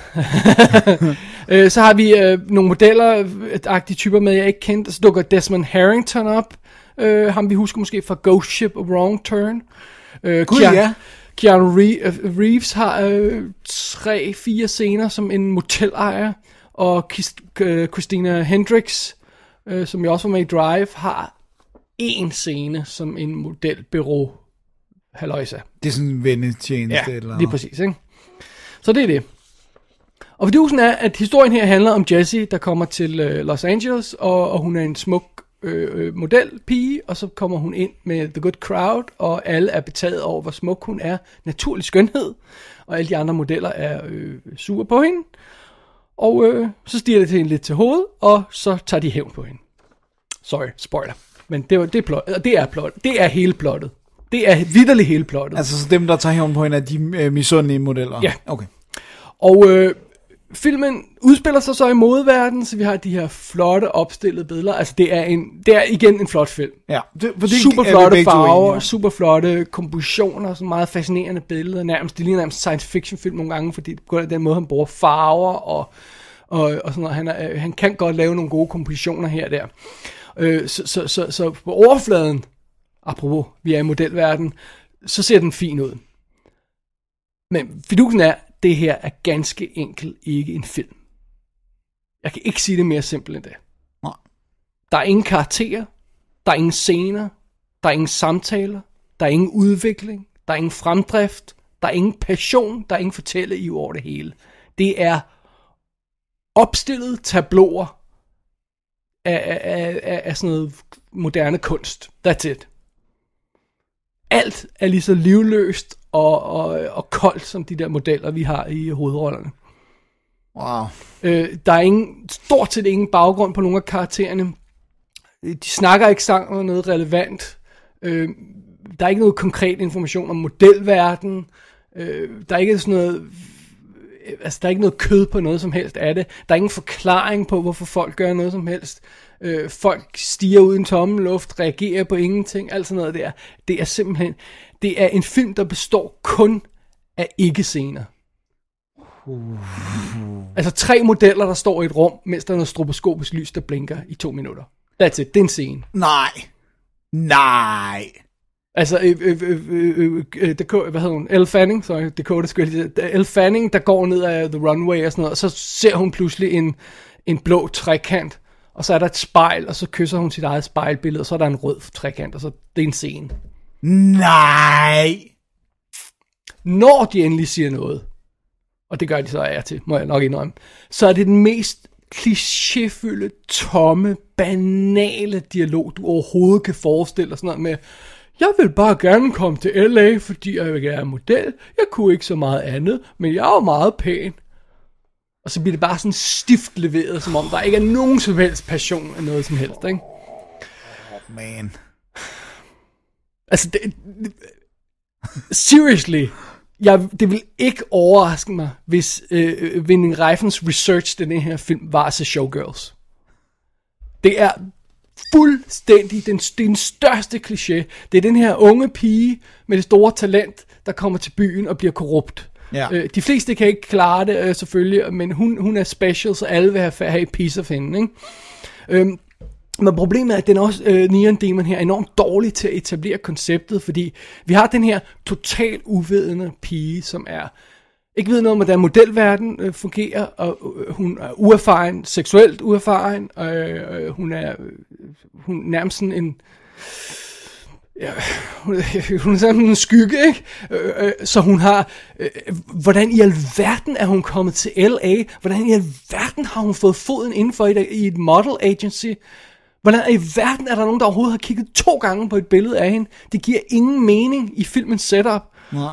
[SPEAKER 4] Så har vi nogle modeller-agtige typer med, jeg ikke kendte. Så dukker Desmond Harrington op. Ham vi husker måske fra Ghost Ship og Wrong Turn. Keanu Reeves har 3-4 scener som en motelejer. Og Christina Hendricks, som jeg også var med i Drive, har 1 scene som en modelbureau. Halløjsa.
[SPEAKER 3] Det er sådan en vennetjeneste.
[SPEAKER 4] Ja,
[SPEAKER 3] eller
[SPEAKER 4] lige præcis, ikke? Så det er det. Og fordusen er, at historien her handler om Jessie, der kommer til Los Angeles, og hun er en smuk modelpige, og så kommer hun ind med The Good Crowd, og alle er betaget over, hvor smuk hun er. Naturlig skønhed, og alle de andre modeller er sure på hende. Og så stiger det til hende lidt til hovedet, og så tager de hævn på hende. Sorry, spoiler. Men det er plot. Det er hele plottet. Det er vitterligt hele plottet.
[SPEAKER 3] Altså så dem, der tager hævn på hende, er de misundelige modeller?
[SPEAKER 4] Ja.
[SPEAKER 3] Okay.
[SPEAKER 4] Og filmen udspiller sig så i modeverdenen, så vi har de her flotte opstillede billeder. Altså det er igen en flot film.
[SPEAKER 3] Ja.
[SPEAKER 4] Super flotte farver, super flotte kompositioner, så meget fascinerende billeder. Det ligner nærmest science fiction film nogle gange, fordi på den måde han bruger farver og sådan noget. Han kan godt lave nogle gode kompositioner her og der. Så på overfladen, apropos, vi er i modelverden, så ser den fin ud. Men fidusen er, det her er ganske enkelt ikke en film. Jeg kan ikke sige det mere simpelt end det.
[SPEAKER 3] Nej.
[SPEAKER 4] Der er ingen karakterer, der er ingen scener, der er ingen samtaler, der er ingen udvikling, der er ingen fremdrift, der er ingen passion, der er ingen fortælleliv over det hele. Det er opstillede tableauer af sådan noget moderne kunst. That's it. Alt er lige så livløst og koldt som de der modeller, vi har i hovedrollerne.
[SPEAKER 3] Wow.
[SPEAKER 4] Der er stort set ingen baggrund på nogle af karaktererne. De snakker ikke sammen om noget relevant. Der er ikke noget konkret information om modelverden. Der er ikke sådan noget... Altså, der er ikke noget kød på noget som helst af det. Der er ingen forklaring på, hvorfor folk gør noget som helst. Folk stiger ud i en tomme luft, reagerer på ingenting, alt sådan noget der. Det er simpelthen... Det er en film, der består kun af ikke-scener. Altså 3 modeller, der står i et rum, mens der er noget stroboskopisk lys, der blinker i 2 minutter. That's it, det er en scene.
[SPEAKER 3] Nej.
[SPEAKER 4] Altså, hvad hedder hun? Elle Fanning, sorry, Dakota skulle jeg lige. Elle Fanning, der går ned ad the runway og sådan noget, og så ser hun pludselig en blå trekant, og så er der et spejl, og så kysser hun sit eget spejlbillede, og så er der en rød trekant, og så det er en scene.
[SPEAKER 3] Nej.
[SPEAKER 4] Når de endelig siger noget, og det gør de så af til, må jeg nok indrømme, så er det den mest klichéfyldte, tomme, banale dialog, du overhovedet kan forestille dig, sådan noget med, jeg vil bare gerne komme til LA, fordi jeg vil gerne model. Jeg kunne ikke så meget andet, men jeg er jo meget pæn. Og så bliver det bare sådan stift leveret, som om der ikke er nogen som helst passion af noget som helst, ikke?
[SPEAKER 3] Man.
[SPEAKER 4] Altså, seriously, det vil ikke overraske mig, hvis Winding Refns research til den her film var at se Showgirls. Det er fuldstændig den største kliché. Det er den her unge pige med det store talent, der kommer til byen og bliver korrupt.
[SPEAKER 3] Ja.
[SPEAKER 4] De fleste kan ikke klare det, selvfølgelig, men hun er special, så alle vil have et piece of hende, ikke? Men problemet er, at den også, Neon Demon her, er enormt dårlig til at etablere konceptet, fordi vi har den her totalt uvidende pige, som ikke ved noget om, hvordan modelverden fungerer, og hun er uerfaren, seksuelt uerfaren, og hun er nærmest sådan en... Ja, hun er sådan en skygge, ikke? Så hun har... hvordan i alverden er hun kommet til LA? Hvordan i alverden har hun fået foden indenfor i et model agency? Hvordan i verden er der nogen, der overhovedet har kigget 2 gange på et billede af hende? Det giver ingen mening i filmens setup.
[SPEAKER 3] Nej.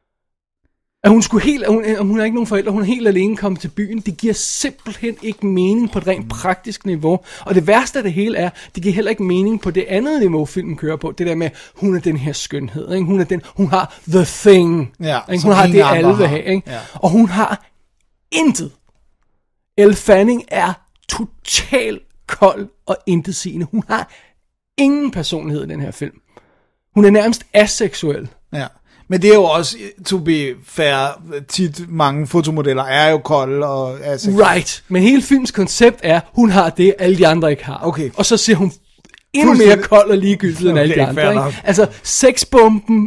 [SPEAKER 4] At hun har ikke nogen forældre, hun er helt alene kommet til byen. Det giver simpelthen ikke mening på et rent praktisk niveau. Og det værste af det hele er, det giver heller ikke mening på det andet niveau, filmen kører på. Det der med, hun er den her skønhed, ikke? Hun har the thing.
[SPEAKER 3] Ja,
[SPEAKER 4] ikke? Hun har det, alle vil have. Ikke? Ja. Og hun har intet. Elle Fanning er totalt kold og intetsigende. Hun har ingen personlighed i den her film. Hun er nærmest aseksuel.
[SPEAKER 3] Ja. Men det er jo også, to be fair, tit mange fotomodeller er jo kolde og
[SPEAKER 4] right, men hele filmens koncept er, hun har det, alle de andre ikke har.
[SPEAKER 3] Okay.
[SPEAKER 4] Og så ser hun endnu mere kold og ligegyldig end alle de andre. Ikke? Altså, sexbomben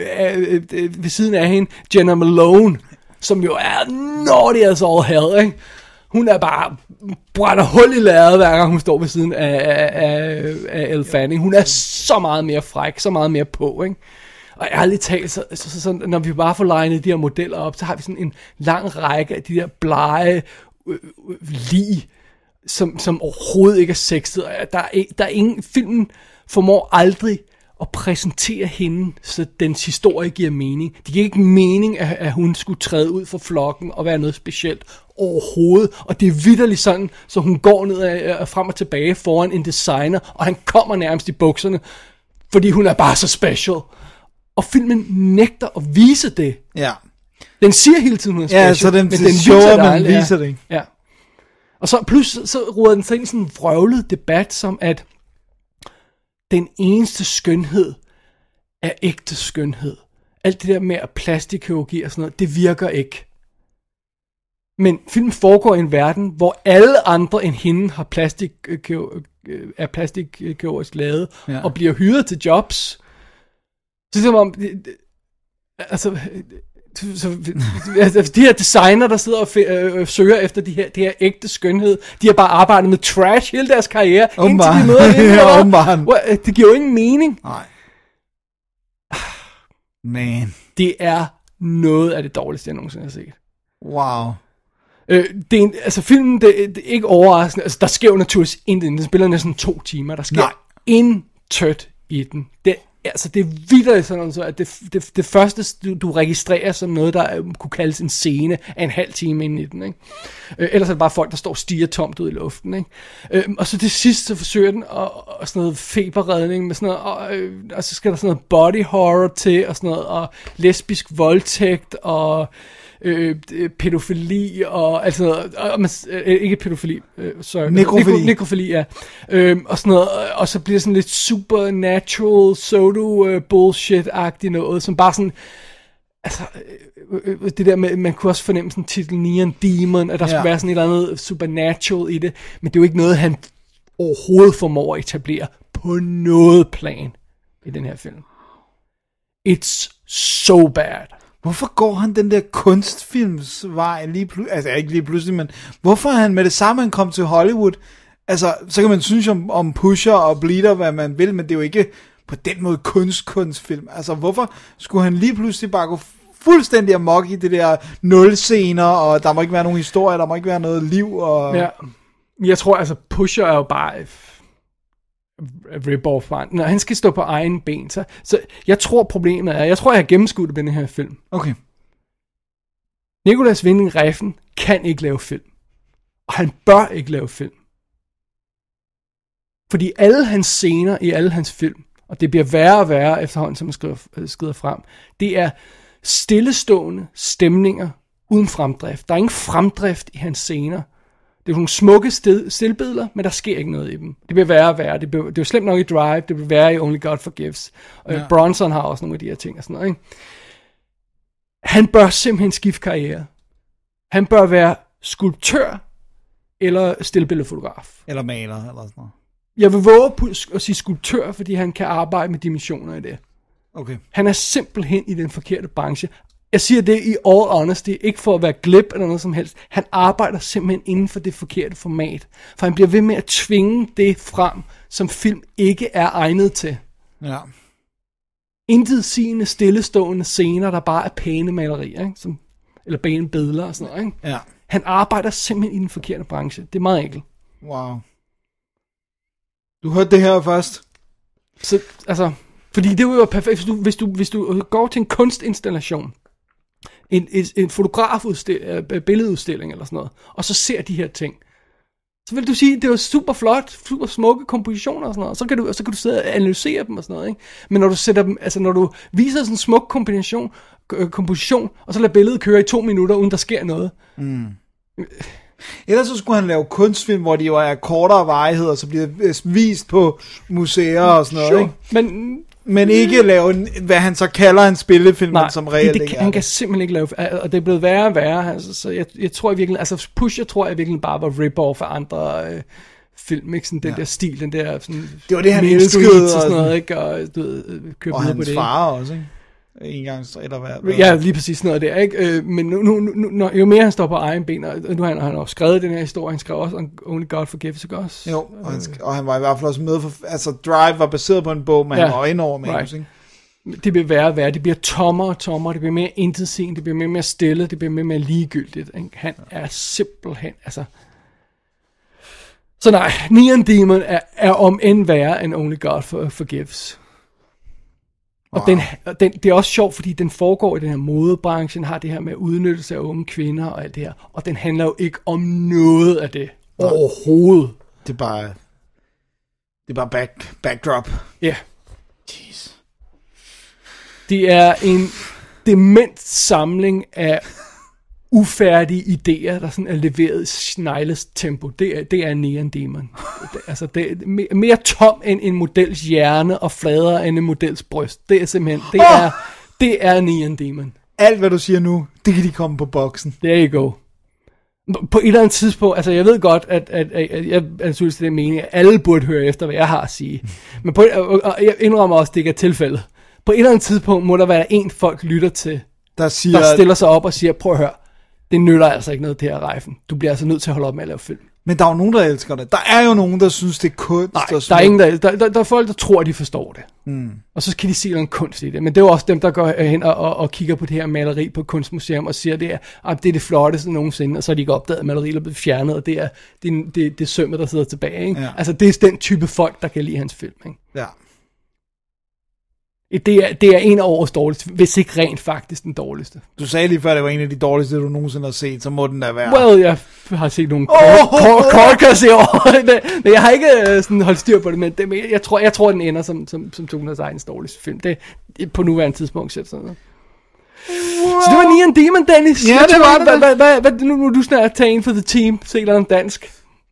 [SPEAKER 4] ved siden af hende, Jenna Malone, som jo er naughty as all hell, ikke? Hun er bare brænder hul i lærredet, hver gang hun står ved siden af Elle Fanning. Hun er så meget mere fræk, så meget mere på, ikke? Og ærligt talt, så når vi bare får legnet de her modeller op, så har vi sådan en lang række af de der blege lig, som overhovedet ikke er sexet. Der er ingen... Filmen formår aldrig at præsentere hende, så dens historie giver mening. Det giver ikke mening, at hun skulle træde ud fra flokken og være noget specielt overhovedet. Og det er vitterligt sådan, så hun går ned frem og tilbage foran en designer, og han kommer nærmest i bukserne, fordi hun er bare så special. Og filmen nægter at vise det.
[SPEAKER 3] Ja.
[SPEAKER 4] Den siger hele tiden, hun er special.
[SPEAKER 3] Ja, så den viser det ikke.
[SPEAKER 4] Ja. Og så pludselig så ruder den sig ind i sådan en vrøvlet debat, som at den eneste skønhed er ægte skønhed. Alt det der med plastikkirurgi og sådan noget, det virker ikke. Men filmen foregår i en verden, hvor alle andre end hende har plastikkirurgisk lavet, ja, og bliver hyret til jobs. Så det er som om, de her designer, der sidder og søger efter det her ægte skønhed, de har bare arbejdet med trash hele deres karriere, indtil de møder hende. Det giver jo ingen mening.
[SPEAKER 3] Nej. Man.
[SPEAKER 4] Det er noget af det dårligste, jeg nogensinde har set.
[SPEAKER 3] Wow.
[SPEAKER 4] Filmen, det er ikke overraskende. Altså, der sker jo naturligvis intet. Den spiller næsten 2 timer. Der sker intet i den. Det er vildt sådan, så at det første, du registrerer som noget, der kunne kaldes en scene, er en halv time inde i den. Ikke? Ellers er det bare folk, der står og stiger tomt ud i luften. Ikke? Og så til sidst, så forsøger den og sådan noget feberredning med sådan noget, og så skal der sådan noget body horror til, og sådan noget, og lesbisk voldtægt, og pædofili og ikke pædofili, sorry. Nekrofili, ja. Og sådan noget, og så bliver det sådan lidt supernatural, pseudo-bullshit-agtigt noget, som bare sådan, altså, det der med, man kunne også fornemme sådan titel Neon Demon, at der skulle være sådan et eller andet supernatural i det, men det er jo ikke noget, han overhovedet formår at etablere på noget plan i den her film. It's so bad.
[SPEAKER 3] Hvorfor går han den der kunstfilmsvej lige pludselig, altså ikke lige pludselig, men hvorfor han med det samme, han kom til Hollywood, altså, så kan man synes om Pusher og Bleeder, hvad man vil, men det er jo ikke på den måde kunstfilm. Altså, hvorfor skulle han lige pludselig bare gå fuldstændig amok i det der nul-scener, og der må ikke være nogen historie, der må ikke være noget liv, og...
[SPEAKER 4] Ja, jeg tror, altså, Pusher er jo bare rip-off, når han skal stå på egen ben, så jeg tror problemet er, jeg har gennemskudt den her film.
[SPEAKER 3] Okay.
[SPEAKER 4] Nicolas Winding Refn kan ikke lave film, og han bør ikke lave film. Fordi alle hans scener i alle hans film, og det bliver værre og værre efterhånden, som man skrider frem, det er stillestående stemninger uden fremdrift. Der er ingen fremdrift i hans scener. Det er nogle smukke stillbilleder, men der sker ikke noget i dem. Det bliver værre og værre. Det er jo slemt nok i Drive, det bliver værre i Only God Forgives. Bronson har også nogle af de her ting og sådan noget, ikke? Han bør simpelthen skifte karriere. Han bør være skulptør eller stillbilledfotograf.
[SPEAKER 3] Eller maler, eller sådan noget.
[SPEAKER 4] Jeg vil våge at sige skulptør, fordi han kan arbejde med dimensioner i det.
[SPEAKER 3] Okay.
[SPEAKER 4] Han er simpelthen i den forkerte branche. Jeg siger det i all honesty, ikke for at være glip eller noget som helst. Han arbejder simpelthen inden for det forkerte format. For han bliver ved med at tvinge det frem, som film ikke er egnet til.
[SPEAKER 3] Ja.
[SPEAKER 4] Intetsigende, stillestående scener, der bare er pæne malerier, ikke? Eller pæne billeder og sådan noget, ikke?
[SPEAKER 3] Ja. Han
[SPEAKER 4] arbejder simpelthen i den forkerte branche. Det er meget enkelt.
[SPEAKER 3] Wow. Du hørte det her først.
[SPEAKER 4] Så, altså, fordi det var perfekt. Hvis du går til en kunstinstallation, en billedeudstilling eller sådan noget, og så ser de her ting, så vil du sige, det var super flot, super smukke kompositioner og sådan noget, så kan du sidde og analysere dem og sådan noget, ikke? Men når du sætter dem, altså når du viser sådan en smuk komposition, og så lader billedet køre i 2 minutter, uden der sker noget.
[SPEAKER 3] Ellers så skulle han lave kunstfilm, hvor de jo er kortere varighed, og så bliver vist på museer og sådan noget, ikke? Men ikke lave, hvad han så kalder en spillefilm, som reelt ikke er.
[SPEAKER 4] Han kan simpelthen ikke lave, og det er blevet værre og værre, altså, så jeg tror virkelig, altså Pusher tror jeg virkelig bare var rip-off af andre film, ikke? Sådan den der stil, den der sådan...
[SPEAKER 3] Det var det, han elskede.
[SPEAKER 4] Og sådan noget, ikke? Og du ved, køre
[SPEAKER 3] og
[SPEAKER 4] på
[SPEAKER 3] hans
[SPEAKER 4] det.
[SPEAKER 3] far også, ikke? En gang eller hvad?
[SPEAKER 4] Ja, lige præcis sådan noget der, ikke? Men nu, jo mere han står på egen ben, og nu har han også skrevet den her historie, han skrev også Only God Forgives, ikke også?
[SPEAKER 3] Jo, og han var i hvert fald også med for, altså Drive var baseret på en bog, men han var inde over manus, ikke?
[SPEAKER 4] Det bliver værre og værre, det bliver tommere og tommere, det bliver mere intetsigende, det bliver mere stille, det bliver mere ligegyldigt, ikke? Han er simpelthen, altså... Så nej, Neon Demon er om end værre end Only God Forgives. Og det er også sjovt, fordi den foregår i den her modebranchen, har det her med udnyttelse af unge kvinder og alt det her. Og den handler jo ikke om noget af det overhovedet.
[SPEAKER 3] Det er bare backdrop.
[SPEAKER 4] Ja. Yeah. Jeez. Det er en dement samling af ufærdige idéer, der sådan er leveret i snegles tempo. Det er Neon Demon. Altså, det er mere tom end en models hjerne, og fladere end en models bryst. Det er simpelthen, det er Neon Demon.
[SPEAKER 3] Alt, hvad du siger nu, det kan de komme på boksen.
[SPEAKER 4] There you go. På et eller andet tidspunkt, altså jeg ved godt, at jeg synes, det er meningen, at alle burde høre efter, hvad jeg har at sige. Men og jeg indrømmer også, at det ikke er tilfældet. På et eller andet tidspunkt må der være en folk lytter til, der stiller sig op og siger, prøv at høre, det nytter altså ikke noget, det her Refn. Du bliver altså nødt til at holde op med at lave film.
[SPEAKER 3] Men der er jo nogen, der elsker det. Der er jo nogen, der synes, det er kunst.
[SPEAKER 4] Nej, der er ingen, der er folk, der tror, de forstår det. Og så kan de se noget kunst i det. Men det er jo også dem, der går hen og kigger på det her maleri på et kunstmuseum og siger, det er det flotteste nogensinde. Og så er de ikke opdaget, at maleriet er blevet fjernet, og det er sømmet, der sidder tilbage. Ikke? Ja. Altså, det er den type folk, der kan lide hans film. Ikke?
[SPEAKER 3] Ja.
[SPEAKER 4] Det er en af årets dårligste, hvis ikke rent faktisk den dårligste.
[SPEAKER 3] Du sagde lige før, det var en af de dårligste, du nogensinde har set, så må den da være.
[SPEAKER 4] Well, jeg har set nogle korkers i år. Jeg har ikke sådan holdt styr på det, men jeg tror den ender som 2016's dårligste film. Det på nuværende tidspunkt sætter sådan noget. Så det var Neon Demon, Dennis.
[SPEAKER 3] Ja, det var det.
[SPEAKER 4] Hvad nu du snart tager en for the team? Se eller andet dansk.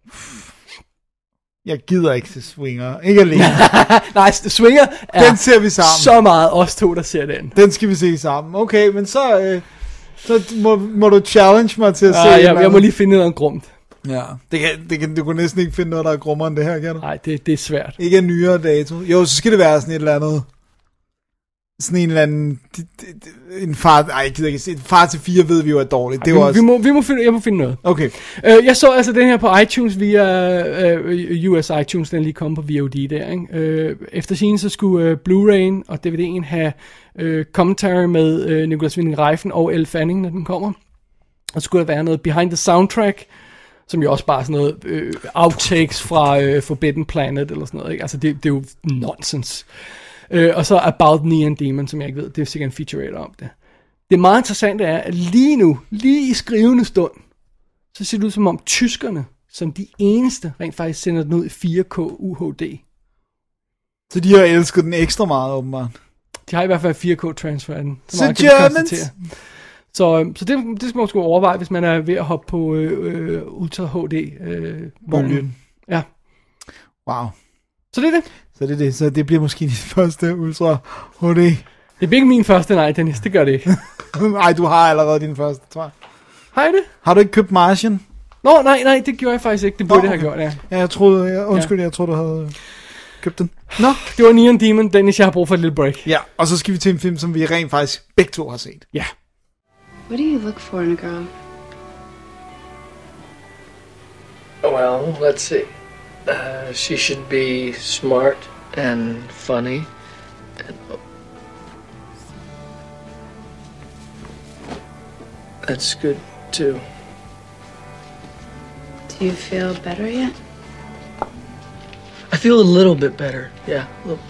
[SPEAKER 3] Jeg gider ikke til Swinger. Ikke alene.
[SPEAKER 4] Nej, Swinger er
[SPEAKER 3] Den ser vi sammen.
[SPEAKER 4] så meget os to, der ser den.
[SPEAKER 3] Den skal vi se sammen. Okay, men så må du challenge mig til at se.
[SPEAKER 4] Jeg må lige finde noget grumt.
[SPEAKER 3] Ja, du kunne næsten ikke finde noget, der er grummere end det her, kan du?
[SPEAKER 4] Nej, det er svært.
[SPEAKER 3] Ikke en nyere dato. Jo, så skal det være sådan et eller andet. Sådan en eller anden en far, jeg gider ikke se. Far til 4 ved vi jo er dårligt. Det er også...
[SPEAKER 4] Jeg må finde noget.
[SPEAKER 3] Okay.
[SPEAKER 4] Jeg så altså den her på iTunes via US iTunes, den lige kom på VOD der, ikke? Efter sin så skulle Blu-ray'en og DVD'en have commentary med Nicolas Winding Refn og Elle Fanning, når den kommer. Og så skulle der være noget behind the soundtrack, som jo også bare sådan noget outtakes fra Forbidden Planet eller sådan noget, ikke? Altså det er jo nonsense. Og så About Neon Demon, som jeg ikke ved, det er sikkert en featurette om det. Det meget interessante er, at lige nu, lige i skrivende stund, så ser det ud som om tyskerne, som de eneste, rent faktisk sender den ud i 4K UHD.
[SPEAKER 3] Så de har elsket den ekstra meget, åbenbart.
[SPEAKER 4] De har i hvert fald 4K-transfer af den.
[SPEAKER 3] Så Germans!
[SPEAKER 4] Så det skal man sgu overveje, hvis man er ved at hoppe på Ultra HD vognen. Ja.
[SPEAKER 3] Wow.
[SPEAKER 4] Så det er det.
[SPEAKER 3] Så det bliver måske din første Ultra HD.
[SPEAKER 4] Det bliver ikke min første, nej, Dennis. Det gør det ikke.
[SPEAKER 3] Nej, du har allerede din første, tror jeg.
[SPEAKER 4] Har jeg det?
[SPEAKER 3] Har du ikke købt Martian?
[SPEAKER 4] Nå, nej, det gjorde jeg faktisk ikke. Det burde jeg have gjort, ja.
[SPEAKER 3] Ja, jeg troede du havde købt den.
[SPEAKER 4] Nå, det var Neon Demon, Dennis, jeg har brug for et lille break.
[SPEAKER 3] Ja, og så skal vi til en film, som vi rent faktisk begge to har set.
[SPEAKER 4] Ja.
[SPEAKER 9] What do you look for in a girl?
[SPEAKER 8] Well, let's see. She should be smart and funny. And that's good too.
[SPEAKER 9] Do you feel better yet?
[SPEAKER 8] I feel a little bit better. Yeah, a little.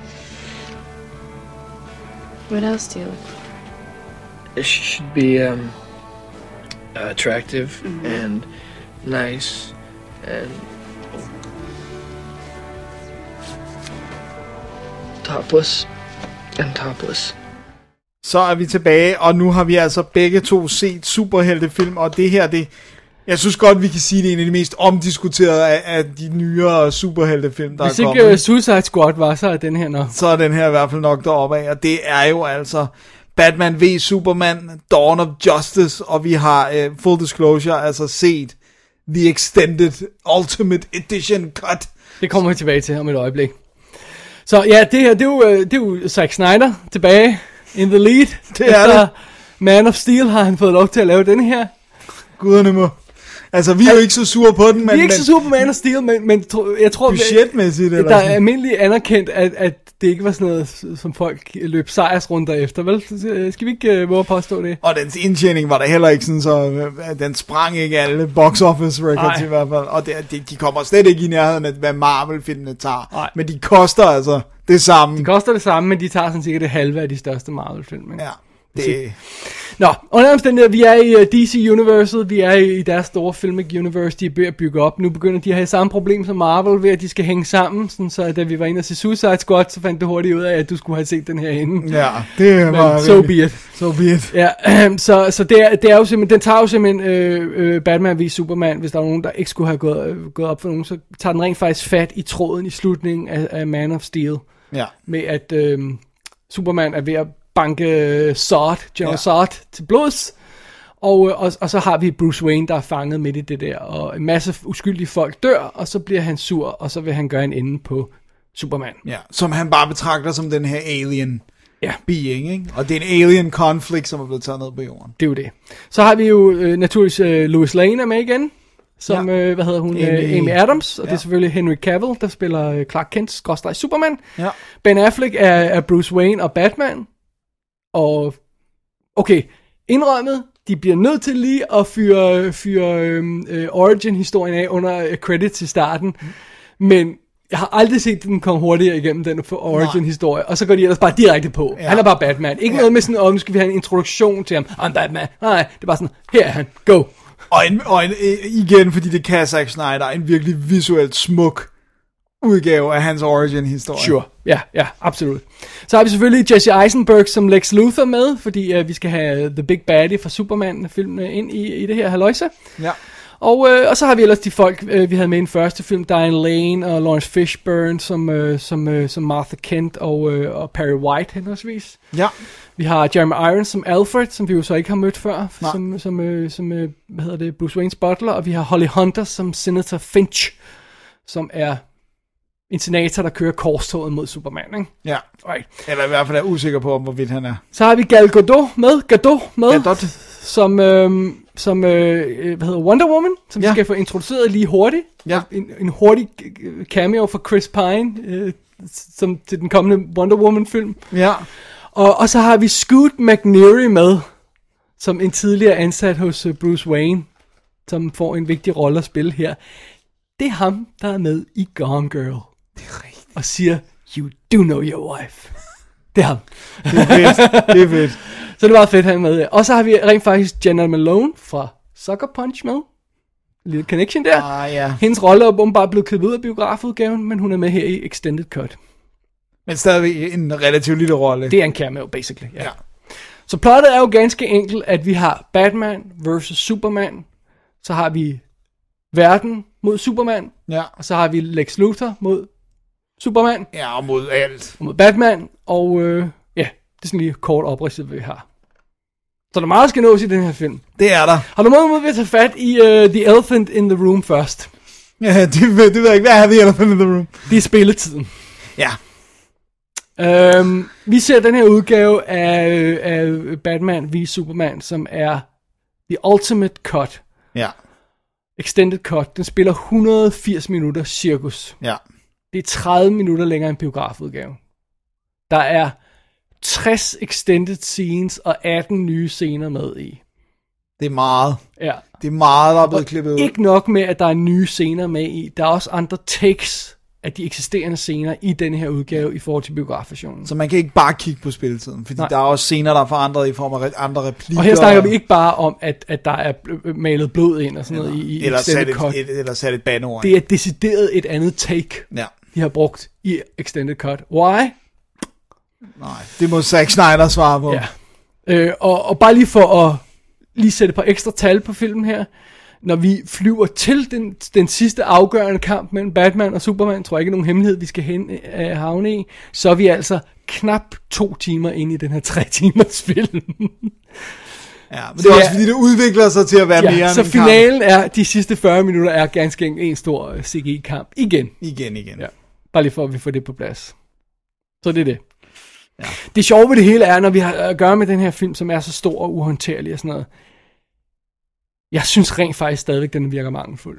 [SPEAKER 9] What else do you look for?
[SPEAKER 8] She should be attractive and nice and topless.
[SPEAKER 3] Så er vi tilbage, og nu har vi altså begge to set superheltefilm, og det her, jeg synes godt, vi kan sige, det er en af de mest omdiskuterede af de nyere superheltefilm, der er kommet.
[SPEAKER 4] Hvis ikke Suicide Squad var, så er den her nok.
[SPEAKER 3] Så er den her i hvert fald nok deroppe af, og det er jo altså Batman v Superman, Dawn of Justice, og vi har full disclosure, altså set The Extended Ultimate Edition Cut.
[SPEAKER 4] Det kommer vi tilbage til om et øjeblik. Så ja, det her, det er jo Zack Snyder tilbage in the lead.
[SPEAKER 3] Det er det.
[SPEAKER 4] Man of Steel har han fået lov til at lave den her.
[SPEAKER 3] Guderne må. Altså, vi er jo ikke så sure på den, men...
[SPEAKER 4] Vi er ikke så sure på Man of Steel, men jeg tror...
[SPEAKER 3] Budgetmæssigt, eller
[SPEAKER 4] der er almindeligt anerkendt, at det ikke var sådan noget, som folk løb sejrsrunder efter, vel? Skal vi ikke våge at påstå det?
[SPEAKER 3] Og dens indtjening var der heller ikke sådan, så den sprang ikke alle box office records i hvert fald. Og de kommer slet ikke i nærheden af, hvad Marvel-filmene tager. Ej. Men de koster altså det samme.
[SPEAKER 4] De koster det samme, men de tager sådan sikkert det halve af de største Marvel-film.
[SPEAKER 3] Ja, det...
[SPEAKER 4] Nå, under omstændigheder, vi er i DC Universet, vi er i deres store Filmic Universe, de er ved at bygge op. Nu begynder de at have samme problem som Marvel, ved at de skal hænge sammen, sådan, så da vi var inde og se Suicide Squad, så fandt det hurtigt ud af, at du skulle have set den her inden.
[SPEAKER 3] Ja, det var...
[SPEAKER 4] So be it.
[SPEAKER 3] So be it.
[SPEAKER 4] Ja, så det er jo simpelthen, den tager jo simpelthen Batman v Superman, hvis der er nogen, der ikke skulle have gået op for nogen, så tager den rent faktisk fat i tråden i slutningen af Man of Steel. Ja. Med at Superman er ved at banke General Zod til blods, og så har vi Bruce Wayne, der er fanget midt i det der, og en masse uskyldige folk dør, og så bliver han sur, og så vil han gøre en ende på Superman.
[SPEAKER 3] Ja, som han bare betragter som den her alien being, ikke? Og det er en alien conflict, som er blevet taget ned på jorden.
[SPEAKER 4] Det er jo det. Så har vi jo naturligvis Lois Lane er med igen, som, hvad hedder hun, Amy Adams, og det er selvfølgelig Henry Cavill, der spiller Clark Kent, / Superman. Ja. Ben Affleck er Bruce Wayne og Batman. Og okay, indrømmet, de bliver nødt til lige at fyre origin-historien af under credits i starten, men jeg har aldrig set den komme hurtigere igennem den origin-historie, og så går de ellers bare direkte på. Ja. Han er bare Batman. Ikke noget med sådan, nu skal vi have en introduktion til ham. I'm Batman. Nej, det er bare sådan, her er han, go.
[SPEAKER 3] Og igen, fordi det kan Zack Snyder, en virkelig visuelt smuk udgave af hans origin-historie.
[SPEAKER 4] Sure, ja, absolut. Så har vi selvfølgelig Jesse Eisenberg som Lex Luthor med, fordi vi skal have The Big Baddie fra Superman-filmen ind i det her halløjse.
[SPEAKER 3] Ja.
[SPEAKER 4] Og så har vi ellers de folk, vi havde med i den første film, Diane Lane og Lawrence Fishburne som Martha Kent og Perry White henholdsvis.
[SPEAKER 3] Ja.
[SPEAKER 4] Vi har Jeremy Irons som Alfred, som vi jo så ikke har mødt før, som hvad hedder det, Bruce Waynes butler, og vi har Holly Hunter som Senator Finch, som er en senator, der kører korstoget mod Superman, ikke?
[SPEAKER 3] Ja.
[SPEAKER 4] Right.
[SPEAKER 3] Eller i hvert fald er usikker på, hvorvidt han er.
[SPEAKER 4] Så har vi Gal Gadot med som hvad hedder Wonder Woman, som vi skal få introduceret lige hurtigt.
[SPEAKER 3] Ja.
[SPEAKER 4] En hurtig cameo for Chris Pine, som til den kommende Wonder Woman film.
[SPEAKER 3] Ja.
[SPEAKER 4] Og så har vi Scoot McNairy med, som en tidligere ansat hos Bruce Wayne, som får en vigtig rolle at spille her. Det er ham, der er med i Gone Girl.
[SPEAKER 3] Det er rigtigt.
[SPEAKER 4] Og siger, you do know your wife. Det er ham.
[SPEAKER 3] Det er fedt.
[SPEAKER 4] Så det var fedt, han med. Og så har vi rent faktisk Jenna Malone fra Sucker Punch med. En lille connection der.
[SPEAKER 3] Ja.
[SPEAKER 4] Hendes rolle er bare blevet klippet ud af biografudgaven, men hun er med her i Extended Cut.
[SPEAKER 3] Men stadigvæk en relativt lille rolle.
[SPEAKER 4] Det er en cameo, basically. Ja. Så plottet er jo ganske enkelt, at vi har Batman versus Superman. Så har vi verden mod Superman.
[SPEAKER 3] Ja.
[SPEAKER 4] Og så har vi Lex Luthor mod Superman.
[SPEAKER 3] Ja, og mod alt.
[SPEAKER 4] Og mod Batman. Og det er sådan lige kort opridset, vi har. Så der er meget, der skal nås i den her film.
[SPEAKER 3] Det er der.
[SPEAKER 4] Har du måde at tage fat i The Elephant in the Room først?
[SPEAKER 3] Ja, det ved jeg ikke. Hvad er The Elephant in the Room?
[SPEAKER 4] Det er spilletiden.
[SPEAKER 3] Ja.
[SPEAKER 4] Vi ser den her udgave af Batman v Superman, som er The Ultimate Cut.
[SPEAKER 3] Ja.
[SPEAKER 4] Extended Cut. Den spiller 180 minutter cirkus.
[SPEAKER 3] Ja.
[SPEAKER 4] Det er 30 minutter længere end biografudgaven. Der er 60 extended scenes og 18 nye scener med i.
[SPEAKER 3] Det er meget.
[SPEAKER 4] Ja.
[SPEAKER 3] Det er meget, der er blevet klippet ud.
[SPEAKER 4] Ikke nok med, at der er nye scener med i. Der er også andre takes af de eksisterende scener i denne her udgave i forhold til biografversionen.
[SPEAKER 3] Så man kan ikke bare kigge på spilletiden, fordi der er også scener, der er forandret i form af andre replikker.
[SPEAKER 4] Og her snakker vi ikke bare om, at der er malet blod ind og sådan noget i Extended Cut.
[SPEAKER 3] Eller sat et bandeord.
[SPEAKER 4] Det er decideret et andet take, de har brugt i Extended Cut. Why?
[SPEAKER 3] Nej, det må Zack Snyder svare på.
[SPEAKER 4] Ja. Og bare lige for at lige sætte et par ekstra tal på filmen her. Når vi flyver til den sidste afgørende kamp mellem Batman og Superman, tror jeg ikke nogen hemmelighed, vi skal havne i, så er vi altså knap 2 timer inde i den her 3 timers film.
[SPEAKER 3] Ja, men det er også fordi, det udvikler sig til at være mere end
[SPEAKER 4] så finalen er, de sidste 40 minutter er ganske en stor CGI-kamp. Igen. Ja. Bare lige for, at vi får det på plads. Så det er det. Ja. Det sjove ved det hele er, når vi har at gøre med den her film, som er så stor og uhåndterlig og sådan noget. Jeg synes rent faktisk stadigvæk, den virker mangelfuld.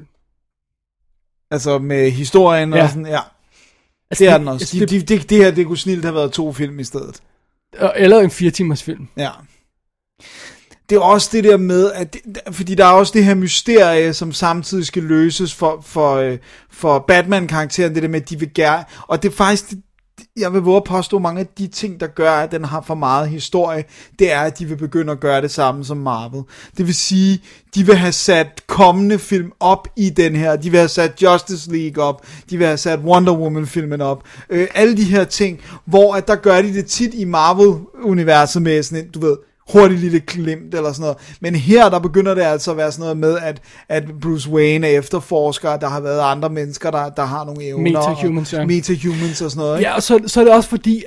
[SPEAKER 3] Altså med historien og sådan, ja. Altså, det er den også. Det her, det kunne snilt have været 2 film i stedet.
[SPEAKER 4] Eller en 4 timers film.
[SPEAKER 3] Ja. Det er også det der med, at fordi der er også det her mysterie, som samtidig skal løses for Batman-karakteren, det der med, at de vil gerne, og det er faktisk, jeg vil våge at påstå, mange af de ting, der gør, at den har for meget historie, det er, at de vil begynde at gøre det samme som Marvel. Det vil sige, de vil have sat kommende film op i den her, de vil have sat Justice League op, de vil have sat Wonder Woman-filmen op, alle de her ting, hvor at der gør de det tit i Marvel-universet med sådan en, du ved, hurtigt lille glimt eller sådan noget. Men her, der begynder det altså at være sådan noget med, at Bruce Wayne er efterforsker, der har været andre mennesker, der har nogle evner. Metahumans og sådan noget. Ikke?
[SPEAKER 4] Ja, og så er det også fordi,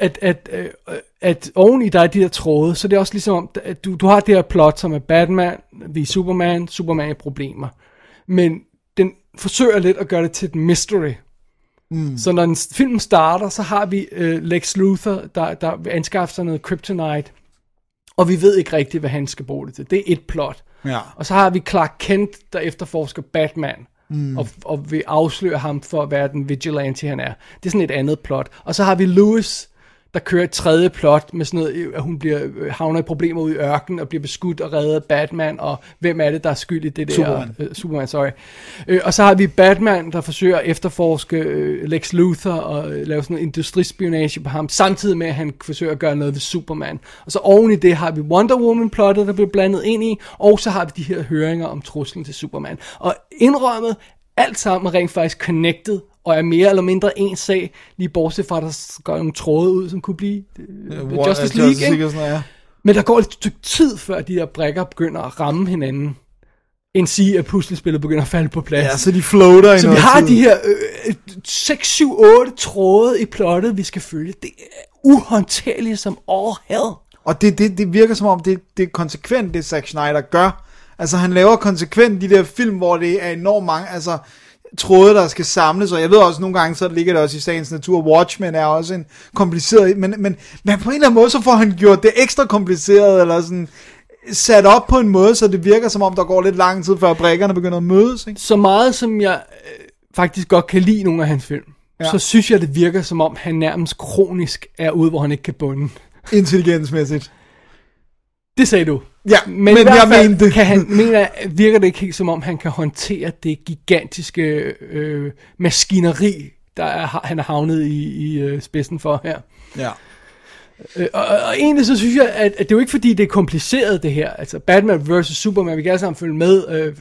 [SPEAKER 4] at oven i dig de der tråde, så det er også ligesom, at du har det her plot, som er Batman, vi er Superman er problemer. Men den forsøger lidt at gøre det til et mystery. Så når filmen starter, så har vi Lex Luthor, der vil anskaffe sig noget kryptonite, og vi ved ikke rigtigt, hvad han skal bruge det til. Det er et plot.
[SPEAKER 3] Ja.
[SPEAKER 4] Og så har vi Clark Kent, der efterforsker Batman, og vil afsløre ham for at være den vigilante, han er. Det er sådan et andet plot. Og så har vi Lois, der kører et tredje plot med sådan noget, at hun havner i problemer ude i ørkenen og bliver beskudt og reddet af Batman, og hvem er det, der er skyld i det der? Superman, sorry. Og så har vi Batman, der forsøger at efterforske Lex Luthor og lave sådan noget industrispionage på ham, samtidig med, at han forsøger at gøre noget ved Superman. Og så oven i det har vi Wonder Woman-plottet, der bliver blandet ind i, og så har vi de her høringer om truslen til Superman. Og indrømmet, alt sammen rent faktisk connected og er mere eller mindre en sag, lige bortset fra, at der går nogle tråde ud, som kunne blive Justice League, ikke?
[SPEAKER 3] Sådan, ja.
[SPEAKER 4] Men der går et stykke tid, før de der brækker begynder at ramme hinanden, end sige, at puslespillet begynder at falde på plads.
[SPEAKER 3] Ja, så de floater i
[SPEAKER 4] så
[SPEAKER 3] noget
[SPEAKER 4] vi har
[SPEAKER 3] tid.
[SPEAKER 4] de her 6, 7, 8 tråde i plottet, vi skal følge. Det er uhåndterligt som all hell.
[SPEAKER 3] Og det virker som om, det er konsekvent, det Zack Snyder gør. Altså, han laver konsekvent de der film, hvor det er enormt mange, altså, tråde, der skal samles, og jeg ved også, nogle gange, så ligger det også i sagens natur, Watchmen er også en kompliceret, men på en eller anden måde, så får han gjort det ekstra kompliceret, eller sådan, sat op på en måde, så det virker som om, der går lidt lang tid, før brækkerne begynder at mødes, ikke?
[SPEAKER 4] Så meget som jeg faktisk godt kan lide nogle af hans film, så synes jeg, det virker som om, han nærmest kronisk er ude, hvor han ikke kan bunde.
[SPEAKER 3] Intelligensmæssigt.
[SPEAKER 4] Det sagde du.
[SPEAKER 3] Ja, men jeg mente
[SPEAKER 4] virker det ikke helt som om, han kan håndtere det gigantiske maskineri, han er havnet i spidsen for her.
[SPEAKER 3] Ja.
[SPEAKER 4] Og egentlig så synes jeg, at det er jo ikke fordi, det er kompliceret det her. Altså Batman vs. Superman, vi kan alle sammen følge med.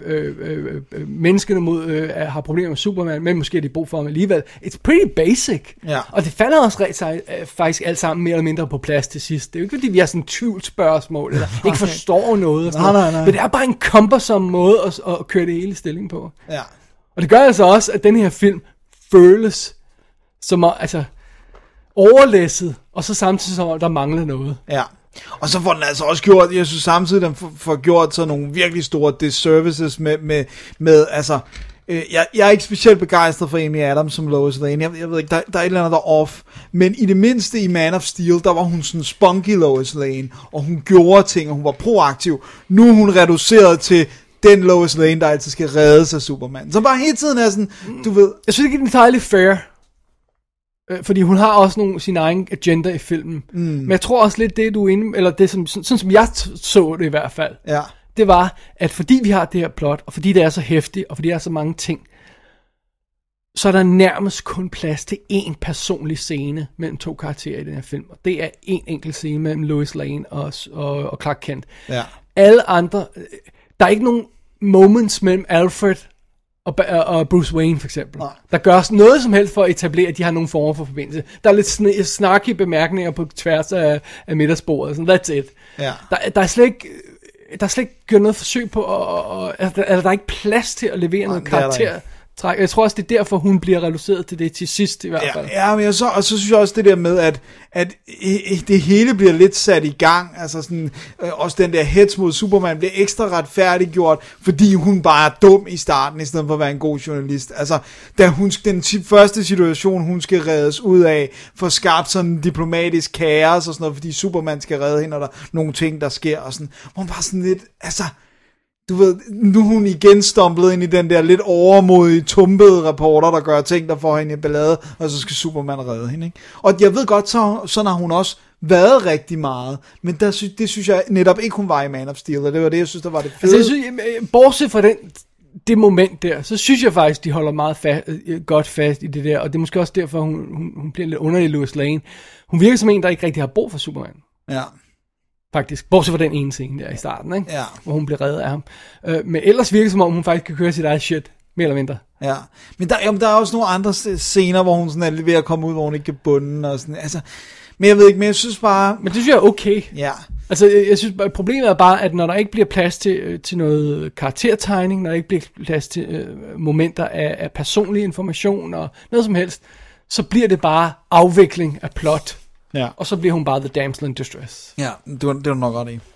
[SPEAKER 4] Menneskene har problemer med Superman, men måske har de brug for ham alligevel. It's pretty basic.
[SPEAKER 3] Ja.
[SPEAKER 4] Og det falder også faktisk alt sammen mere eller mindre på plads til sidst. Det er jo ikke fordi, vi har sådan tvivlsspørgsmål, eller ikke forstår noget. Og sådan noget. Men det er bare en cumbersome måde at køre det hele i stilling på.
[SPEAKER 3] Ja.
[SPEAKER 4] Og det gør altså også, at den her film føles som altså overlæsset, og så samtidig som der mangler noget.
[SPEAKER 3] Ja. Og så får den altså også gjort, jeg synes samtidig, den får gjort så nogle virkelig store disservices med altså, jeg er ikke specielt begejstret for Amy Adams som Lois Lane. Jeg ved ikke, der er et eller andet, der er off. Men i det mindste i Man of Steel, der var hun sådan spunky Lois Lane, og hun gjorde ting, og hun var proaktiv. Nu er hun reduceret til den Lois Lane, der altid skal reddes af Superman. Så bare hele tiden er sådan, du ved.
[SPEAKER 4] Jeg synes ikke, det er entirely fair. Fordi hun har også sin egen agenda i filmen. Men jeg tror også lidt det, du er inde, eller det sådan som jeg så det i hvert fald.
[SPEAKER 3] Ja.
[SPEAKER 4] Det var, at fordi vi har det her plot, og fordi det er så hæftigt, og fordi der er så mange ting, så er der nærmest kun plads til én personlig scene mellem to karakterer i den her film. Og det er en enkelt scene mellem Lois Lane og Clark Kent.
[SPEAKER 3] Ja.
[SPEAKER 4] Alle andre, der er ikke nogen moments mellem Alfred og Bruce Wayne for eksempel. Nej. Der gørs noget som helst for at etablere, at de har nogle former for forbindelse. Der er lidt snakke bemærkninger på tværs af middagsbordet. Sådan, that's it.
[SPEAKER 3] Ja.
[SPEAKER 4] Der er slet ikke gjort noget forsøg på, der er ikke plads til at levere noget karakter. Jeg tror også, det er derfor, hun bliver reduceret til det til sidst i hvert fald.
[SPEAKER 3] Ja, men og så synes jeg også det der med, at det hele bliver lidt sat i gang. Altså sådan, også den der hets mod Superman bliver ekstra retfærdiggjort, fordi hun bare er dum i starten, i stedet for at være en god journalist. Altså, da den første situation, hun skal reddes ud af, får skabt sådan en diplomatisk kaos og sådan noget, fordi Superman skal redde hende, og der er nogle ting, der sker, og sådan, hvor hun bare sådan lidt, altså, du ved, nu er hun igen stumblet ind i den der lidt overmodige, tumpede reporter, der gør ting, der får hende i ballade, og så skal Superman redde hende, ikke? Og jeg ved godt, sådan har hun også været rigtig meget, men det synes jeg netop ikke, hun var i Man of Steel, og det var det, jeg synes, der var det fede.
[SPEAKER 4] Altså, bortset fra det moment der, så synes jeg faktisk, de holder meget godt fast i det der, og det er måske også derfor, hun bliver lidt underlig Lois Lane. Hun virker som en, der ikke rigtig har brug for Superman.
[SPEAKER 3] Ja.
[SPEAKER 4] Faktisk, bortset fra den ene scene der i starten, ikke?
[SPEAKER 3] Ja.
[SPEAKER 4] Hvor hun bliver reddet af ham. Men ellers virker det som om, hun faktisk kan køre sit eget shit, mere eller mindre.
[SPEAKER 3] Ja, men der er også nogle andre scener, hvor hun sådan er lidt ved at komme ud, hvor hun ikke kan bunde og sådan, altså, men jeg ved ikke, men jeg synes bare.
[SPEAKER 4] Men det synes jeg er okay.
[SPEAKER 3] Ja.
[SPEAKER 4] Altså, jeg synes, problemet er bare, at når der ikke bliver plads til noget karaktertegning, når der ikke bliver plads til momenter af personlig information og noget som helst, så bliver det bare afvikling af plot.
[SPEAKER 3] Ja.
[SPEAKER 4] Og så bliver hun bare the damsel in distress.
[SPEAKER 3] Ja, det var nok godt i.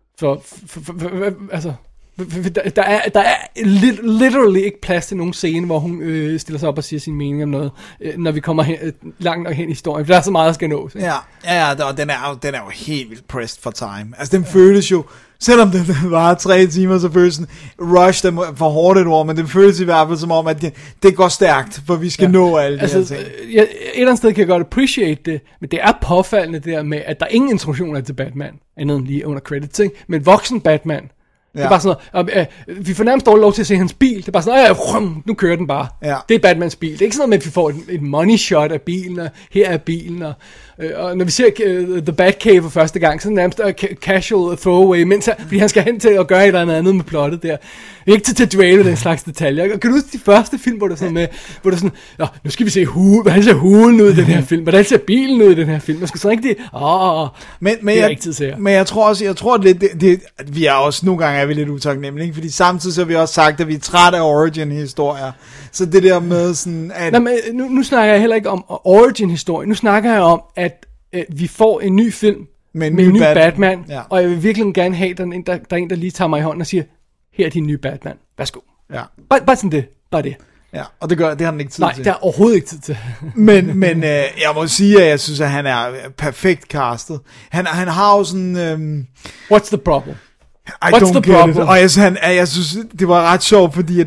[SPEAKER 4] Altså, der er literally ikke plads til nogen scene, hvor hun stiller sig op og siger sin mening om noget, når vi kommer langt nok hen i historien. For der er så meget, der skal nås. Ikke?
[SPEAKER 3] Ja, og den er jo helt vildt pressed for time. Altså, den føles jo, selvom det var 3 timer, så føles den rush, den for hårdt et ord, men det føles i hvert fald som om, at det går stærkt, for vi skal nå alle de her ting.
[SPEAKER 4] Et eller andet sted kan jeg godt appreciate det, men det er påfaldende det der med, at der ingen introduktion er til Batman, andet end lige under credits, ikke? Men voksen Batman, Det er bare sådan noget, vi får nærmest dårlig lov til at se hans bil. Det er bare sådan, nu kører den bare.
[SPEAKER 3] Ja.
[SPEAKER 4] Det er Batmans bil. Det er ikke sådan noget med, at vi får et money shot af bilen, og her er bilen, og når vi ser The Batcave for første gang, så er det nærmest casual throwaway, fordi han skal hen til at gøre et eller andet med plottet der. Vi er ikke til at dvæle den slags detaljer. Og kan du huske de første film, hvor det sådan med, hvor det sådan, nu skal vi se hvordan ser hulen ud i den her film, hvordan ser bilen ud i den her film, man skal så rigtig, det er ikke tid til.
[SPEAKER 3] Men jeg tror det, vi er også nogle gange er vi lidt utaknemmelige, fordi samtidig så har vi også sagt, at vi er trætte af origin-historier. Så det der med sådan, at...
[SPEAKER 4] Nej, men nu snakker jeg heller ikke om origin-historie. Nu snakker jeg om, at vi får en ny film med en ny Batman, og jeg vil virkelig gerne have, der er en, der lige tager mig i hånden og siger, her er din nye Batman. Værsgo.
[SPEAKER 3] Ja.
[SPEAKER 4] Bare sådan det. Bare det.
[SPEAKER 3] Ja, og det har han ikke tid til.
[SPEAKER 4] Nej, det er overhovedet ikke tid til.
[SPEAKER 3] men jeg må sige, at jeg synes, at han er perfekt castet. Han har jo sådan...
[SPEAKER 4] What's the problem?
[SPEAKER 3] What's the problem? Og jeg synes, det var ret sjovt, fordi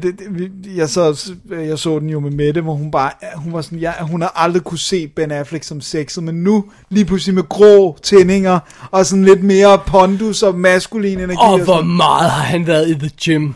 [SPEAKER 3] jeg så den jo med Mette, hvor hun var sådan, hun har aldrig kunne se Ben Affleck som sexet, men nu lige pludselig med grå tændinger, og sådan lidt mere pondus og maskulin energi.
[SPEAKER 4] Og hvor meget har han været i the gym?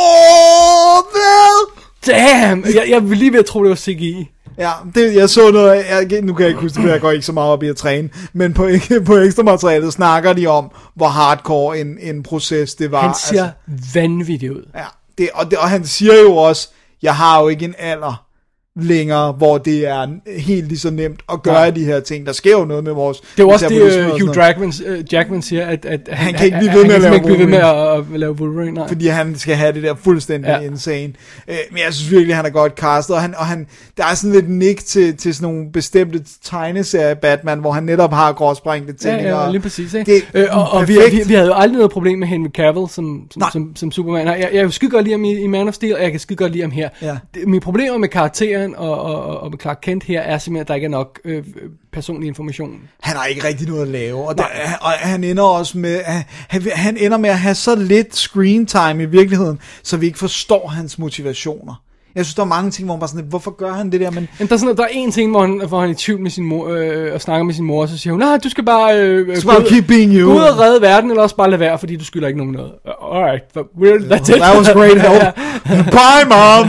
[SPEAKER 3] Hvad?
[SPEAKER 4] Damn! Jeg vil lige ved at tro, det var CGI.
[SPEAKER 3] Ja, jeg så noget, nu kan jeg ikke huske det, for jeg går ikke så meget op i at træne, men på ekstra materialet snakker de om, hvor hardcore en proces det var.
[SPEAKER 4] Han ser vanvittig ud.
[SPEAKER 3] Ja, og han siger jo også, jeg har jo ikke en alder længere, hvor det er helt lige så nemt at gøre de her ting. Der sker jo noget med vores...
[SPEAKER 4] Det er jo også det, Hugh Jackman siger, at
[SPEAKER 3] han kan ikke blive ved med
[SPEAKER 4] at lave Wolverine. Nej.
[SPEAKER 3] Fordi han skal have det der fuldstændig insane. Men jeg synes virkelig, han er godt castet, og han der er sådan lidt nik til sådan nogle bestemte tegneserier Batman, hvor han netop har gråsprængte tændinger.
[SPEAKER 4] Ja, lige præcis. Ikke? Og vi havde jo aldrig noget problem med Henry Cavill som Superman. Jeg kan skide godt lide ham i Man of Steel, og jeg kan skide godt lide ham her. Ja. Mine problemer med karakteren og med Clark Kent her er simpelthen, at der ikke er nok personlig information.
[SPEAKER 3] Han har ikke rigtig noget at lave, og han ender også med han ender med at have så lidt screen time i virkeligheden, så vi ikke forstår hans motivationer. Jeg synes, der er mange ting, hvor man bare sådan, hvorfor gør han det der? Men
[SPEAKER 4] der er en ting, hvor han er i tvivl med sin mor, og snakker med sin mor, og så siger hun, nej, du skal bare
[SPEAKER 3] keep being you.
[SPEAKER 4] Gå ud og redde verden, eller også bare lade være, fordi du skylder ikke nogen noget. Alright, that's it.
[SPEAKER 3] That was great help. Bye, mom!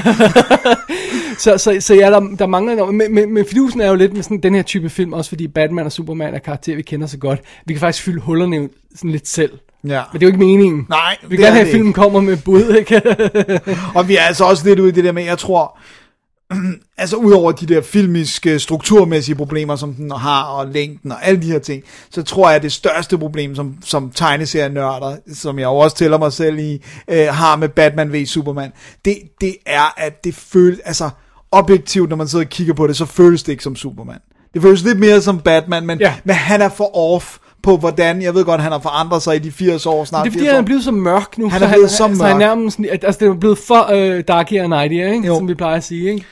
[SPEAKER 4] Så ja, der mangler noget. Men fidusen er jo lidt med sådan den her type film, også fordi Batman og Superman er karakterer, vi kender så godt. Vi kan faktisk fylde hullerne sådan lidt selv. Ja. Men det er jo ikke meningen.
[SPEAKER 3] Nej,
[SPEAKER 4] vi kan gerne have, at filmen kommer med bud, ikke?
[SPEAKER 3] Og vi er altså også lidt ude i det der med, jeg tror, altså udover de der filmiske, strukturmæssige problemer, som den har, og længden og alle de her ting, så tror jeg, at det største problem, som tegneserienørder, som jeg jo også tæller mig selv i, har med Batman v Superman, det er, at det føles, altså objektivt, når man sidder og kigger på det, så føles det ikke som Superman. Det føles lidt mere som Batman, men han er for off på hvordan, jeg ved godt, han har forandret sig i de 80 år snart.
[SPEAKER 4] Det er fordi, han er blevet så mørk nu.
[SPEAKER 3] Han er blevet så mørk.
[SPEAKER 4] Så han nærmest, altså det er blevet for darky and nighty, ikke? Som vi plejer at sige, ikke?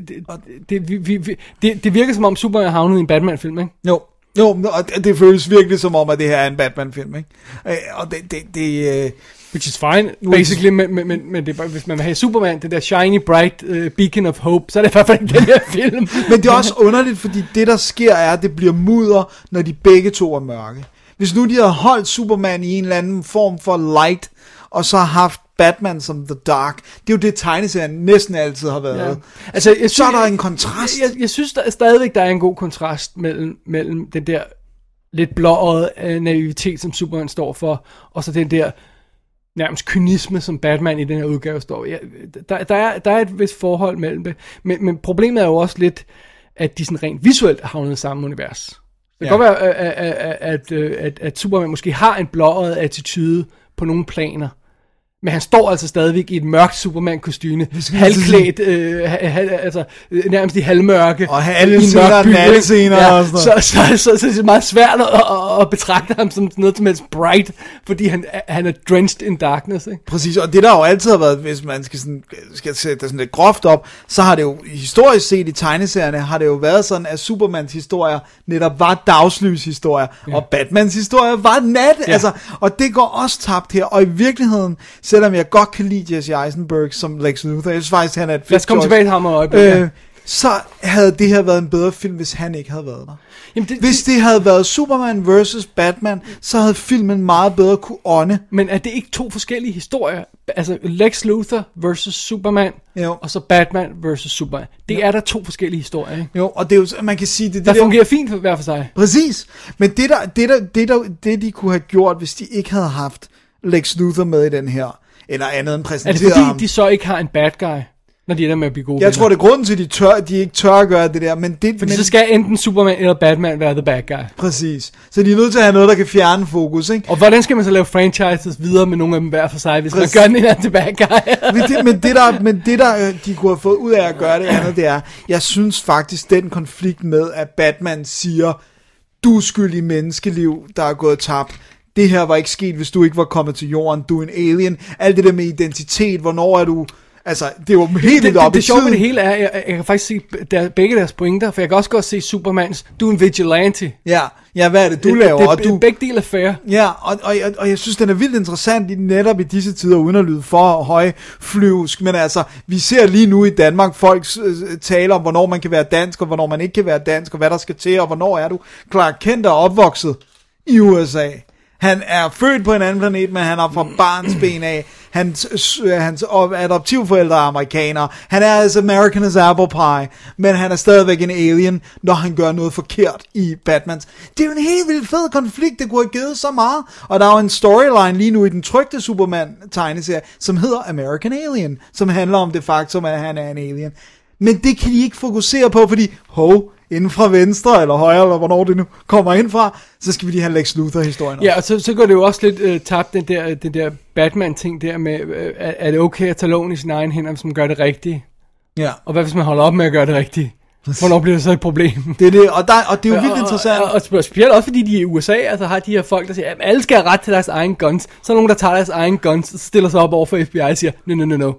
[SPEAKER 4] Det virker som om Superman er havnet i en Batman-film, ikke?
[SPEAKER 3] Jo, og det føles virkelig som om, at det her er en Batman-film, ikke? Og det
[SPEAKER 4] which is fine, basically, men det, hvis man vil have Superman, det der shiny, bright beacon of hope, så er det i hvert fald den her film.
[SPEAKER 3] Men det er også underligt, fordi det der sker er, at det bliver mudder, når de begge to er mørke. Hvis nu de havde holdt Superman i en eller anden form for light, og så haft Batman som The Dark, det er jo det tegneserien næsten altid har været. Ja.
[SPEAKER 4] Altså,
[SPEAKER 3] så er der en kontrast.
[SPEAKER 4] Jeg synes stadigvæk, der er en god kontrast mellem den der lidt blåøjede naivitet, som Superman står for, og så den der nærmest kynisme, som Batman i den her udgave står. Ja, der er et vist forhold mellem det, men problemet er jo også lidt, at de sådan rent visuelt er havnet i samme univers. Det kan godt være, at Superman måske har en blåøjet attitude på nogle planer, men han står altså stadigvæk i et mørkt Superman-kostyme, halvklædt, altså nærmest i halvmørke.
[SPEAKER 3] Og alle scener, nattescener og sådan noget.
[SPEAKER 4] Så det er meget svært at betragte ham som noget som helst bright, fordi han er drenched in darkness. Ikke?
[SPEAKER 3] Præcis, og det der jo altid har været, hvis man skal sætte det sådan lidt groft op, så har det jo historisk set i tegneserierne, har det jo været sådan, at Supermans historier netop var dagslyshistorier, og Batmans historier var nat. Ja. Altså, og det går også tabt her, og i virkeligheden, selvom jeg godt kan lide Jesse Eisenberg som Lex Luthor, jeg synes faktisk, han er et fedt.
[SPEAKER 4] Lad os komme tilbage til ham og
[SPEAKER 3] så havde det her været en bedre film, hvis han ikke havde været der.
[SPEAKER 4] Jamen
[SPEAKER 3] Hvis det havde været Superman vs. Batman, så havde filmen meget bedre kunne ånde.
[SPEAKER 4] Men er det ikke to forskellige historier? Altså Lex Luthor versus Superman,
[SPEAKER 3] Jo.
[SPEAKER 4] og så Batman versus Superman. Det er der to forskellige historier, ikke?
[SPEAKER 3] Jo, og det er jo, man kan sige, det
[SPEAKER 4] der fungerer fint for hver for sig.
[SPEAKER 3] Præcis. Men det de kunne have gjort, hvis de ikke havde haft Lex Luthor med i den her, eller andet end præsenteret
[SPEAKER 4] ham. Er det fordi,
[SPEAKER 3] ham.
[SPEAKER 4] de så ikke har en bad guy, når de er der med at blive gode?
[SPEAKER 3] Jeg tror, det er grunden til, at de ikke tør at gøre det der. Men
[SPEAKER 4] så skal enten Superman eller Batman være the bad guy.
[SPEAKER 3] Præcis. Så de er nødt til at have noget, der kan fjerne fokus, ikke?
[SPEAKER 4] Og hvordan skal man så lave franchises videre med nogle af dem hver for sig, hvis man gør den ene til bad guy?
[SPEAKER 3] men det der de kunne have fået ud af at gøre det andet, det er, jeg synes faktisk, den konflikt med, at Batman siger, du er skyld i menneskeliv, der er gået tabt. Det her var ikke sket, hvis du ikke var kommet til jorden. Du er en alien. Alt det der med identitet, hvornår er du... Altså, det er jo helt lidt op i
[SPEAKER 4] det sjove med det hele er, jeg kan faktisk se begge deres pointer, for jeg kan også godt se Supermans, du er en vigilante.
[SPEAKER 3] Ja, hvad er det, du laver?
[SPEAKER 4] Og du... Begge dele er fair.
[SPEAKER 3] Ja, og jeg synes, den er vildt interessant netop i disse tider, uden at lyde for højflyvsk, men altså, vi ser lige nu i Danmark, folk taler om, hvornår man kan være dansk, og hvornår man ikke kan være dansk, og hvad der skal til, og hvornår er du. Clark Kent er opvokset i USA. Han er født på en anden planet, men han er fra barnsben af. Hans adoptivforældre er amerikanere. Han er as American as apple pie, men han er stadigvæk en alien, når han gør noget forkert i Batmans. Det er jo en helt vildt fed konflikt, det kunne have givet så meget. Og der er jo en storyline lige nu i den trykte Superman-tegneserie, som hedder American Alien, som handler om det faktum, at han er en alien. Men det kan de ikke fokusere på, fordi, inden fra venstre eller højre, eller hvornår det nu kommer ind fra, så skal vi lige have Lex Luthor-historien også.
[SPEAKER 4] Ja, og så går det jo også lidt tabt, den der Batman-ting der med, er det okay at tage loven i sin egen hænder, hvis man gør det rigtigt?
[SPEAKER 3] Ja.
[SPEAKER 4] Og hvad hvis man holder op med at gøre det rigtigt? Hvornår bliver det så et problem?
[SPEAKER 3] Det er det, og det er jo vildt interessant.
[SPEAKER 4] Og specielt også fordi de i USA altså har de her folk, der siger, at alle skal have ret til deres egen guns. Så er nogen, der tager deres egen guns og stiller sig op over for FBI og siger, no.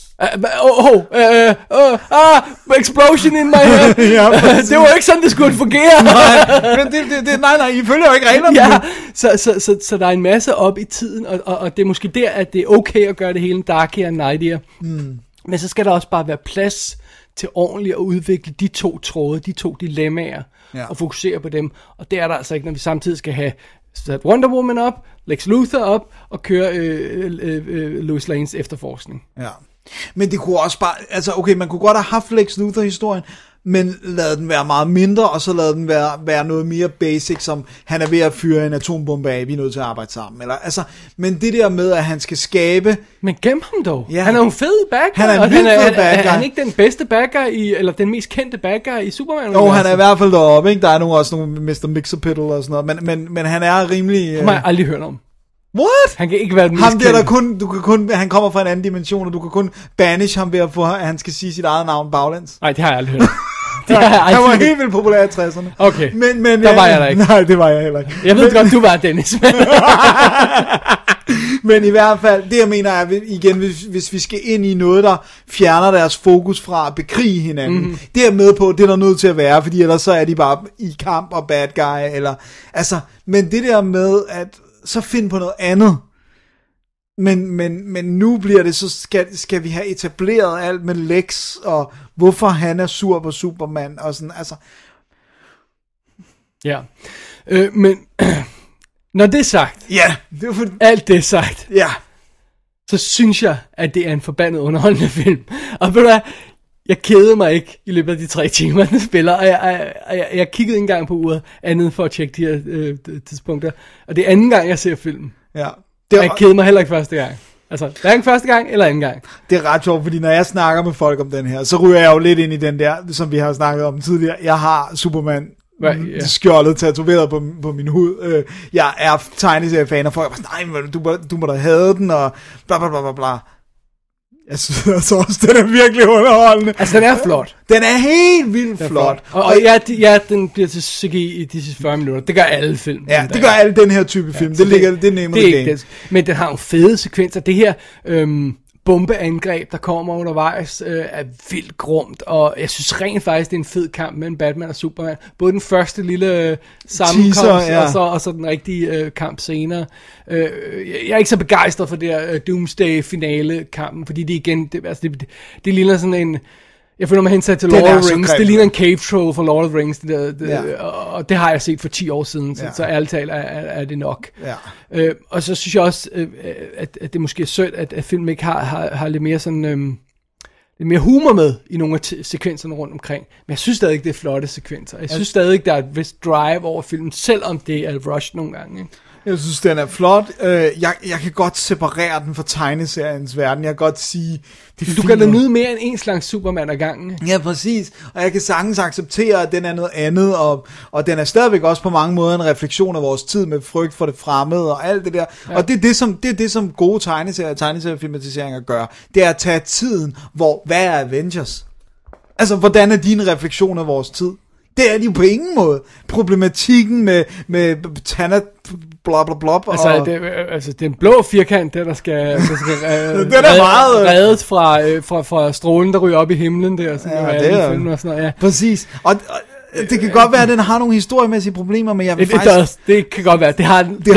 [SPEAKER 4] Explosion in my head. Det var ikke sådan, det skulle fungere.
[SPEAKER 3] Nej, I følger jo ikke reglerne.
[SPEAKER 4] Ja, så der er en masse op i tiden, og det er måske der, at det er okay at gøre det hele darkere og nightier. Men så skal der også bare være plads til ordentligt at udvikle de to tråde, de to dilemmaer, og fokusere på dem. Og det er der altså ikke, når vi samtidig skal have sat Wonder Woman op, Lex Luthor op, og køre Lois Lanes efterforskning.
[SPEAKER 3] Ja. Men det kunne også bare, altså okay, man kunne godt have haft Lex Luthor-historien, men lad den være meget mindre, og så lad den være noget mere basic, som han er ved at fyre en atombombe af, vi er nødt til at arbejde sammen. Eller, altså, men det der med, at han skal skabe...
[SPEAKER 4] Men gem ham dog.
[SPEAKER 3] Ja.
[SPEAKER 4] Han er jo en fed bad guy.
[SPEAKER 3] Han er en vildt fed bad guy.
[SPEAKER 4] Er han ikke den bedste bad guy, eller den mest kendte bad guy i Superman?
[SPEAKER 3] Jo, han er i hvert fald deroppe, ikke? Der er også nogle Mr. Mixer-Piddle og sådan noget, men han er rimelig...
[SPEAKER 4] Ham har jeg aldrig hørt om.
[SPEAKER 3] What?
[SPEAKER 4] Han kan ikke være den mest
[SPEAKER 3] ham der han kommer fra en anden dimension, og du kan kun banish ham ved at få, at han skal sige sit eget navn baglæns.
[SPEAKER 4] Nej, det har jeg aldrig hørt.
[SPEAKER 3] Han var helt vildt populær i 60'erne.
[SPEAKER 4] Okay,
[SPEAKER 3] men,
[SPEAKER 4] der var jeg da ikke.
[SPEAKER 3] Nej, det var jeg heller ikke.
[SPEAKER 4] Jeg ved godt, du var Dennis.
[SPEAKER 3] Men i hvert fald, det jeg mener er, igen, hvis vi skal ind i noget, der fjerner deres fokus fra at bekrige hinanden, det er med på, det er der nødt til at være, fordi ellers så er de bare i kamp og bad guy, eller, altså, men det der med, at så find på noget andet. Men nu bliver det, så skal vi have etableret alt med Lex, og hvorfor han er sur på Superman, og sådan, altså.
[SPEAKER 4] Ja, men når det er sagt, alt det er sagt, så synes jeg, at det er en forbandet underholdende film. Og ved du hvad, jeg keder mig ikke i løbet af de 3 timer, den spiller, og jeg kiggede ikke engang på uret, andet for at tjekke de her tidspunkter, og det er anden gang, jeg ser filmen.
[SPEAKER 3] Ja.
[SPEAKER 4] Jeg keder mig heller ikke første gang. Altså, hverken første gang eller anden gang. Det
[SPEAKER 3] er ret sjovt, fordi når jeg snakker med folk om den her, så ryger jeg jo lidt ind i den der, som vi har snakket om tidligere. Jeg har Superman skjoldet tatoveret på min hud. Jeg er tegneseriefan, og folk er bare, nej, du må da have den, og bla bla bla bla bla. Jeg synes også, den er virkelig underholdende.
[SPEAKER 4] Altså, den er flot.
[SPEAKER 3] Den er helt vildt flot.
[SPEAKER 4] Og den bliver til CGI i de sidste 40 minutter. Det gør alle film.
[SPEAKER 3] Ja, det gør alle den her type film. Det er nemmere det game.
[SPEAKER 4] Men den har jo fede sekvenser. Det her bombeangreb, der kommer undervejs, er vildt grumt. Og jeg synes rent faktisk, det er en fed kamp mellem Batman og Superman. Både den første lille sammenkomst, og så den rigtige kamp senere. Jeg er ikke så begejstret for det her Doomsday-finale-kampen, fordi det igen, det ligner sådan en... Jeg føler mig hensat til Lord of the Rings. Det ligner en cave troll for Lord of the Rings, og det har jeg set for 10 år siden, så ærligt talt er det nok. Ja. Og så synes jeg også, at det måske er sødt, at filmen ikke har lidt mere sådan... lidt mere humor med i nogle af sekvenserne rundt omkring. Men jeg synes stadig ikke, det er flotte sekvenser. Jeg synes stadig ikke, der er et vist drive over filmen, selvom det er rushed nogle gange. Ikke?
[SPEAKER 3] Jeg synes, den er flot. Jeg kan godt separere den fra tegneseriens verden. Jeg kan godt sige...
[SPEAKER 4] Du kan da nyde mere end en slags Superman ad gangen.
[SPEAKER 3] Ja, præcis. Og jeg kan sagtens acceptere, at den er noget andet, og den er stadigvæk også på mange måder en refleksion af vores tid med frygt for det fremmede og alt det der. Ja. Og det er det, som gode tegneseriefilmatiseringer gør. Det er at tage tiden, hvad er Avengers? Altså, hvordan er din refleksion af vores tid? Det er de jo på ingen måde. Problematikken med Tanner bla bla bla.
[SPEAKER 4] Altså, den blå firkant, der skal
[SPEAKER 3] den er meget
[SPEAKER 4] reddet fra strålen, der ryger op i himlen der. Sådan,
[SPEAKER 3] det er
[SPEAKER 4] filmen og sådan noget, ja.
[SPEAKER 3] Præcis. Og det kan godt være, at den har nogle historiemæssige problemer, men jeg vil faktisk...
[SPEAKER 4] Det kan godt være. Den har
[SPEAKER 3] vi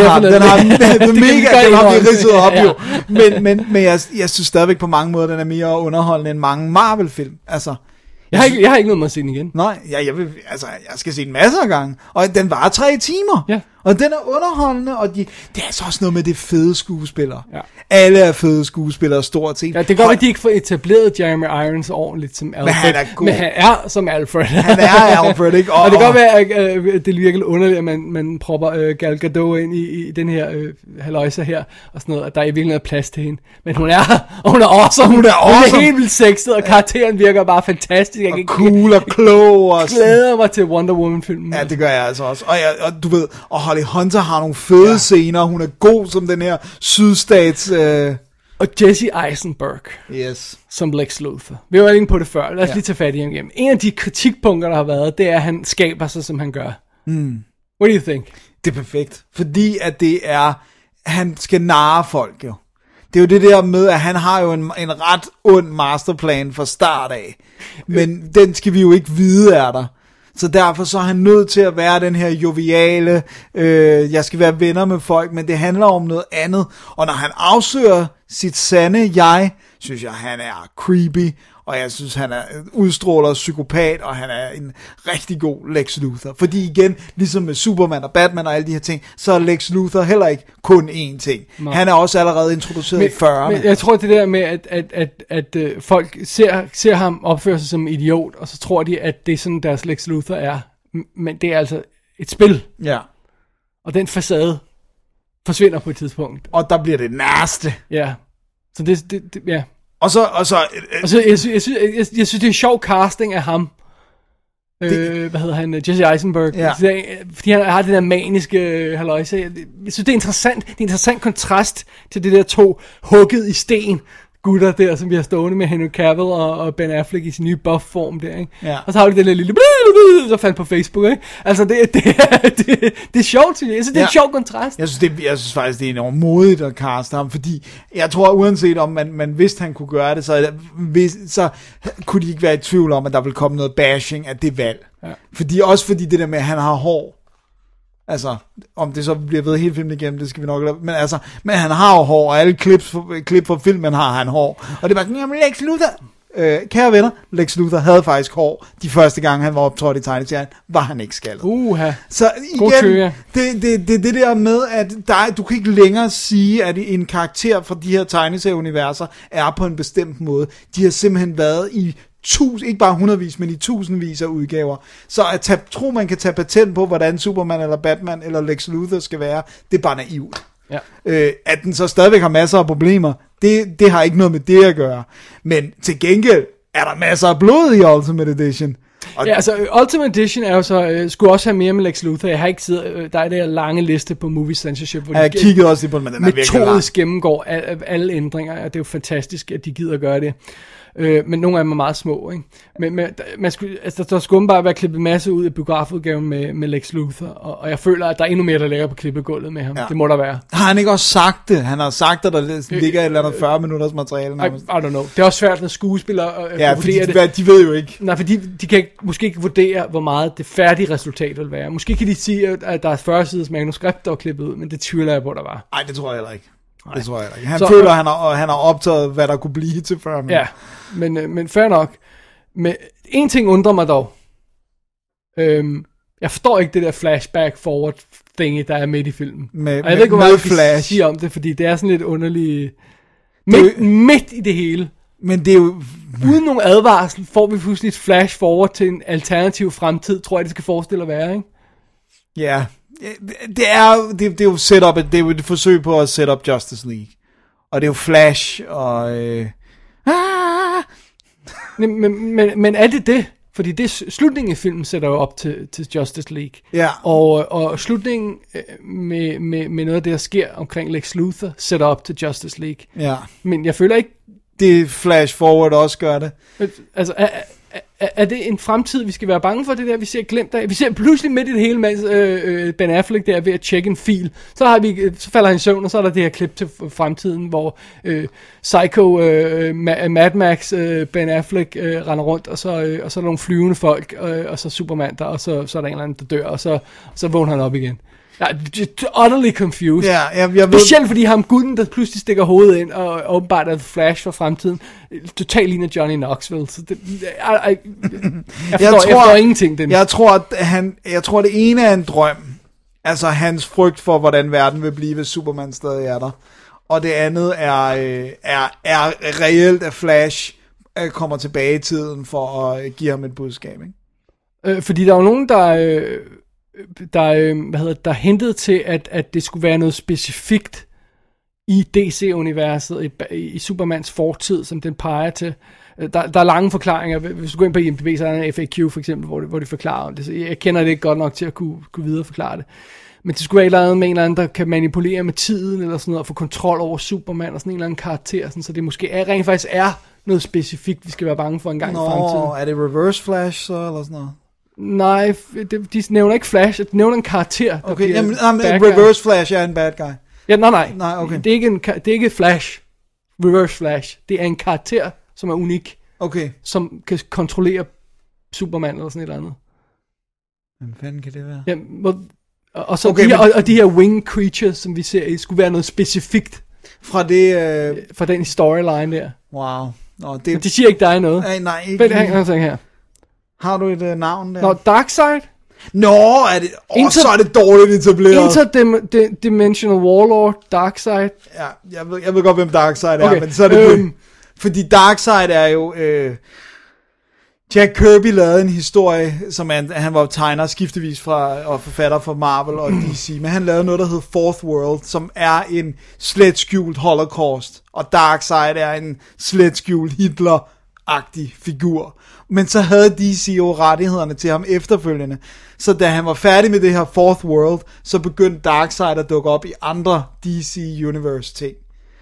[SPEAKER 3] ridset op jo. Men jeg synes stadigvæk på mange måder, den er mere underholdende end mange Marvel-film. Altså...
[SPEAKER 4] Jeg har ikke noget med at se den igen.
[SPEAKER 3] Nej, jeg skal se den masser af gange. Og den varer 3 timer. Ja. Og den er underholdende, og det er altså også noget med det fede skuespillere. Ja. Alle er fede skuespillere, stort set.
[SPEAKER 4] Ja, det kan godt, at de ikke får etableret Jeremy Irons ordentligt som Alfred.
[SPEAKER 3] Men han er god.
[SPEAKER 4] Men han er som Alfred.
[SPEAKER 3] Han er Alfred, ikke?
[SPEAKER 4] Og det kan godt være, at det virker lidt underligt, at man propper Gal Gadot ind i den her halløjse her, og sådan noget, at der i virkeligheden er plads til hende. Men hun er awesome. Hun er helt vildt sexet, og karakteren virker bare fantastisk.
[SPEAKER 3] Og cool og klog. Og
[SPEAKER 4] glæder mig til Wonder Woman-filmen.
[SPEAKER 3] Ja, det gør jeg altså også. Og du ved, Holly Hunter har nogle fede scener. Hun er god som den her sydstats...
[SPEAKER 4] Og Jesse Eisenberg.
[SPEAKER 3] Yes.
[SPEAKER 4] Som Lex Luthor. Vi var inde på det før. Lad os lige tage fat i ham igennem. En af de kritikpunkter, der har været, det er, at han skaber sig, som han gør. What do you think?
[SPEAKER 3] Det er perfekt. Fordi at det er... Han skal narre folk jo. Det er jo det der med, at han har jo en ret ond masterplan fra start af. Men den skal vi jo ikke vide er der. Så derfor så er han nødt til at være den her joviale, jeg skal være venner med folk, men det handler om noget andet. Og når han afsøger sit sande jeg, synes jeg, han er creepy, og jeg synes, han er udstråler psykopat, og han er en rigtig god Lex Luthor. Fordi igen, ligesom med Superman og Batman og alle de her ting, så er Lex Luthor heller ikke kun én ting. Nej. Han er også allerede introduceret i 40'erne.
[SPEAKER 4] Men jeg tror, det der med, at folk ser ham opføre sig som idiot, og så tror de, at det er sådan, deres Lex Luthor er. Men det er altså et spil.
[SPEAKER 3] Ja.
[SPEAKER 4] Og den facade forsvinder på et tidspunkt.
[SPEAKER 3] Og der bliver det nærmeste.
[SPEAKER 4] Ja. Så det ja.
[SPEAKER 3] Og så
[SPEAKER 4] jeg synes det er en sjov casting af ham. Hvad hedder han? Jesse Eisenberg. Ja. Fordi han har den der maniske halløjse. Jeg synes det er interessant. Det er en interessant kontrast til det der 2 hugget i sten gutter der, som vi har stående med Henry Cavill og Ben Affleck i sin nye buff-form der, ikke? Ja. Og så har vi den der lille så fandt på Facebook, ikke? Altså, det er sjovt, synes jeg. Jeg synes, det er en sjov kontrast.
[SPEAKER 3] Jeg synes faktisk, det er enormt modigt at kaste ham, fordi jeg tror, uanset om man vidste, han kunne gøre det, så kunne de ikke være i tvivl om, at der ville komme noget bashing af det valg. Ja. Fordi det der med, at han har hår, altså, om det så bliver ved hele filmen igennem, det skal vi nok lade. Men han har jo hår, og alle klip fra filmen har han hår. Og det er bare, jamen Lex Luthor. Kære venner, Lex Luthor havde faktisk hår. De første gange, han var optrådt i tegneserien, var han ikke skaldet. Så igen, det der med, at du kan ikke længere sige, at en karakter fra de her tegneserieuniverser er på en bestemt måde. De har simpelthen været i ikke bare hundredvis, men i tusindvis af udgaver. Så at tro, man kan tage patent på, hvordan Superman eller Batman eller Lex Luthor skal være, det er bare naivt. Ja. At den så stadigvæk har masser af problemer, det har ikke noget med det at gøre. Men til gengæld er der masser af blod i Ultimate Edition.
[SPEAKER 4] Og ja, altså Ultimate Edition er jo så skulle også have mere med Lex Luthor. Jeg har ikke siddet, der er der lange liste på Movie Censorship, hvor
[SPEAKER 3] jeg kiggede også på den, men den er virkelig lang.
[SPEAKER 4] Metodisk gennemgår alle ændringer, og det er jo fantastisk, at de gider gøre det. Men nogle af dem er meget små, ikke? Men der skulle bare være klippet masse ud af biografudgaven med Lex Luthor, og jeg føler, at der er endnu mere, der ligger på klippegulvet med ham. Ja. Det må der være.
[SPEAKER 3] Har han ikke også sagt det? Han har sagt, at der ligger et eller andet 40 minutters materiale.
[SPEAKER 4] I don't know. Det er også svært, når skuespillere
[SPEAKER 3] vurderer det. De ved jo ikke.
[SPEAKER 4] Nej, fordi de kan måske ikke vurdere, hvor meget det færdige resultat vil være. Måske kan de sige, at der er 40 siders manuskript, der er klippet ud, men det tvivler jeg på, der var.
[SPEAKER 3] Nej, det tror jeg heller ikke. Nej. Det tror jeg ikke. Han føler, at han har optaget, hvad der kunne blive til 40 minutter.
[SPEAKER 4] Ja, men fair nok. Men en ting undrer mig dog. Jeg forstår ikke det der flashback forward thingy, der er midt i filmen.
[SPEAKER 3] Med
[SPEAKER 4] jeg ved ikke, hvad
[SPEAKER 3] med
[SPEAKER 4] jeg skal
[SPEAKER 3] flash.
[SPEAKER 4] sige om det, fordi det er sådan lidt underligt. Midt i det hele.
[SPEAKER 3] Men det er jo...
[SPEAKER 4] Uden nogen advarsel får vi pludselig et flash forward til en alternativ fremtid, tror jeg, det skal forestille at være, ikke?
[SPEAKER 3] Ja, det er jo setup, det er jo et forsøg på at set up Justice League. Og det er jo Flash, og...
[SPEAKER 4] Men er det? Fordi det slutningen i filmen sætter jo op til Justice League.
[SPEAKER 3] Ja.
[SPEAKER 4] Og slutningen med noget af det, der sker omkring Lex Luthor, sætter op til Justice League.
[SPEAKER 3] Ja.
[SPEAKER 4] Men jeg føler ikke...
[SPEAKER 3] Det Flash Forward også gør det.
[SPEAKER 4] Altså, er det en fremtid, vi skal være bange for, det der, vi ser glemt af? Vi ser pludselig midt i det hele, mens Ben Affleck der er ved at tjekke en fil. Så falder han i søvn, og så er der det her klip til fremtiden, hvor Psycho, Mad Max, Ben Affleck render rundt, og så er der nogle flyvende folk, og så Superman der, og så er der en eller anden, der dør, og så vågner han op igen. Jeg er utterly confused.
[SPEAKER 3] Ja, jeg ved...
[SPEAKER 4] Specielt fordi ham gutten, der pludselig stikker hovedet ind, og åbenbart er Flash for fremtiden, totalt ligner Johnny Knoxville. Så jeg forstår ingenting.
[SPEAKER 3] Jeg tror, det ene er en drøm. Altså hans frygt for, hvordan verden vil blive, hvis Superman stadig er der. Og det andet er reelt, at Flash kommer tilbage i tiden for at give ham et budskab, ikke?
[SPEAKER 4] Fordi der er jo nogen, der hentede til, at det skulle være noget specifikt i DC-universet, i Supermans fortid, som den peger til. Der er lange forklaringer. Hvis du går ind på IMDb, så er der en FAQ for eksempel, hvor de forklarer om det. Så jeg kender det ikke godt nok til at kunne videre forklare det. Men det skulle være et eller andet med en eller anden, der kan manipulere med tiden, eller sådan noget, og få kontrol over Superman, og sådan en eller anden karakter, sådan, så det måske rent faktisk er noget specifikt, vi skal være bange for en gang i fremtiden.
[SPEAKER 3] Er det Reverse Flash så, eller sådan noget?
[SPEAKER 4] Nej, de nævner ikke Flash, de nævner en karakter.
[SPEAKER 3] Okay, jamen Reverse Flash er en bad guy.
[SPEAKER 4] Ja, nej,
[SPEAKER 3] okay.
[SPEAKER 4] Det er ikke Flash, Reverse Flash. Det er en karakter, som er unik.
[SPEAKER 3] Okay.
[SPEAKER 4] Som kan kontrollere Superman eller sådan et eller andet.
[SPEAKER 3] Hvem fanden kan det være?
[SPEAKER 4] Ja, og så okay, de her winged creatures, som vi ser, skulle være noget specifikt.
[SPEAKER 3] Fra det...
[SPEAKER 4] Fra den storyline der.
[SPEAKER 3] Wow.
[SPEAKER 4] Men de siger ikke dig noget.
[SPEAKER 3] Nej, ikke.
[SPEAKER 4] Vent, her.
[SPEAKER 3] Har du et navn der?
[SPEAKER 4] Nå, Darkseid.
[SPEAKER 3] Nå, er det... så er det dårligt etableret.
[SPEAKER 4] Interdimensional Warlord, Darkseid.
[SPEAKER 3] Ja, jeg ved godt, hvem Darkseid er, okay. Men så er det... fordi Darkseid er jo... Jack Kirby lavede en historie, som han var tegner skiftevis og forfatter for Marvel og DC, men han lavede noget, der hed Fourth World, som er en slet skjult Holocaust, og Darkseid er en slet skjult Hitler-agtig figur. Men så havde DC jo rettighederne til ham efterfølgende, så da han var færdig med det her Fourth World, så begyndte Darkseid at dukke op i andre DC Universe ting.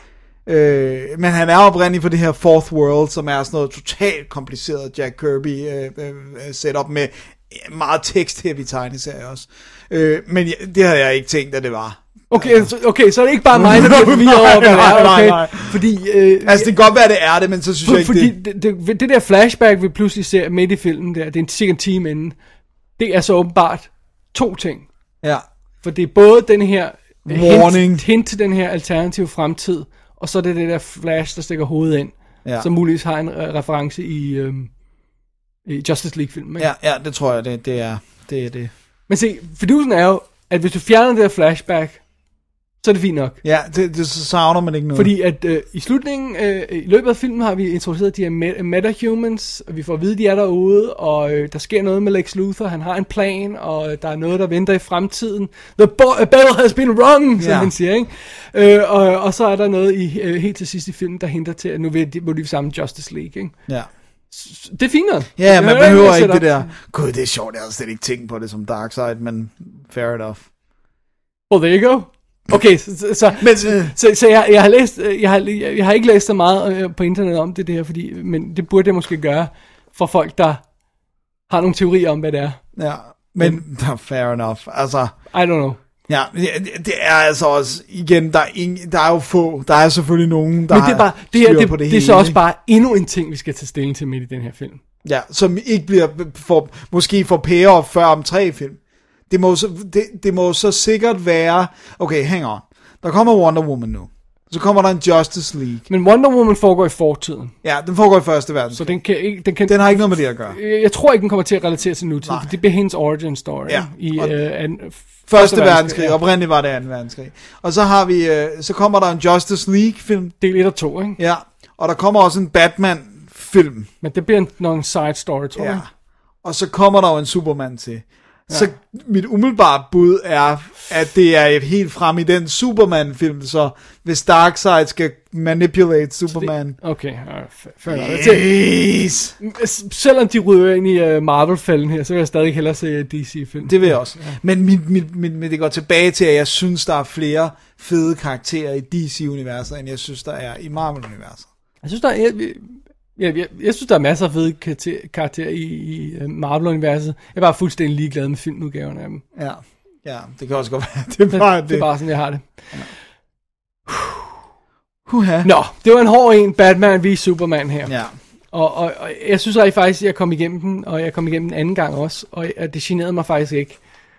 [SPEAKER 3] Men han er oprindeligt for det her Fourth World, som er sådan noget totalt kompliceret Jack Kirby setup med meget tekst-heavy tegneserie også. Men det havde jeg ikke tænkt, at det var.
[SPEAKER 4] Okay, så er det ikke bare mig, der bliver forvirret over, hvad det er, okay?
[SPEAKER 3] Nej.
[SPEAKER 4] Fordi,
[SPEAKER 3] altså det kan godt være, det er det, men så synes jeg ikke
[SPEAKER 4] fordi det der flashback, vi pludselig ser midt i filmen der, det er cirka en time inden, det er så åbenbart to ting.
[SPEAKER 3] Ja.
[SPEAKER 4] For det er både den her hint til den her alternative fremtid, og så er det der Flash, der stikker hovedet ind, som muligvis har en reference i Justice League-filmen.
[SPEAKER 3] Ja, det tror jeg, det er det.
[SPEAKER 4] Men se, fidusen er jo, at hvis du fjerner det der flashback, så er det fint nok.
[SPEAKER 3] Ja, det så savner man ikke noget.
[SPEAKER 4] Fordi at i slutningen, i løbet af filmen, har vi introduceret de her metahumans, og vi får at vide, de er derude, og der sker noget med Lex Luthor, han har en plan, og der er noget, der venter i fremtiden. The battle has been wrong, som man siger, ikke? Og så er der noget helt til sidst i filmen, der henter til, at nu vil de sammen Justice League, ikke?
[SPEAKER 3] Ja.
[SPEAKER 4] Det er fint nok.
[SPEAKER 3] Ja, man behøver ikke det der. Gud, det er sjovt, jeg havde slet ikke tænkt på det som Darkseid, men fair enough.
[SPEAKER 4] Well, there you go. Okay, så jeg har ikke læst så meget på internet om det her, men det burde jeg måske gøre for folk, der har nogle teorier om, hvad det er.
[SPEAKER 3] Ja, men fair enough. Altså,
[SPEAKER 4] I don't know.
[SPEAKER 3] Ja, det er altså også, igen, der er jo få, der er selvfølgelig nogen, der har styr på det hele.
[SPEAKER 4] Det er så også bare endnu en ting, vi skal tage stilling til midt i den her film.
[SPEAKER 3] Ja, som ikke bliver, måske får payoff før om 3 film. Det må så sikkert være, okay, hang on. Der kommer Wonder Woman nu, Så kommer der en Justice League.
[SPEAKER 4] Men Wonder Woman foregår i fortiden.
[SPEAKER 3] Ja, den foregår i første verdenskrig.
[SPEAKER 4] Så den kan ikke...
[SPEAKER 3] Den har ikke noget med det at gøre.
[SPEAKER 4] Jeg tror ikke, den kommer til at relatere til nutiden, for det bliver hendes origin story.
[SPEAKER 3] Ja.
[SPEAKER 4] I
[SPEAKER 3] Første verdenskrig. Ja. Oprindeligt var det anden verdenskrig. Og så har vi... så kommer der en Justice League-film.
[SPEAKER 4] Del 1 og 2, ikke?
[SPEAKER 3] Ja. Og der kommer også en Batman-film.
[SPEAKER 4] Men det bliver en side story, tror jeg.
[SPEAKER 3] Og så kommer der jo en Superman til. Ja. Så mit umiddelbare bud er, at det er helt frem i den Superman-film, så hvis Darkseid skal manipulate Superman.
[SPEAKER 4] Okay, fair enough. Selvom de ryger ind i Marvel-fælden her, så vil jeg stadig hellere se DC-film.
[SPEAKER 3] Det vil jeg også. Ja. Men det går tilbage til, at jeg synes, der er flere fede karakterer i DC-universet, end jeg synes, der er i Marvel-universet.
[SPEAKER 4] Jeg synes, jeg synes, der er masser af fede karakterer i Marvel-universet. Jeg er bare fuldstændig ligeglad med filmudgaverne af dem.
[SPEAKER 3] Ja, det kan også godt være.
[SPEAKER 4] Det er bare sådan, jeg har det.
[SPEAKER 3] Ja.
[SPEAKER 4] Nå, det var en hård en, Batman v Superman her.
[SPEAKER 3] Ja.
[SPEAKER 4] Og jeg synes faktisk, at jeg kom igennem den, og jeg kom igennem den anden gang også, og det generede mig faktisk ikke.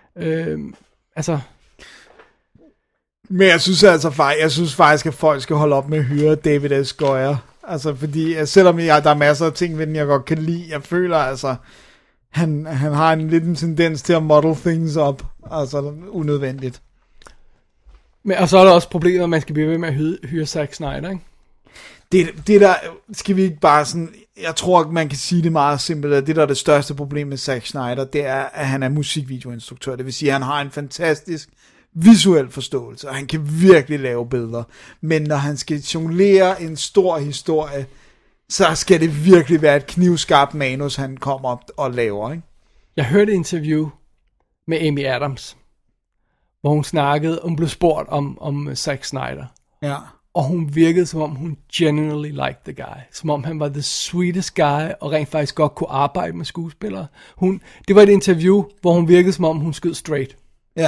[SPEAKER 3] Men jeg synes faktisk, at folk skal holde op med at hyre David S. Goyer. Altså, fordi selvom der er masser af ting ved den, jeg godt kan lide, jeg føler altså, han har en lille tendens til at model things op. Altså, unødvendigt.
[SPEAKER 4] Men, og så er der også problemet, at man skal blive ved med at hyre Zack Snyder, ikke?
[SPEAKER 3] Det der, skal vi ikke bare sådan, jeg tror, man kan sige det meget simpelt, at det der er det største problem med Zack Snyder, det er, at han er musikvideoinstruktør. Det vil sige, at han har en fantastisk visuel forståelse, og han kan virkelig lave billeder. Men når han skal jonglere en stor historie, så skal det virkelig være et knivskarpt manus, han kommer op og laver, ikke?
[SPEAKER 4] Jeg hørte et interview med Amy Adams, hvor hun blev spurgt om Zack Snyder.
[SPEAKER 3] Ja.
[SPEAKER 4] Og hun virkede, som om hun genuinely liked the guy. Som om han var the sweetest guy, og rent faktisk godt kunne arbejde med skuespillere. Det var et interview, hvor hun virkede, som om hun skød straight.
[SPEAKER 3] Ja.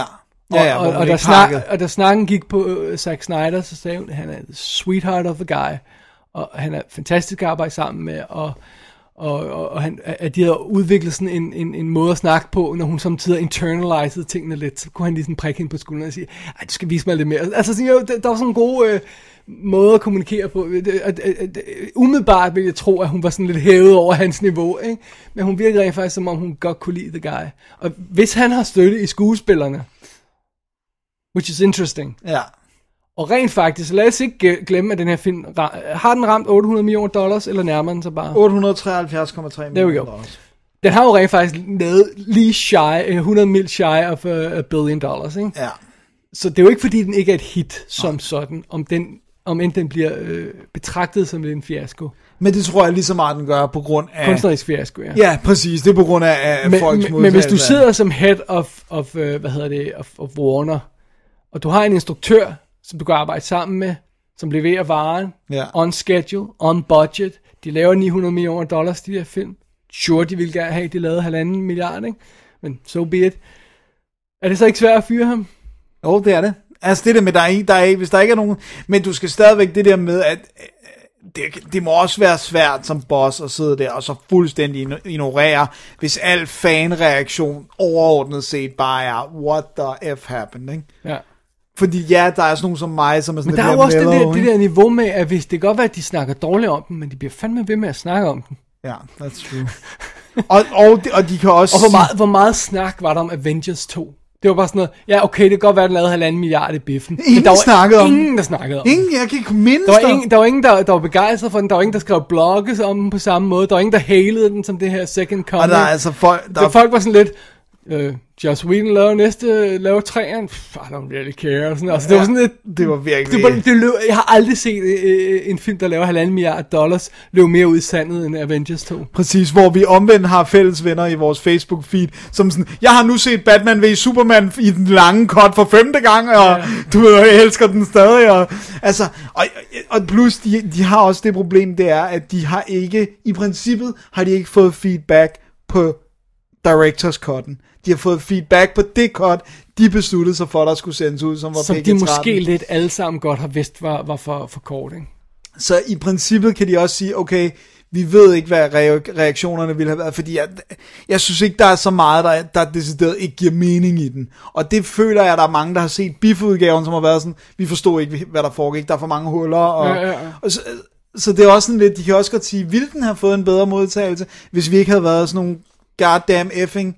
[SPEAKER 4] Og da snakken gik på Zack Snyder, så sagde hun, at han er the sweetheart of a guy. Og han er fantastisk at arbejde sammen med, og at de havde udviklet sådan en måde at snakke på, når hun samtidig internalisede tingene lidt, så kunne han lige sådan prikke hende på skulderen og sige, ej, du skal vise mig lidt mere. Altså, der var sådan en god måde at kommunikere på. Umiddelbart ville jeg tro, at hun var sådan lidt hævet over hans niveau, ikke? Men hun virkede rent faktisk, som om hun godt kunne lide the guy. Og hvis han har støtte i skuespillerne, which is interesting.
[SPEAKER 3] Ja.
[SPEAKER 4] Og rent faktisk, lad os ikke glemme, at den her film, har den ramt $800 million, eller nærmer den sig bare?
[SPEAKER 3] 873,3 millioner dollars.
[SPEAKER 4] Den har jo rent faktisk lavet lige shy, 100 mil shy of $1 billion, ikke?
[SPEAKER 3] Ja.
[SPEAKER 4] Så det er jo ikke, fordi den ikke er et hit som sådan, om end den bliver betragtet som en fiasko.
[SPEAKER 3] Men det tror jeg lige så meget, den gør på grund af...
[SPEAKER 4] Kunstnerisk fiasko, ja.
[SPEAKER 3] Ja, præcis. Det er på grund af folks modtagelse.
[SPEAKER 4] Men hvis du sidder som head of Warner, og du har en instruktør, som du kan arbejde sammen med, som leverer varen, on schedule, on budget, de laver $900 million, de der film. Sure, de vil gerne have, de lavede 1,5 milliard, ikke? Men so be it. Er det så ikke svært at fyre ham?
[SPEAKER 3] Jo, det er det. Altså det der med, hvis der ikke er nogen... Men du skal stadigvæk det der med, at det må også være svært som boss at sidde der og så fuldstændig ignorere, hvis al fanreaktion overordnet set bare er, what the F happened, ikke? Ja. Fordi der er sådan nogen som mig, som er sådan...
[SPEAKER 4] Men der er jo også det der niveau med, at hvis det kan godt være, at de snakker dårligt om dem, men de bliver fandme ved med at snakke om dem.
[SPEAKER 3] Ja, that's true. og de kan også...
[SPEAKER 4] Og hvor meget snak var der om Avengers 2? Det var bare sådan noget, ja okay, det kan godt være, at den lavede 1,5 milliard i biffen.
[SPEAKER 3] Ingen der snakkede om
[SPEAKER 4] ingen, der snakkede om
[SPEAKER 3] ingen, jeg kan ikke mindes
[SPEAKER 4] der var ingen, der var begejstret for den. Der var ingen, der skrev blogges om den på samme måde. Der var ingen, der halede den som det her second coming.
[SPEAKER 3] Og der er altså
[SPEAKER 4] folk var sådan lidt... Joss Whedon laver træerne. I don't really care. Og sådan. Altså, det var sådan lidt...
[SPEAKER 3] Det var virkelig...
[SPEAKER 4] Jeg har aldrig set en film, der laver $1,5 milliard, løbe mere ud i sandet end Avengers 2.
[SPEAKER 3] Præcis, hvor vi omvendt har fælles venner i vores Facebook-feed, som sådan, jeg har nu set Batman v Superman i den lange cut for 5. gang, og du ved, jeg elsker den stadig. Og plus, de har også det problem, det er, at de har ikke, i princippet, har de ikke fået feedback på director's cutten. De har fået feedback på det cut, de besluttede sig for, der skulle sendes ud, som var PG-13.
[SPEAKER 4] Som de måske lidt alle sammen godt har vidst var for kort, ikke?
[SPEAKER 3] Så i princippet kan de også sige, okay, vi ved ikke, hvad reaktionerne ville have været, fordi jeg synes ikke, der er så meget, der decideret ikke giver mening i den. Og det føler jeg, der er mange, der har set Biff-udgaven, som har været sådan, vi forstår ikke, hvad der foregik, der er for mange huller, og så det er også sådan lidt, de kan også godt sige, ville den have fået en bedre modtagelse, hvis vi ikke havde været sådan nogle goddamn effing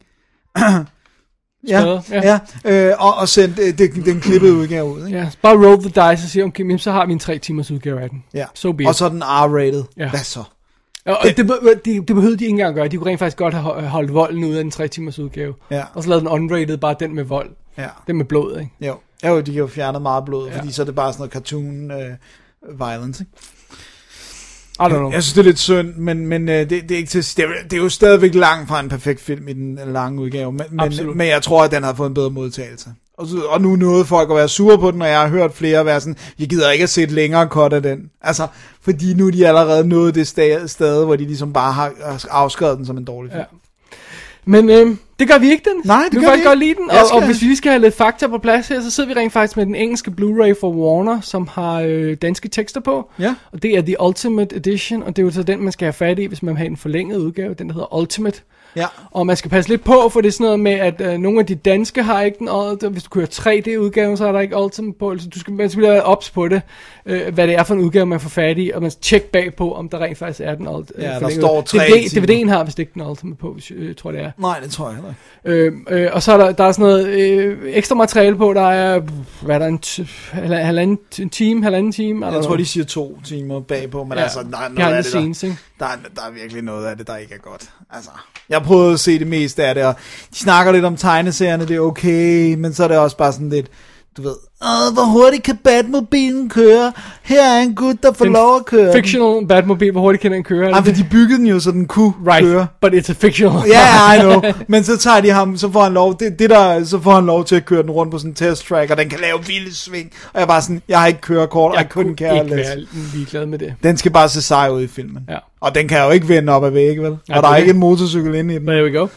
[SPEAKER 3] og sendt den klippede udgave ud, ikke?
[SPEAKER 4] Ja, bare roll the dice og sige, okay, så har vi en 3 timers udgave af den.
[SPEAKER 3] Ja.
[SPEAKER 4] So
[SPEAKER 3] og så den R-rated.
[SPEAKER 4] Ja.
[SPEAKER 3] Hvad så?
[SPEAKER 4] Og det behøvede de ikke engang gøre. De kunne rent faktisk godt have holdt volden ud af den 3 timers udgave.
[SPEAKER 3] Ja.
[SPEAKER 4] Og så lavede den unrated, bare den med vold.
[SPEAKER 3] Ja.
[SPEAKER 4] Den med blod, ikke?
[SPEAKER 3] Jo, de kan jo fjerne meget blod, fordi så er det bare sådan noget cartoon violence, ikke?
[SPEAKER 4] I don't know.
[SPEAKER 3] Jeg synes, det er lidt synd, men det er ikke til. Det er jo stadigvæk langt fra en perfekt film i den lange udgave, men jeg tror, at den har fået en bedre modtagelse. Og nu nåede folk at være sure på den, og jeg har hørt flere være sådan, jeg gider ikke at se et længere cut af den. Altså, fordi nu er de allerede nået det sted, hvor de ligesom bare har afskrevet den som en dårlig film. Ja.
[SPEAKER 4] Men det gør vi ikke, den.
[SPEAKER 3] Nej, det gør vi ikke.
[SPEAKER 4] Godt lide den. Og hvis vi lige skal have lidt fakta på plads her, så sidder vi rent faktisk med den engelske Blu-ray fra Warner, som har danske tekster på.
[SPEAKER 3] Ja.
[SPEAKER 4] Og det er The Ultimate Edition, og det er jo så den, man skal have fat i, hvis man vil have en forlænget udgave. Den, der hedder Ultimate.
[SPEAKER 3] Ja.
[SPEAKER 4] Og man skal passe lidt på, for det er sådan noget med, at nogle af de danske har ikke den, og hvis du kører 3D-udgaven, så er der ikke Ultimate på, så man skal være ops på det, hvad det er for en udgave, man får fat i, og man skal tjekke bagpå, om der rent faktisk er den
[SPEAKER 3] ja, der står 3
[SPEAKER 4] DVD'en har vist ikke den Ultimate på, tror det er.
[SPEAKER 3] Nej, det tror jeg heller ikke.
[SPEAKER 4] Og så er der er sådan noget ekstra materiale på, der er, hvad er der, halvanden time?
[SPEAKER 3] Jeg tror, de siger 2 timer bagpå, men altså, der er noget af det, der er virkelig noget af det, der ikke er godt. Altså, jeg prøvede at se det meste af det, og de snakker lidt om tegneserierne, det er okay, men så er det også bare sådan lidt, du ved, hvor hurtigt kan Batmobilen køre? Her er en gut, der får lov at køre.
[SPEAKER 4] Fictional Batmobile, hvor hurtigt kan den køre?
[SPEAKER 3] Ja, for de byggede den jo, så den kunne køre.
[SPEAKER 4] But it's a fictional.
[SPEAKER 3] Ja, I know. Men så tager de ham, så får han lov, så får han lov til at køre den rundt på sådan en test track, og den kan lave vilde sving. Og jeg er bare sådan, jeg har ikke kørekort, og jeg kunne ikke være
[SPEAKER 4] ligeglad med det.
[SPEAKER 3] Den skal bare se sej ud i filmen.
[SPEAKER 4] Ja.
[SPEAKER 3] Og den kan jo ikke vende op ad vægge, vel?
[SPEAKER 4] Ja,
[SPEAKER 3] og der er ikke en motorcykel inde i den.
[SPEAKER 4] There we go.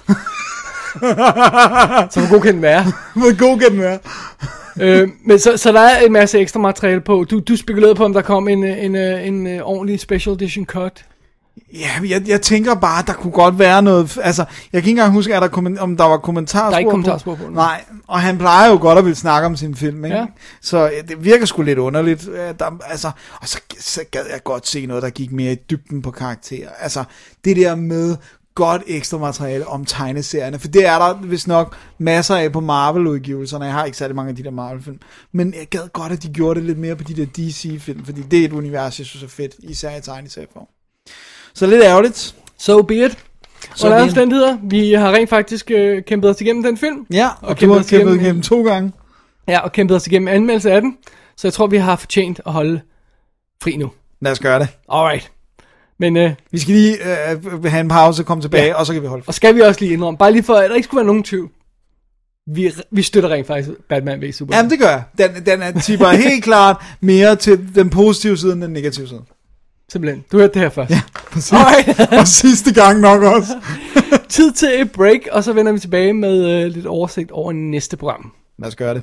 [SPEAKER 4] Så hvor god kan den være?
[SPEAKER 3] Hvor god kan den være?
[SPEAKER 4] Men så der er en masse ekstra materiale på. Du spekulerede på, om der kom en ordentlig special edition cut.
[SPEAKER 3] Ja, jeg tænker bare, der kunne godt være noget. Altså, jeg kan ikke engang huske, om der var kommentarspor.
[SPEAKER 4] Der er ikke kommentarspor på.
[SPEAKER 3] Nej, og han plejer jo godt at ville snakke om sin film, ikke? Ja. Så det virker sgu lidt underligt. Og så gad jeg godt se noget, der gik mere i dybden på karakterer. Altså, det der med godt ekstra materiale om tegneserierne, for det er der vist nok masser af på Marvel-udgivelserne. Jeg har ikke særlig mange af de der Marvel-film, men jeg gad godt, at de gjorde det lidt mere på de der DC-film, fordi det er et univers, jeg synes er fedt, især i tegneserieform. Så lidt ærgerligt.
[SPEAKER 4] So be it. Og der er omstændigheder. Vi har rent faktisk kæmpet os igennem den film.
[SPEAKER 3] Ja, og du har kæmpet igennem 2 gange. Ja,
[SPEAKER 4] og kæmpet os igennem anmeldelse af den. Så jeg tror, vi har fortjent at holde fri nu.
[SPEAKER 3] Lad os gøre det.
[SPEAKER 4] Alright. Men
[SPEAKER 3] vi skal lige have en pause, komme tilbage, og så kan vi holde.
[SPEAKER 4] Og skal vi også lige indrømme, bare lige for, at der ikke skulle være nogen tvivl. Vi støtter rent faktisk Batman v Superman.
[SPEAKER 3] Jamen det gør jeg. Den er tipper helt klart mere til den positive side end den negative side.
[SPEAKER 4] Simpelthen. Du hørte det her først.
[SPEAKER 3] Ja, præcis. Og sidste gang nok også.
[SPEAKER 4] Tid til et break, og så vender vi tilbage med lidt oversigt over næste program.
[SPEAKER 3] Lad os gøre det.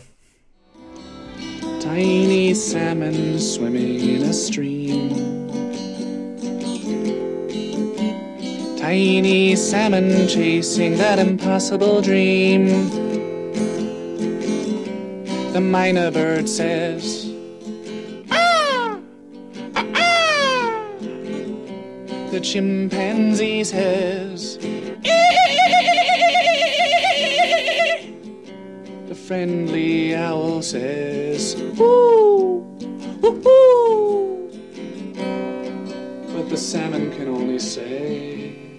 [SPEAKER 10] Tiny salmon swimming in a stream. Tiny salmon chasing that impossible dream. The minor bird says, ah! Ah, ah! The chimpanzee says, the friendly owl says, woo, woo, woo. But the salmon can only say,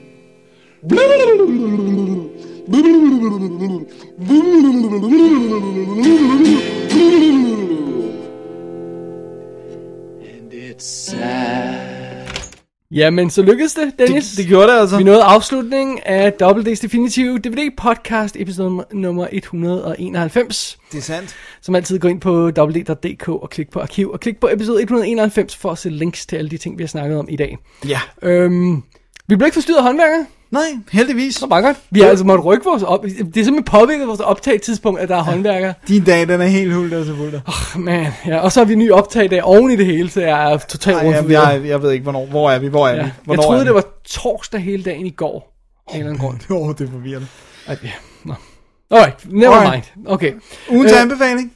[SPEAKER 10] and it's sad.
[SPEAKER 4] Jamen, så lykkedes det, Dennis.
[SPEAKER 3] Det gjorde det altså.
[SPEAKER 4] Vi nåede afslutningen af Double D's Definitive DVD podcast, episode nummer 191.
[SPEAKER 3] Det er sandt.
[SPEAKER 4] Som altid, gå ind på www.dk og klik på arkiv, og klik på episode 191 for at se links til alle de ting, vi har snakket om i dag.
[SPEAKER 3] Ja.
[SPEAKER 4] Vi blev ikke forstyrret af håndværkere.
[SPEAKER 3] Nej, heldigvis.
[SPEAKER 4] Det var bare godt. Vi har altså måttet rykke vores op. Det er simpelthen påvirket vores optag-tidspunkt, at der er håndværkere.
[SPEAKER 3] Din dag, den er helt hul, der selvfølgelig.
[SPEAKER 4] Man, ja. Og så har vi en ny optag-dag oven i det hele, så jeg er totalt rundt forvirret.
[SPEAKER 3] Jeg ved ikke, hvornår. Hvor er vi? Hvornår
[SPEAKER 4] jeg troede, det var torsdag hele dagen i går. Af en eller anden grund.
[SPEAKER 3] Det er forvirrende.
[SPEAKER 4] Ja. Nå. Alright, never mind. Okay.
[SPEAKER 3] Ugens anbefaling?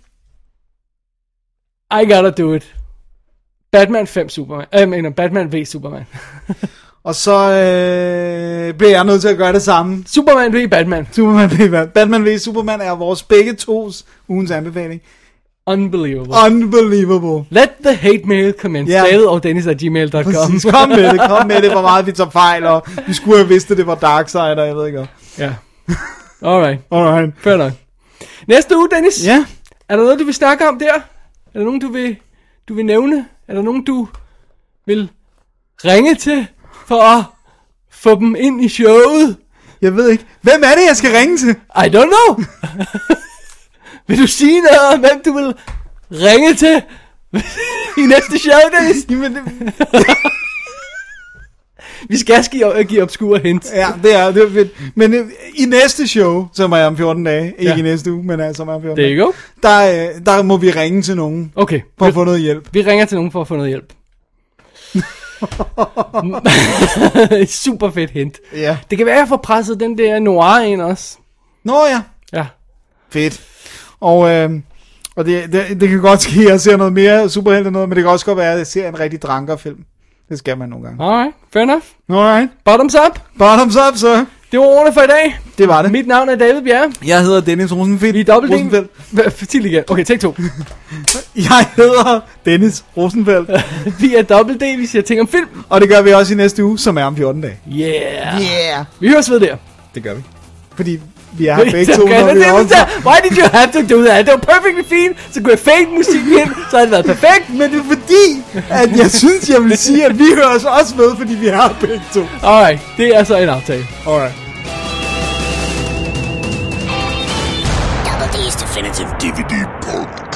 [SPEAKER 4] I gotta do it. Batman 5 Superman. Jeg mener, Batman v Superman.
[SPEAKER 3] Og så bliver jeg nødt til at gøre det samme.
[SPEAKER 4] Superman v Batman.
[SPEAKER 3] Batman v Superman er vores begge tos ugens anbefaling.
[SPEAKER 4] Unbelievable. Let the hate mail come in. David og Dennis@gmail.com.
[SPEAKER 3] Præcis, kom med det, hvor meget vi tager fejl, og vi skulle have vidst, at det var Darkseid, og jeg ved ikke.
[SPEAKER 4] Ja. Alright.
[SPEAKER 3] Fair
[SPEAKER 4] nok. Næste uge, Dennis.
[SPEAKER 3] Ja.
[SPEAKER 4] Er der noget, du vil snakke om der? Er der nogen, du vil nævne? Er der nogen, du vil ringe til for at få dem ind i showet?
[SPEAKER 3] Jeg ved ikke. Hvem er det, jeg skal ringe til?
[SPEAKER 4] I don't know. Vil du sige noget om, hvem du vil ringe til i næste show, Dennis? Vi skal give obskure hint.
[SPEAKER 3] Ja, det er fedt. Men i næste show, som er om 14 dage, ikke i næste uge, men altså om 14 dage.
[SPEAKER 4] There you go.
[SPEAKER 3] Der må vi ringe til nogen.
[SPEAKER 4] Okay.
[SPEAKER 3] For at få noget hjælp.
[SPEAKER 4] Vi ringer til nogen for at få noget hjælp. Super fedt hint.
[SPEAKER 3] Ja.
[SPEAKER 4] Det kan være, at jeg får presset den der noir ind også.
[SPEAKER 3] Nå ja.
[SPEAKER 4] Ja.
[SPEAKER 3] Fedt. Og det kan godt ske, at jeg ser noget mere superhelt eller noget, men det kan også godt være, at jeg ser en rigtig drankerfilm. Det skal man nogle gange.
[SPEAKER 4] Alright, fair enough.
[SPEAKER 3] Alright.
[SPEAKER 4] Bottoms up.
[SPEAKER 3] Bottoms up, så.
[SPEAKER 4] Det var ordene for i dag.
[SPEAKER 3] Det var det.
[SPEAKER 4] Mit navn er David Bjerre.
[SPEAKER 3] Jeg hedder Dennis Rosenfeldt.
[SPEAKER 4] Vi er dobbelt Fortæl igen. Okay, take 2.
[SPEAKER 3] Jeg hedder Dennis Rosenfeldt.
[SPEAKER 4] Vi er dobbelt D, vi siger ting om film.
[SPEAKER 3] Og det gør vi også i næste uge, som er om 14 dage.
[SPEAKER 4] Yeah. Vi høres ved der.
[SPEAKER 3] Det gør vi. Fordi vi er her begge to, når vi også...
[SPEAKER 4] Why did you have to do that? Det var perfectly fint. Så kunne jeg fade musik ind, så havde det været perfekt.
[SPEAKER 3] Men det er fordi, at jeg synes, jeg vil sige, at vi hører os også med, fordi vi er her begge to.
[SPEAKER 4] Alright, det er så en aftale.
[SPEAKER 3] Alright.
[SPEAKER 2] Double D's Definitive DVD Podcast.